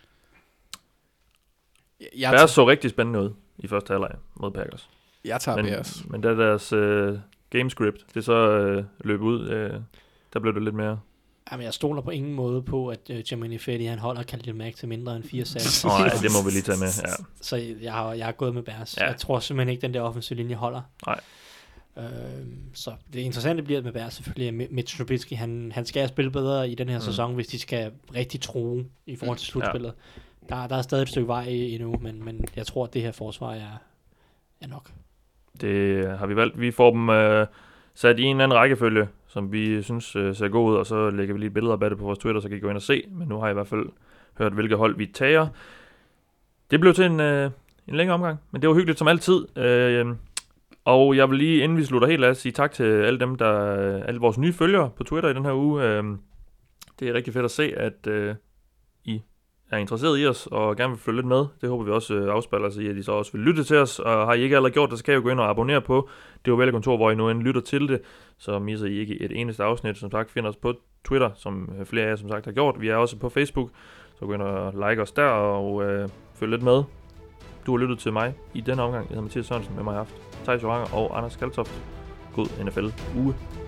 Bears så rigtig spændende ud i første halvleg mod Packers. Jeg tager Bears. Men da deres gamescript, det så løb ud, der blev det lidt mere... Jamen, jeg stoler på ingen måde på, at Jermaine Fetty, han holder Khalil Mack til mindre end 4 sacks. Nej, det må vi lige tage med, ja. Så jeg er gået med Bears. Ja. Jeg tror simpelthen ikke, den der offensive linje holder. Nej. Så det interessante bliver med Bears selvfølgelig, at Mitch Trubisky, han skal spille bedre i den her sæson, hvis de skal rigtig true i forhold til slutspillet. Ja. Der er stadig et stykke vej endnu, men jeg tror, at det her forsvar er nok. Det har vi valgt. Vi får dem sat i en eller anden rækkefølge, som vi synes ser god ud, og så lægger vi lige billeder af det på vores Twitter, så kan I gå ind og se. Men nu har jeg i hvert fald hørt, hvilke hold vi tager. Det blev til en længere omgang, men det var hyggeligt som altid. Og jeg vil lige, inden vi slutter helt af, sige tak til alle dem, alle vores nye følgere på Twitter i den her uge. Det er rigtig fedt at se, at I er interesseret i os og gerne vil følge lidt med. Det håber vi også afspejler sig i, at I så også vil lytte til os. Og har I ikke allerede gjort det, så kan I jo gå ind og abonnere på Det Ovale Kontor, hvor I nu end lytter til det. Så misser I ikke et eneste afsnit. Som sagt, finder os på Twitter, som flere af jer som sagt har gjort. Vi er også på Facebook, så gå ind og like os der og følg lidt med. Du har lyttet til mig i denne omgang. Jeg hedder Mathias Sørensen, med mig har haft Thijs Joranger og Anders Kaltoft. God NFL uge.